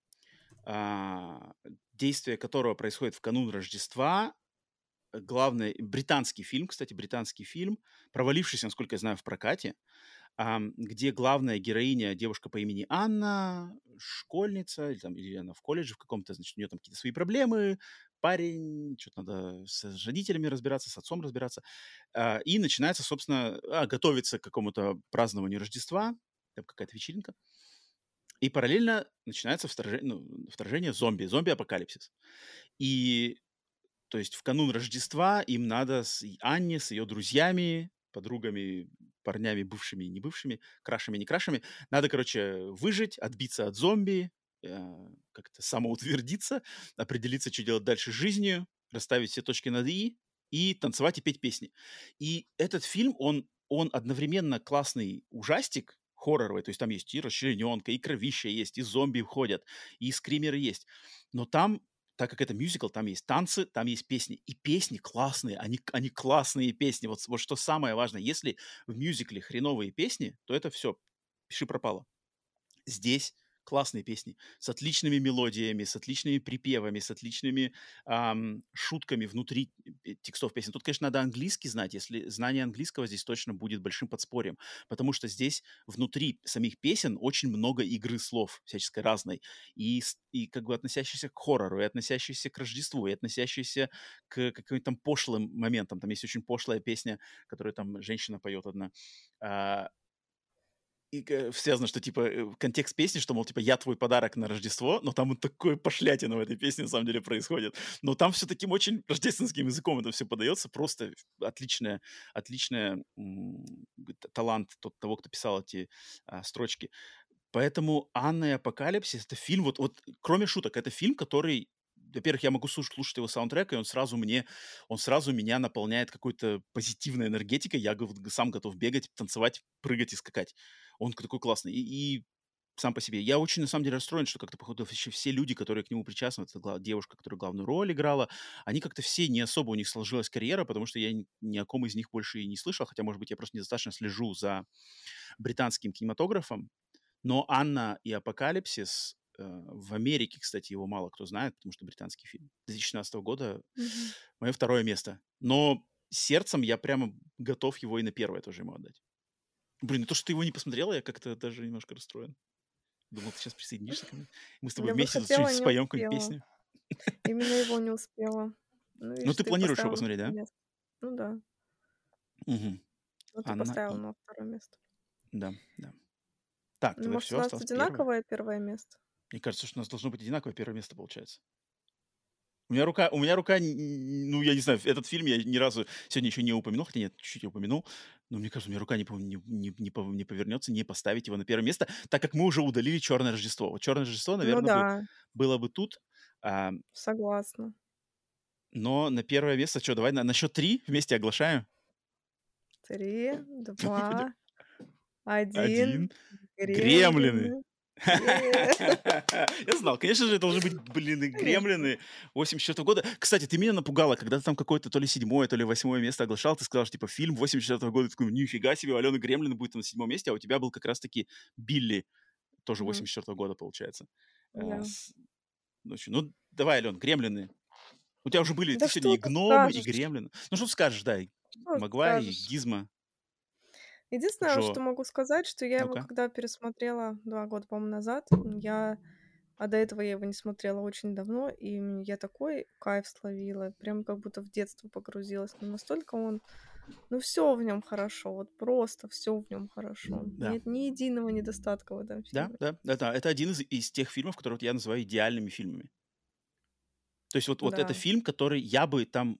а, действие которого происходит в канун Рождества. Э, главный британский фильм, кстати, британский фильм, провалившийся, насколько я знаю, в прокате. Ам, где главная героиня, девушка по имени Анна, школьница, или, там, или она в колледже в каком-то, значит, у нее там какие-то свои проблемы, парень, что-то надо с родителями разбираться, с отцом разбираться. А, и начинается, собственно, а, готовится к какому-то празднованию Рождества, там какая-то вечеринка. И параллельно начинается вторжение, ну, вторжение зомби, зомби-апокалипсис. И то есть в канун Рождества им надо с и Анне, с ее друзьями, подругами, парнями, бывшими и не бывшими, крашами и не крашами, надо, короче, выжить, отбиться от зомби, э, как-то самоутвердиться, определиться, что делать дальше с жизнью, расставить все точки над «и» и танцевать и петь песни. И этот фильм, он, он одновременно классный ужастик, хорроровый, то есть там есть и расчлененка, и кровища есть, и зомби ходят, и скримеры есть. Но там так как это мюзикл, там есть танцы, там есть песни. И песни классные, они, они классные песни. Вот, вот что самое важное, если в мюзикле хреновые песни, то это все, пиши пропало. Здесь классные песни с отличными мелодиями, с отличными припевами, с отличными ам, шутками внутри э, текстов песен. Тут, конечно, надо английский знать. Если знание английского здесь точно будет большим подспорьем, потому что здесь внутри самих песен очень много игры слов всяческой разной, и, с- и как бы относящиеся к хоррору, и относящиеся к Рождеству, и относящиеся к каким-то там пошлым моментам. Там есть очень пошлая песня, которую там женщина поет одна. А, и ка связано, что, типа, э, контекст песни, что, мол, типа, я твой подарок на Рождество, но там вот такое пошлятина в этой песне на самом деле происходит. Но там все таким очень рождественским языком это все подается. Просто отличная отличная, м, т талант тот того, кто писал эти, а, строчки. Поэтому «Анна и Апокалипсис» — это фильм, вот вот кроме шуток, это фильм, который, во-первых, я могу слуш слушать его саундтрек, и он сразу мне он сразу меня наполняет какой-то позитивной энергетикой. Я гов сам готов бегать, танцевать, прыгать и скакать. Он к такой классный. И и сам по себе. Я очень, на самом деле, расстроен, что как-то, походу, вообще все люди, которые к нему причастны, вот эта гла девушка, которая главную роль играла, они как-то все не особо у них сложилась карьера, потому что я ни ни о ком из них больше и не слышал, хотя, может быть, я просто недостаточно слежу за британским кинематографом. Но «Анна и Апокалипсис», э, в Америке, кстати, его мало кто знает, потому что британский фильм. две тысячи шестнадцатого года Мгм. мое второе место. Но сердцем я прямо готов его и на первое тоже ему отдать. Блин, ну то, что ты его не посмотрела, я как-то даже немножко расстроен. Думал, ты сейчас присоединишься ко мне. Мы с тобой Я бы вместе тут что-нибудь хотела, не споем, какую-нибудь успела. песню. Именно его не успела. Ну, Ну, видишь, ты ты планируешь его поставил на посмотреть, второе да? место. Ну да. Мгм. Ну, ты «Анна» поставил и на второе место. да, да. Так, Ну, тогда может, у все, нас осталось первое. одинаковое первое место? Мне кажется, что у нас должно быть одинаковое первое место, получается. У меня рука у меня рука, н н ну, я не знаю, этот фильм я ни разу сегодня еще не упомянул, хотя нет, чуть-чуть упомянул, но мне кажется, у меня рука не пов не не не пов не повернется не поставить его на первое место, так как мы уже удалили «Черное Рождество». Вот «Черное Рождество», Ну наверно, бы да, было бы тут, а, согласна. но на первое место чё, давай на на счет три вместе оглашаем? Три, Давай пойдем. два, один. один. «Гремлины». Гремлины. Е. Я знал, конечно же, это должны быть, блин, и Конечно. «Гремлины» восемьдесят четвёртого года. Кстати, ты меня напугала, когда ты там какое-то то ли седьмое, то ли восьмое место оглашал. Ты сказал, что типа фильм восемьдесят четвёртого года. Я такой: «Нифига себе, у Алены «Гремлины» будет на седьмом месте», а у тебя был как раз таки «Билли», тоже Мгм. восемьдесят четвёртого года, получается. А, Да. с ну чё, ну давай, Ален, «Гремлины». У тебя уже были, Да ты сегодня что и тут гномы, и скажешь? гремлины. Ну что скажешь, да, и Что Магуайр, и скажешь? Гизмо. Единственное, что Джо, могу сказать, что я его ну-ка. когда пересмотрела два года, по-моему, назад, я а до этого я его не смотрела очень давно, и м, я такой кайф словила, прям как будто в детство погрузилась. Ну, настолько он, ну, все в нем хорошо, вот просто все в нем хорошо. Да. Нет ни единого недостатка в этом Да, фильме. да, это, это один из, из тех фильмов, которые вот я называю идеальными фильмами. То есть вот, вот это Да. фильм, который я бы там,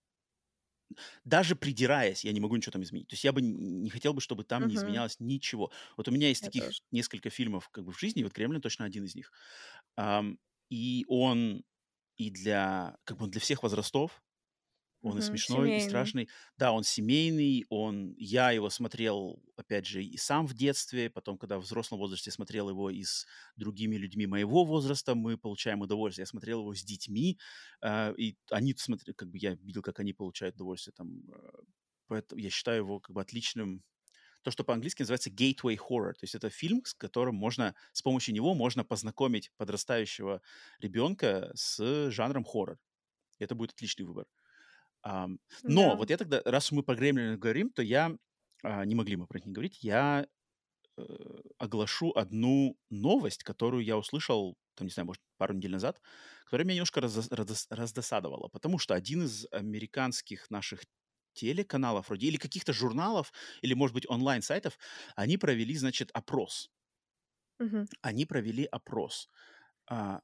даже придираясь, я не могу ничего там изменить. То есть я бы н- не хотел бы, чтобы там не Мгм. изменялось ничего. Вот у меня есть Я таких тоже. несколько фильмов как бы в жизни, и вот «Кремлин» точно один из них. Ам, и он и для, как бы он для всех возрастов, он и Мгм. смешной, и Семейный. страшный. Да, он семейный, он я его смотрел, опять же, и сам в детстве, потом, когда в взрослом возрасте смотрел его и с другими людьми моего возраста, мы получаем удовольствие. Я смотрел его с детьми, а, и они смотрели, как бы я видел, как они получают удовольствие там. э, Поэтому я считаю его как бы отличным. То, что по-английски называется gateway horror, то есть это фильм, с которым можно, с помощью него можно познакомить подрастающего ребенка с жанром хоррор. Это будет отличный выбор. Ам, но Да. вот я тогда, раз мы про «Гремлина» говорим, то я, а, не могли мы про это не говорить, я, э, оглашу одну новость, которую я услышал, там, не знаю, может, пару недель назад, которая меня немножко разос раздос раздосадовала. Потому что один из американских наших телеканалов вроде или каких-то журналов, или, может быть, онлайн-сайтов, они провели, значит, опрос. Мгм. Они провели опрос. А,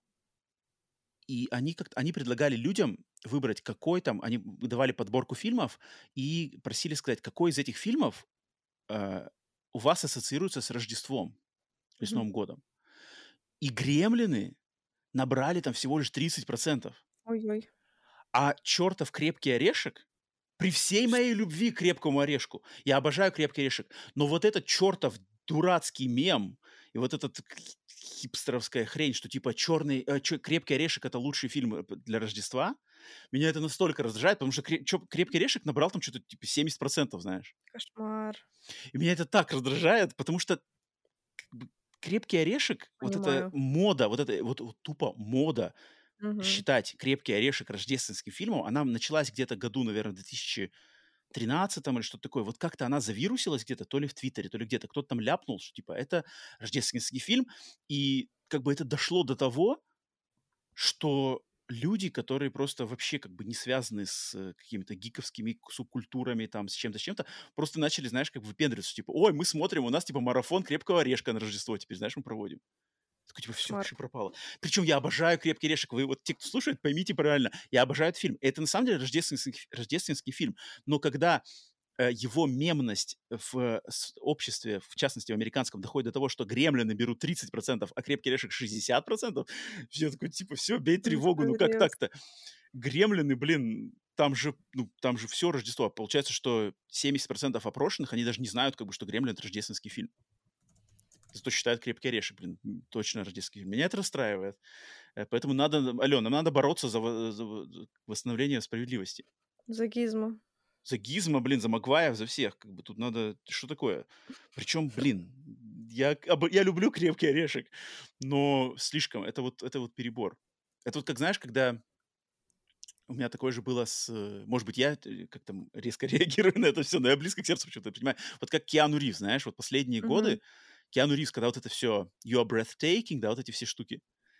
И они как-то они предлагали людям выбрать, какой там они давали подборку фильмов и просили сказать, какой из этих фильмов, э, у вас ассоциируется с Рождеством, или с Мгм. Новым годом. И «Гремлины» набрали там всего лишь тридцать процентов, Ой-ой. а «Чертов крепкий орешек» при всей Ш моей любви к «Крепкому орешку», я обожаю «Крепкий орешек», но вот этот чертов дурацкий мем и вот этот к хипстеровская хрень, что типа черный, э, чё «Крепкий орешек» — это лучший фильм, э, п для Рождества, меня это настолько раздражает, потому что кре чё «Крепкий орешек» набрал там что то типа семьдесят процентов, знаешь. Кошмар. И меня это так раздражает, потому что как бы «Крепкий орешек», вот эта Понимаю. мода, вот это вот вот тупо мода Мгм. считать «Крепкий орешек» рождественским фильмом, она началась где-то году, наверное, в две тысячи тринадцатом или что-то такое. Вот как-то она завирусилась где-то, то ли в Твиттере, то ли где-то. Кто-то там ляпнул, что типа это рождественский фильм. И как бы это дошло до того, что люди, которые просто вообще как бы не связаны с э, какими-то гиковскими к- субкультурами, там, с чем-то, с чем-то, просто начали, знаешь, как выпендриваться, типа, ой, мы смотрим, у нас, типа, марафон «Крепкого орешка» на Рождество теперь, знаешь, мы проводим. Такой, типа, все, Кошмар. пиши пропало. Причем я обожаю «Крепкий орешек». Вы вот те, кто слушает, поймите правильно. Я обожаю этот фильм. Это на самом деле рождественский, рождественский фильм. Но когда э, его мемность в э, с- обществе, в частности в американском, доходит до того, что «Гремлины» берут тридцать процентов, а «Крепкий орешек» шестьдесят процентов, все такой, типа, все, бей тревогу, ну как Несправедливость. так-то? «Гремлины», блин, там же, ну, там же все Рождество. Получается, что семьдесят процентов опрошенных, они даже не знают, как бы, что «Гремлин» — это рождественский фильм. Зато считают «Крепкий орешек», блин, м, точно рождественский фильм. Меня это расстраивает. Э, поэтому надо, Алена, нам надо бороться за во за во за восстановление справедливости. За гизмо. За Гизмо, блин, за Магвая, за всех. Как бы тут надо что такое? Причем, блин, я к обо я люблю «Крепкий орешек», но слишком, это вот это вот перебор. Это вот как, знаешь, когда у меня такое же было с, э, может быть, я, э, как-то, м, резко реагирую на это все, но я близко к сердцу почему-то принимаю. Вот как Киану Ривз, знаешь, вот последние Мгм. годы Киану Ривз, когда вот это все "You are breathtaking", да, вот эти все штуки.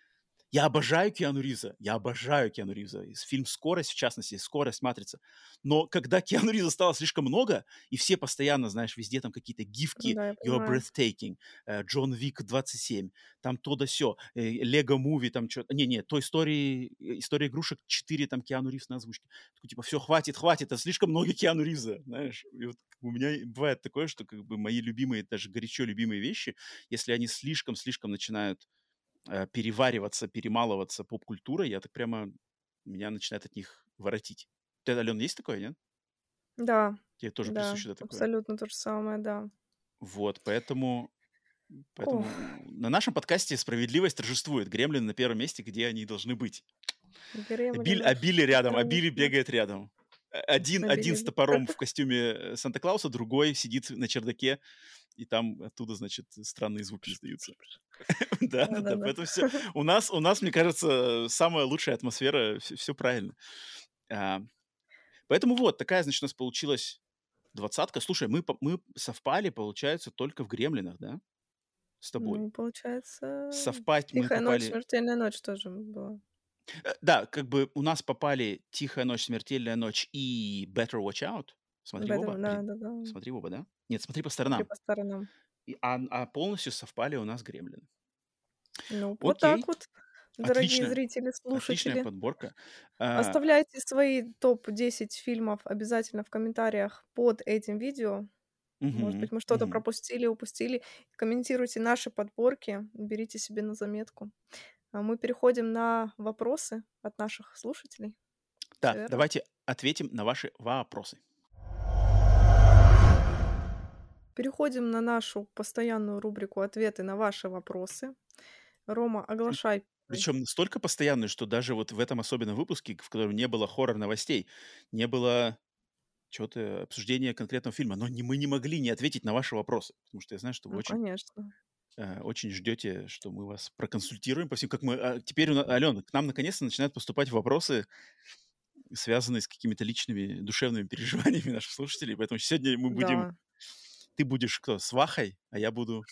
Я обожаю Киану Ривза, я обожаю Киану Ривза. И с фильм «Скорость», в частности, «Скорость», «Матрица». Но когда Киану Ривза стало слишком много, и все постоянно, знаешь, везде там какие-то гифки Да, я «You are понимаю. breathtaking», э, «Джон Вик двадцать семь», там то да сё, э, «Лего Муви», там чё не-не, «Той истории», э, «История игрушек четыре», там Киану Ривз на озвучке. Такой типа: "Всё, хватит, хватит, это слишком много Киану Ривза", знаешь. И вот у меня и бывает такое, что как бы мои любимые, даже горячо любимые вещи, если они слишком-слишком начинают э, перевариваться, перемалываться поп-культурой, я так прямо меня начинает от них воротить. У тебя, Алён, есть такое, нет? Да, Тебе тоже да, присуще, да, такое? абсолютно то же самое, да. Вот, поэтому Ох, поэтому у на нашем подкасте справедливость торжествует. «Гремлины» на первом месте, где они должны быть. Биль гремлины а в Билли рядом, а первом Билли месте. бегает рядом. Э, один один с Набили. топором в костюме, э, Санта-Клауса, другой сидит на чердаке, и там оттуда, значит, странные звуки издаются. Да-да-да, Да-да-да. поэтому всё. У нас у нас, мне кажется, самая лучшая атмосфера, всё всё правильно. А, поэтому вот такая, значит, у нас получилась Двадцатка. Слушай, мы, по- мы совпали, получается, только в «Гремлинах», да? С тобой. Ну, получается, Совпасть мы "Тихая ночь", попали... "Смертельная ночь" тоже была. Э, Да, как бы у нас попали «Тихая ночь», «Смертельная ночь» и «Better Watch Out». Смотри в оба. Поэтому При- да-да-да. Смотри в оба, да? Нет, смотри по Смотри сторонам. по сторонам. И, а, а полностью совпали у нас «Гремлины». Ну, вот так Окей, вот, дорогие отличная, зрители, отличная слушатели. подборка. А, Оставляйте свои топ десять фильмов обязательно в комментариях под этим видео. Может мгм, быть, мы что-то мгм. пропустили, упустили. Комментируйте наши подборки, берите себе на заметку. А мы переходим на вопросы от наших слушателей. Всё Да, верно? давайте ответим на ваши вопросы. Переходим на нашу постоянную рубрику "Ответы на ваши вопросы". Рома, оглашай первый. Причем настолько постоянную, что даже вот в этом особенном выпуске, в котором не было хоррор-новостей, не было чего-то обсуждения конкретного фильма, но не, мы не могли не ответить на ваши вопросы, потому что я знаю, что вы Ну, очень, конечно. э, очень ждете, что мы вас проконсультируем по всем, как мы... а, теперь, у на- Алена, к нам наконец-то начинают поступать вопросы, связанные с какими-то личными душевными переживаниями наших слушателей, поэтому сегодня мы будем... Да. Ты будешь кто? Свахой, а я буду...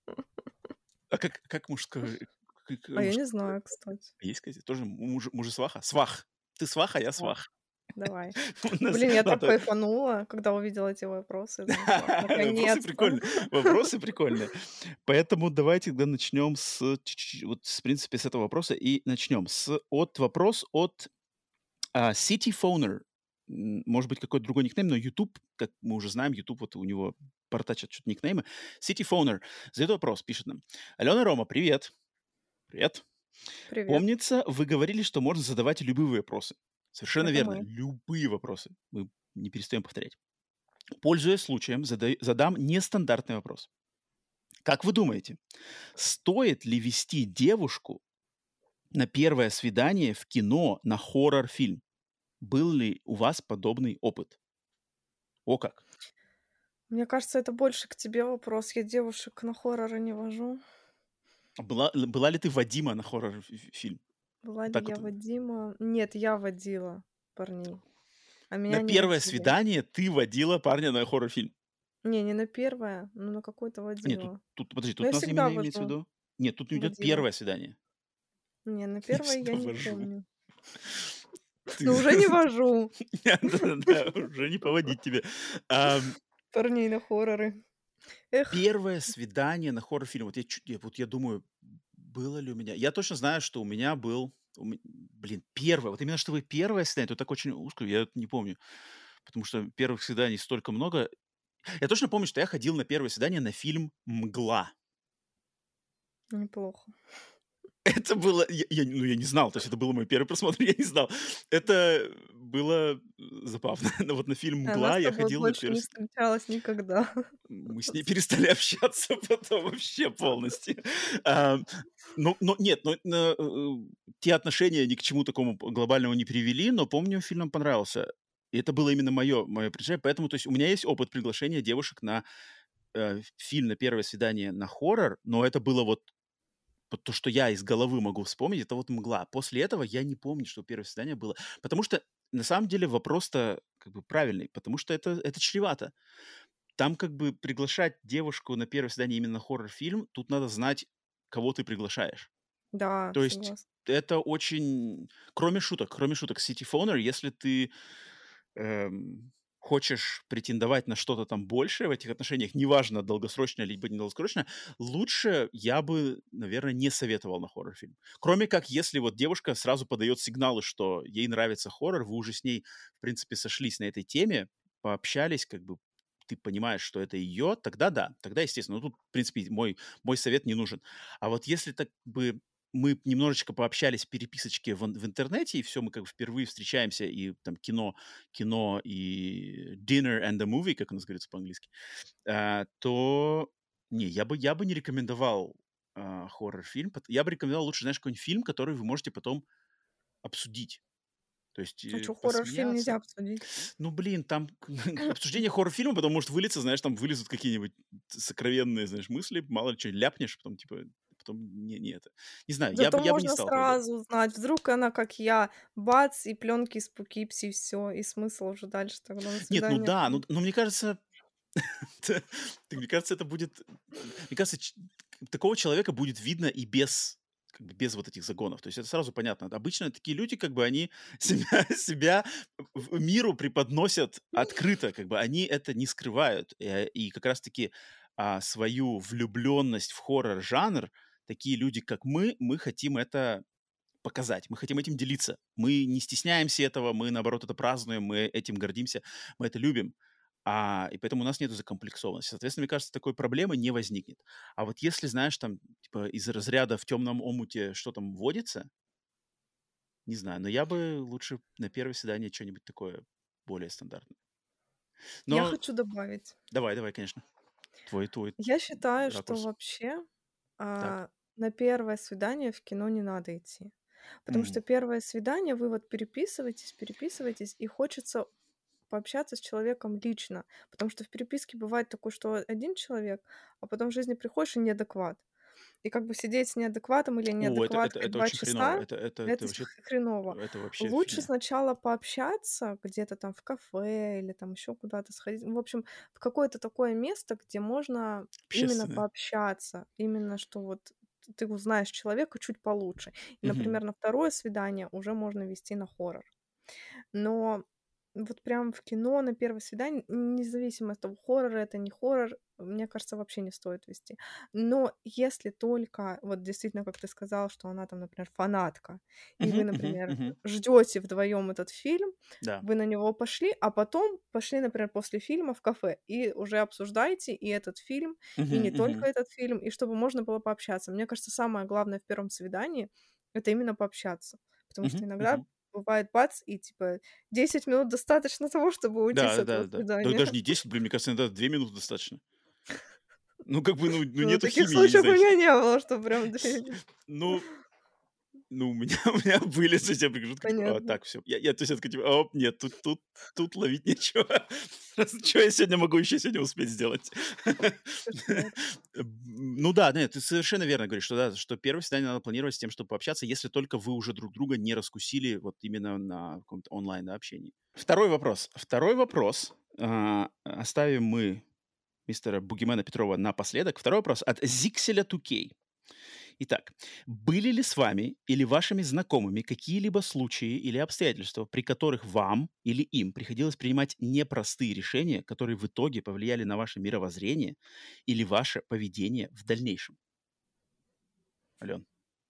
А как, как мужское... Как А я не мужское... знаю, кстати. Есть, кстати, тоже муж, мужесваха? Свах. Ты свах, а я Свах. свах. Давай. У нас- Блин, я так ладно. кайфанула, когда увидела эти вопросы. Думаю: "Класс, Вопросы наконец-то!" прикольные. Вопросы прикольные. Поэтому давайте тогда начнем с, чуть-чуть, вот, с, в принципе, с этого вопроса и начнем. С, от вопрос от а, City Phoner. М, Может быть, какой-то другой никнейм, но YouTube, как мы уже знаем, YouTube, вот у него портачат что-то никнеймы. City Phoner задает вопрос, пишет нам. Алена, Рома, привет. Привет. Привет. Помнится, вы говорили, что можно задавать любые вопросы. Совершенно Это верно. мы. Любые вопросы. Мы не перестаем повторять. Пользуясь случаем, задай- задам нестандартный вопрос. Как вы думаете, стоит ли вести девушку на первое свидание в кино на хоррор-фильм? Был ли у вас подобный опыт? О как! Мне кажется, это больше к тебе вопрос. Я девушек на хорроры не вожу. А Была, л- была ли ты Вадима на хоррор-фильм? Была Вот ли так я вот. Вадима? Нет, я водила парней, а На меня не первое водили. свидание ты водила парня на хоррор-фильм. Не, не на первое, но на какое-то Нет, тут, водила. тут, подожди, Но тут я у нас всегда именно имеется в вожу, виду... Нет, тут идет водила. первое свидание. Не, на Я первое я всегда не вожу. помню. Ты Ну, уже не вожу Да-да-да, уже не поводить тебе. Ам, парней на хорроры. Эх, Первое свидание на хоррор-фильм. Вот я чуть я вот я думаю, было ли у меня. Я точно знаю, что у меня был, у ме блин, первое, вот именно чтобы первое свидание, то так очень узко, я вот не помню, потому что первых свиданий столько много. Я точно помню, что я ходил на первое свидание на фильм "Мгла". неплохо. Это было я я, ну, я не знал, то есть это был мой первый просмотр, я не знал. Это было, э, забавно. Но вот на фильм Она "Мгла" с я тобой ходил на больше первое не св встречалась никогда. Мы с ней перестали общаться потом вообще полностью. Ам, ну, но нет, но но, э, те отношения ни к чему такому п глобальному не привели, но помню, фильм нам понравился. И это было именно мое мое предложение. Поэтому, то есть у меня есть опыт приглашения девушек на, э, фильм, на первое свидание на хоррор, но это было вот вот то, что я из головы могу вспомнить, это вот "Мгла". После этого я не помню, что первое свидание было. Потому что на самом деле вопрос-то как бы правильный, потому что это это чревато. Там как бы приглашать девушку на первое свидание именно на хоррор-фильм, тут надо знать, кого ты приглашаешь. Да, То есть согласна. это очень... Кроме шуток, кроме шуток, City Phoner, если ты эм, хочешь претендовать на что-то там большее в этих отношениях, неважно, долгосрочное либо недолгосрочное, лучше я бы, наверное, не советовал на хоррор-фильм. Кроме как, если вот девушка сразу подает сигналы, что ей нравится хоррор, вы уже с ней, в принципе, сошлись на этой теме, пообщались, как бы ты понимаешь, что это ее, тогда да, тогда естественно. Ну, тут, в принципе, мой, мой совет не нужен. А вот если так бы мы немножечко пообщались в переписочке в, ин- в интернете, и все, мы как бы впервые встречаемся, и там кино, кино и dinner and a movie, как у нас говорится по-английски, а, то не, я бы, я бы не рекомендовал а, хоррор-фильм. пот- Я бы рекомендовал лучше, знаешь, какой-нибудь фильм, который вы можете потом обсудить. То есть А э, чё, хоррор-фильм нельзя посмеяться. обсудить? Ну, блин, там обсуждение хоррор-фильма потом может вылиться, знаешь, там вылезут какие-нибудь сокровенные, знаешь, мысли, мало ли что ляпнешь, потом, типа, потом не, не это. Не знаю, я бы, Зато я бы не можно стал этого делать. сразу узнать, вдруг она, как я, бац, и пленки из Poughkeepsie, и всё, и смысл уже дальше тогда на Нет, ну свидание да, ну, ходить. но мне кажется, т- мне кажется, это будет, мне кажется, ч- такого человека будет видно и без как бы без вот этих загонов. То есть это сразу понятно. Обычно такие люди, как бы они себя, себя в- миру преподносят открыто, как бы они это не скрывают. Э, И как раз-таки а, свою влюбленность в хоррор-жанр такие люди, как мы, мы хотим это показать, мы хотим этим делиться. Мы не стесняемся этого, мы, наоборот, это празднуем, мы этим гордимся, мы это любим. А, и поэтому у нас нет закомплексованности. Соответственно, мне кажется, такой проблемы не возникнет. А вот если, знаешь, там, типа, из разряда в темном омуте что там водится, не знаю, но я бы лучше на первое свидание что-нибудь такое более стандартное. Я Но хочу добавить. давай, давай, конечно. Твой, твой Я считаю, что ракурс. вообще, Так. а, на первое свидание в кино не надо идти. Потому М. что первое свидание, вы вот переписываетесь, переписываетесь, и хочется пообщаться с человеком лично. Потому что в переписке бывает такое, что один человек, а потом в жизни приходишь и неадекват. И как бы сидеть с неадекватом или О, это, это, неадекваткой это два очень хреново. часа — Это, это, это это с вообще, х хреново. это вообще Лучше фигня. сначала пообщаться где-то там в кафе или там еще куда-то сходить. Ну, в общем, в какое-то такое место, где можно именно Общественное. пообщаться, именно что вот т ты узнаешь человека чуть получше. И, Мгм. например, на второе свидание уже можно вести на хоррор. Но вот прям в кино на первое свидание, н независимо от того, хоррор это, не хоррор, мне кажется, вообще не стоит вести. Но если только, вот действительно, как ты сказал, что она там, например, фанатка, и вы, Мгм, мгм, например, мгм. ждете вдвоем этот фильм, Да. вы на него пошли, а потом пошли, например, после фильма в кафе и уже обсуждаете и этот фильм, и Мгм, не только мгм, этот фильм, и чтобы можно было пообщаться. Мне кажется, самое главное в первом свидании — это именно пообщаться. Потому что мгм, иногда мгм. бывает бац, и типа десять минут достаточно того, чтобы уйти с Да, этого да-да-да. Да свидания. даже не десять, блин, мне кажется, иногда две минуты достаточно. Ну, как бы, ну ну, Ну, нету таких химии, я не случаев у знаю. меня не было, что прям две. Ну ну, у меня у меня были, то есть я прихожу, такой, типа: "А, Понятно. так, всё". Я я, то есть я такой, типа: "Оп, нет, тут тут тут ловить нечего. Что я сегодня могу еще сегодня успеть сделать?" Кошмар. М, ну да, нет, ты совершенно верно говоришь, что да, что первое свидание надо планировать с тем, чтобы пообщаться, если только вы уже друг друга не раскусили вот именно на каком-то онлайн, да, общении. Второй вопрос. Второй вопрос, а, оставим мы мистера Бугимена Петрова напоследок. Второй вопрос от Зикселя два кей. Итак, были ли с вами или вашими знакомыми какие-либо случаи или обстоятельства, при которых вам или им приходилось принимать непростые решения, которые в итоге повлияли на ваше мировоззрение или ваше поведение в дальнейшем? Ален.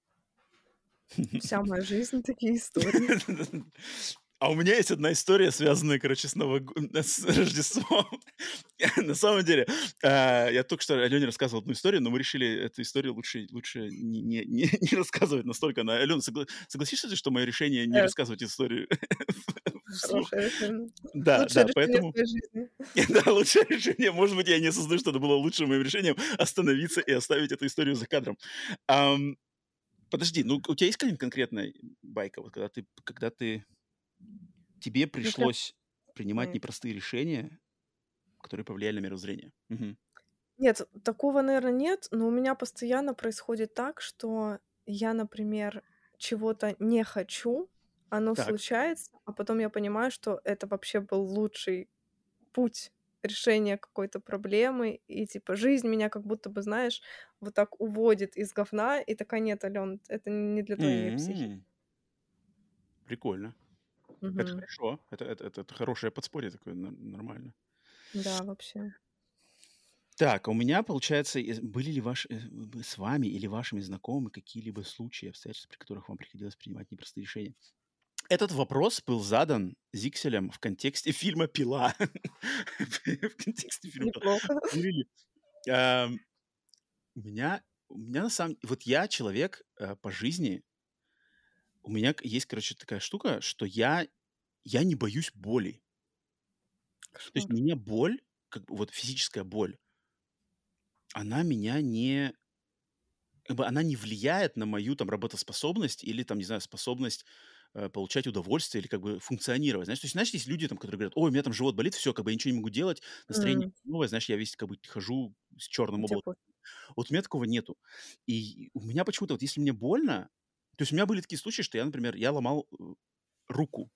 Вся моя жизнь — такие истории. А у меня есть одна история, связанная, короче, с Новог с Рождеством. На самом деле, а, я только что Алене рассказывал одну историю, но мы решили эту историю лучше лучше не не не не рассказывать настолько. На Алена, согла согласишься ты, что мое решение не Э, рассказывать историю вслух? хорошее решение. Да, Лучшее да, решение в поэтому твоей жизни. да, лучшее решение. Может быть, я не осознаю, что это было лучшим моим решением остановиться и оставить эту историю за кадром. Ам, подожди, ну, у тебя есть какая-нибудь конкретная байка, вот когда ты когда ты тебе Ну, прям пришлось принимать ой. непростые решения, которые повлияли на мировоззрение? Мгм. Нет, такого, наверно, нет, но у меня постоянно происходит так, что я, например, чего-то не хочу, оно Так. случается, а потом я понимаю, что это вообще был лучший путь решения какой-то проблемы. И типа жизнь меня как будто бы, знаешь, вот так уводит из говна и такая: "Нет, Алён, это не для твоей психики". М. Прикольно. Это Мгм. хорошо. Это это это это хорошее подспорье такое, н нормально. Да, вообще. Так, а у меня, получается, из были ли ваши, э, в с вами или вашими знакомыми какие-либо случаи, обстоятельства, при которых вам приходилось принимать непростые решения? Этот вопрос был задан Зикселем в контексте фильма "Пила". В контексте фильма "Пила". Неплохо. Были ли, ам, у меня у меня на самом вот я человек, э, по жизни, у меня к есть, короче, такая штука, что я я не боюсь боли. То есть Кошмар. меня боль, как бы вот физическая боль, она меня не как бы она не влияет на мою там работоспособность или там, не знаю, способность, э, получать удовольствие или как бы функционировать. Знаешь, то есть, знаешь, есть люди там, которые говорят: "Ой, у меня там живот болит, все, как бы я ничего не могу делать, настроение М, хреновое, знаешь, я весь как бы хожу с черным Те облаком". пофиг. Вот у меня такого нету. И у меня почему-то, вот если мне больно, то есть у меня были такие случаи, что я, например, я ломал э, руку,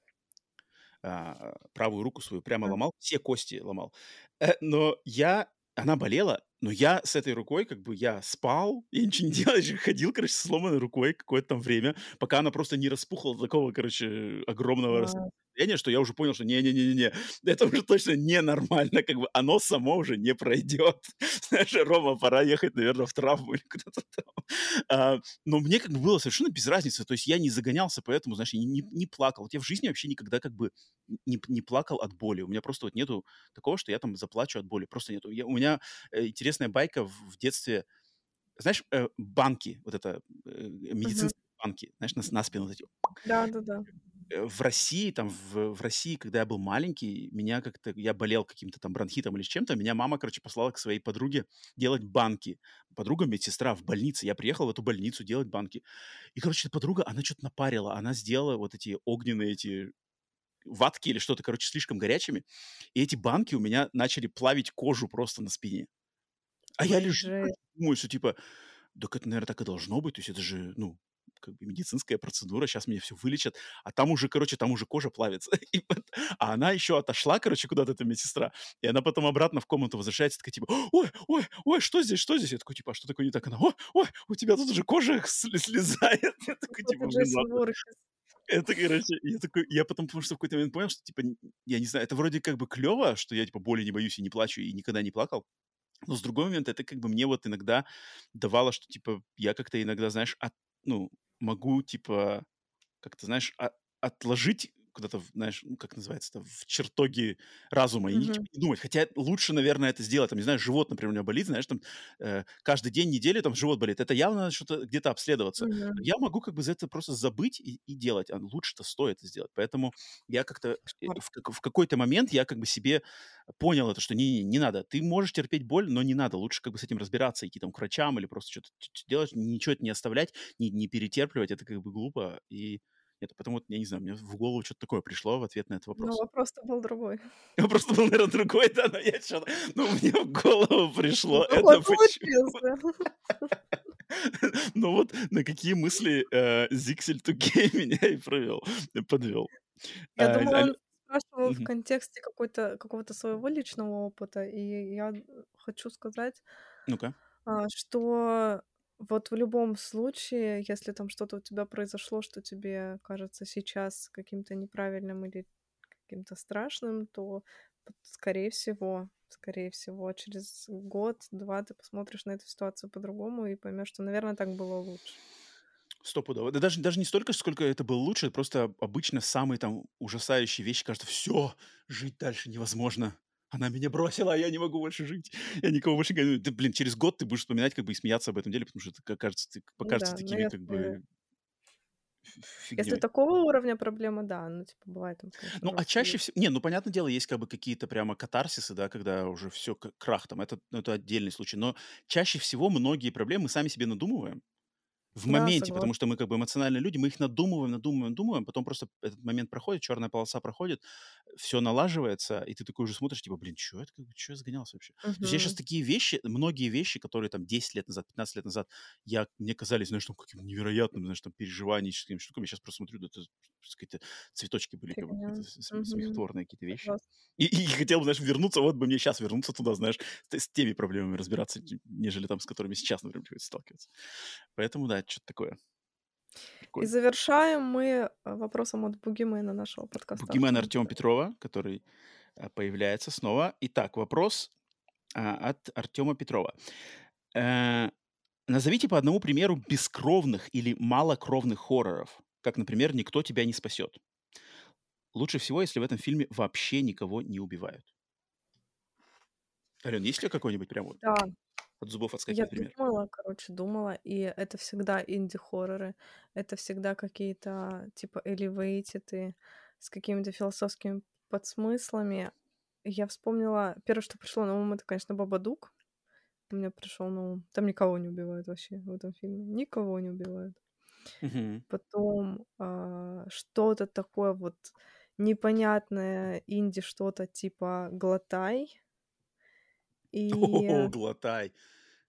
а, правую руку свою прямо Ага. ломал, все кости ломал. Э, но я она болела, но я с этой рукой, как бы, я спал, я ничего не делал, я же ходил, короче, с сломанной рукой какое-то там время, пока она просто не распухла до такого, короче, огромного Класс. расстояния, что я уже понял, что не-не-не-не-не, это уже точно ненормально, как бы оно само уже не пройдет. Знаешь, Рома, пора ехать, наверное, в травму или куда-то там. А, но мне как бы было совершенно без разницы, то есть я не загонялся, поэтому, знаешь, я не, не плакал. Вот я в жизни вообще никогда как бы не, не плакал от боли. У меня просто вот нету такого, что я там заплачу от боли. Просто нету. Я, у меня э, интересная байка в, в детстве. Знаешь, э, банки, вот это, э, Мгм. медицинские банки, знаешь, на, на спину вот эти. Да-да-да. Э, В России, там, в, в России, когда я был маленький, меня как-то, я болел каким-то там бронхитом или с чем-то, меня мама, короче, послала к своей подруге делать банки. Подруга медсестра в больнице. Я приехал в эту больницу делать банки. И, короче, подруга, она что-то напарила. Она сделала вот эти огненные эти ватки или что-то, короче, слишком горячими. И эти банки у меня начали плавить кожу просто на спине. А я Ой, лежу, короче, жесть. думаю, что типа, так это, наверное, так и должно быть. То есть это же, ну, как бы медицинская процедура, сейчас меня все вылечат. А там уже, короче, там уже кожа плавится. И вот- а она еще отошла, короче, куда-то, эта медсестра. И она потом обратно в комнату возвращается, такая, типа, ой, ой, ой, что здесь, что здесь? Я такой, типа, а что такое не так? Она, ой, ой, у тебя тут уже кожа сли- слезает. Я такой, Какой-то типа, блин, Джейсон ладно. Voorhees. Это, короче, я такой, я потом, потому что в какой-то момент понял, что, типа, н- я не знаю, это вроде как бы клево, что я, типа, боли не боюсь и не плачу, и никогда не плакал. Но с другой момент, это как бы мне вот иногда давало, что, типа, я как-то иногда, знаешь, от, ну, могу, типа, как-то, знаешь, а- отложить куда-то, в, знаешь, ну, как называется это, в чертоги разума и не, типа, Мгм. не думать. Хотя лучше, наверное, это сделать. Там, не знаю, живот, например, у меня болит, знаешь, там э, каждый день недели там живот болит. Это явно надо что-то где-то обследоваться. Но Мгм. я могу как бы за это просто забыть и, и делать. А лучше-то стоит это сделать. Поэтому я как-то э, Кошмар. в, как- в какой-то момент я как бы себе понял это, что не, не, не надо. Ты можешь терпеть боль, но не надо. Лучше как бы с этим разбираться, идти там к врачам или просто что-то делать, ничего это не оставлять, не, не перетерпливать. Это как бы глупо. И нет, потому вот, я не знаю, мне в голову что-то такое пришло в ответ на этот Но вопрос. вопрос-то был другой. Я просто был, наверное, другой, да, но я что-то, ну, мне в голову Ну, пришло другой это почему. получился. Ну вот на какие мысли э, Зиксель Тугей меня и провел, подвел. Я А, думала, аль- он спрашивал в мгм. контексте какой-то какого-то своего личного опыта, и я, э, хочу сказать, Ну-ка. а, что вот в любом случае, если там что-то у тебя произошло, что тебе кажется сейчас каким-то неправильным или каким-то страшным, то, п скорее всего скорее всего, через год-два ты посмотришь на эту ситуацию по-другому и поймешь, что, наверное, так было лучше. Стопудово. Да даже, даже не столько, сколько это было лучше, просто обычно самые там ужасающие вещи, кажется, все, жить дальше невозможно. Она меня бросила, а я не могу больше жить. Я никого больше не... Да, блин, через год ты будешь вспоминать как бы и смеяться об этом деле, потому что это как кажется, ты, покажется Да, но такими как если бы если фигней. такого уровня проблема, да, ну, типа, бывает там, конечно, Ну, а чаще жесткие всего... Не, ну, понятное дело, есть как бы какие-то прямо катарсисы, да, когда уже все крах там. Это, ну, это отдельный случай. Но чаще всего многие проблемы мы сами себе надумываем. В Да, моменте, потому согласна. что мы как бы эмоциональные люди, мы их надумываем, надумываем, надумываем, потом просто этот момент проходит, черная полоса проходит, все налаживается, и ты такой уже смотришь, типа, блин, что это, как бы, чё я загонялся вообще? То есть я сейчас Мгм. такие вещи, многие вещи, которые там десять лет назад, пятнадцать лет назад, я, мне казались, знаешь, там каким-то невероятным, знаешь, там переживаниями, штуками, я сейчас просто смотрю, да это просто какие-то цветочки были, как бы Фигня. какие-то с- см- Мгм. смехотворные какие-то вещи. Согласна. И, и хотел бы, знаешь, вернуться, вот бы мне сейчас вернуться туда, знаешь, с, с теми проблемами разбираться, нежели там, с которыми сейчас, например, приходится сталкиваться. Поэтому, да, что-то такое. И Прикольно. завершаем мы, э, вопросом от бугимена нашего подкаста Бугимен Артёма Артема Петрова. Петрова, который э, появляется снова. Итак, вопрос а, от Артема Петрова. Э, Назовите по одному примеру бескровных или малокровных хорроров, как, например, «Никто тебя не спасет». Лучше всего, если в этом фильме вообще никого не убивают. Ален, есть ли какой-нибудь прям вот Да, от зубов я отскакивает пример? думала, короче, думала, и это всегда инди-хорроры, это всегда какие-то типа elevated, с какими-то философскими подсмыслами. Я вспомнила, первое, что пришло на ум, это, конечно, «Бабадук». У меня пришел на ум. Там никого не убивают вообще в этом фильме. Никого не убивают. Мгм. Потом, а, что-то такое вот непонятное инди, что-то типа «Глотай». И О, глотай.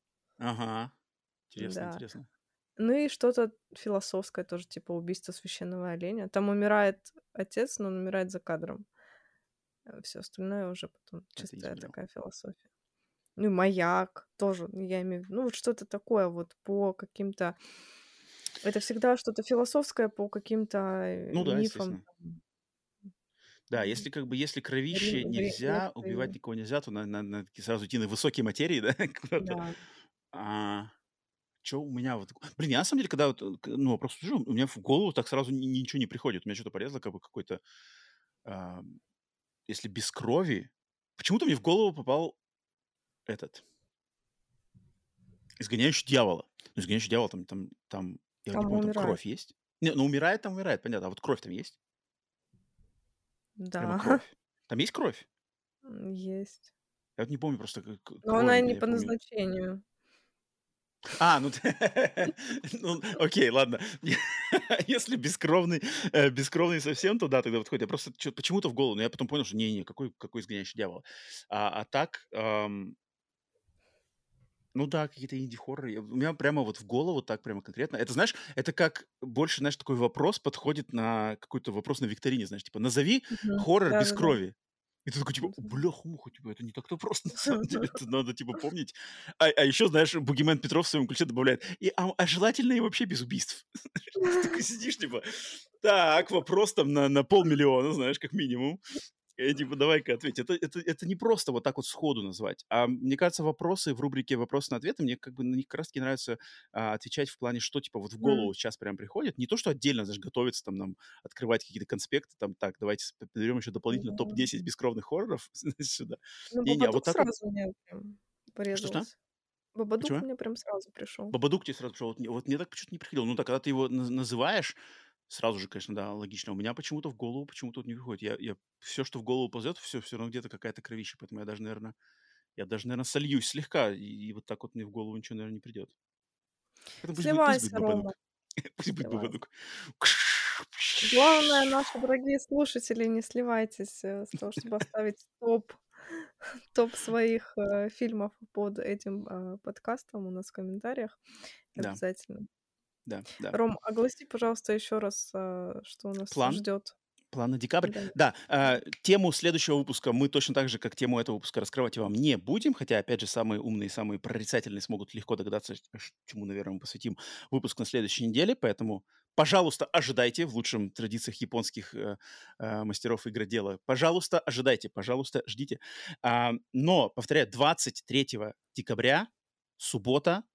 Ага. Интересно, Да. интересно. Ну и что-то философское тоже, типа "Убийство священного оленя". Там умирает отец, но он умирает за кадром. А всё остальное уже потом Это не чистая смотрел. такая философия. Ну и "Маяк" тоже, ну, я имею в виду, ну, вот что-то такое вот по каким-то это всегда что-то философское по каким-то, э, Ну да, мифам естественно. там. Да, если как бы, если Рим кровище Гре нельзя, убивать Греции. никого нельзя, то на на на сразу идти на высокие материи, да, куда-то. Да. А, чё у меня вот Блин, я на самом деле, когда вот, э, к ну, вопрос сижу, у меня в голову так сразу ни ничего не приходит. У меня чё-то полезло, как бы какой-то, ам, если без крови почему-то мне в голову попал этот "Изгоняющий дьявола". Ну, "Изгоняющий дьявола", там там там, я вот не Там помню, там умирает. кровь есть? Не, ну, умирает там умирает, понятно, а вот кровь там есть? Прямо Да. кровь. Там есть кровь? М, есть. Я вот не помню просто к к Но она крови, и где не я по помню назначению. А, ну ты ну, окей, ладно. Если бескровный, э, бескровный совсем, то да, тогда подходит. Я просто чё почему-то в голову, но я потом понял, что не не, какой какой "Изгоняющий дьявола". А а так, ам ну да, какие-то инди-хорроры. Я у меня прямо вот в голову так прямо конкретно. Это, знаешь, это как больше, знаешь, такой вопрос подходит на какой-то вопрос на викторине, знаешь, типа: "Назови Мгм. хоррор без Да-да-да. крови". И ты такой типа: "Бляха-муха, типа, это не так-то просто на самом деле, это надо, типа, помнить". А а еще, знаешь, Бугимен Петров в своем ключе добавляет: "И, а а желательно и вообще без убийств". Ты такой сидишь, типа: "Так, вопрос там на на полмиллиона, знаешь, как минимум". И типа давай-ка ответь. Это это это не просто вот так вот сходу назвать. А мне кажется, вопросы в рубрике "Вопросы на ответы", мне как бы на них как раз таки нравится, а, отвечать в плане, что типа вот в Мгм. голову сейчас прям приходит. Не то, что отдельно, знаешь, готовиться там нам, открывать какие-то конспекты, там: "Так, давайте с подберем еще дополнительно топ Да. десять бескровных хорроров сюда". Ну, Не не, а вот "Бабадук" так вот сразу мне прям Что-что? порезался. "Бабадук" Почему? мне прям сразу пришел. "Бабадук" те сразу пришел. Вот мне вот мне так почему-то не приходило. Ну да, когда ты его наз называешь, сразу же, конечно, да, логично. У меня почему-то в голову почему-то вот не приходит. Я я всё, что в голову ползет, всё всё равно где-то какая-то кровища. Поэтому я даже, наверно я даже, наверно, сольюсь слегка, и и вот так вот мне в голову ничего, наверно, не придет. Поэтому пусть будет пусть будет Сливайся, Рома, "Бабадук". Пусть будет сливайся. "Бабадук". Главное, наши дорогие слушатели, не сливайтесь, э, с того, чтобы оставить топ топ своих, э, фильмов под этим, а, подкастом у нас в комментариях Да. обязательно. Да, да. Ром, огласи, пожалуйста, еще раз, а, что нас План? ждет. План на декабрь? Да. Да, Да. а, тему следующего выпуска мы точно так же, как тему этого выпуска, раскрывать вам не будем. Хотя, опять же, самые умные, самые прорицательные смогут легко догадаться, ш ш чему, наверно, мы посвятим выпуск на следующей неделе. Поэтому, пожалуйста, ожидайте в лучшем традициях японских, э, а, мастеров игродела. Пожалуйста, ожидайте, пожалуйста, ждите. А, но, повторяю, двадцать третьего декабря, суббота,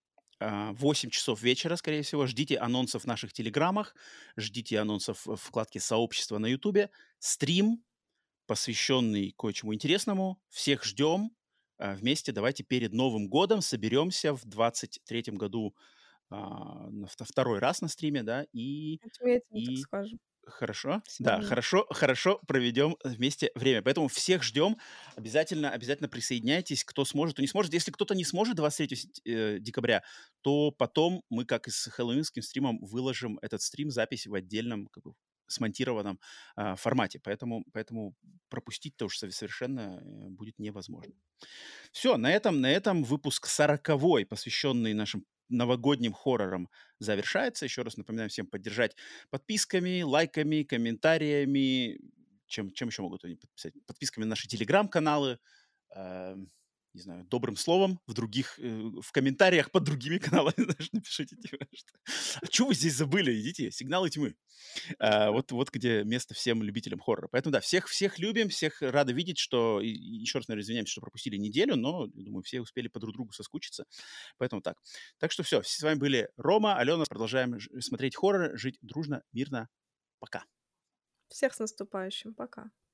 а, восемь часов вечера, скорее всего. Ждите анонсов в наших телеграммах, ждите анонсов в вкладке "Сообщество" на "Ютубе". Стрим, посвященный кое-чему интересному. Всех ждем. А, вместе давайте перед Новым годом соберемся в двадцать третьем году, а, на вто второй раз на стриме, да, и Отметим, так и скажем. хорошо, да, Семьей. хорошо хорошо проведем вместе время. Поэтому всех ждем. Обязательно обязательно присоединяйтесь, кто сможет, кто не сможет. Если кто-то не сможет двадцать третьего сентя э, декабря, то потом мы, как и с хэллоуинским стримом, выложим этот стрим, запись в отдельном, как бы смонтированном, а, формате. Поэтому поэтому пропустить-то уж сове совершенно, э, будет невозможно. Всё, на этом на этом выпуск сороковой, посвященный нашим новогодним хоррорам, завершается. Еще раз напоминаю всем поддержать подписками, лайками, комментариями. Чем чем еще могут они подписать? Подписками на наши телеграм-каналы, ам, не знаю, добрым словом в других, э, в комментариях под другими каналами, знаешь, напишите, типа, что: "А чё вы здесь забыли? Идите, "Сигналы тьмы". А, вот вот где место всем любителям хоррора. Поэтому да, всех всех любим, всех рады видеть, что и и еще раз, наверно, извиняемся, что пропустили неделю, но, я думаю, все успели по друг другу соскучиться. Поэтому так. Так что всё. С вами были Рома, Алена. Продолжаем ж смотреть хорроры, жить дружно, мирно. Пока. Всех с наступающим. Пока.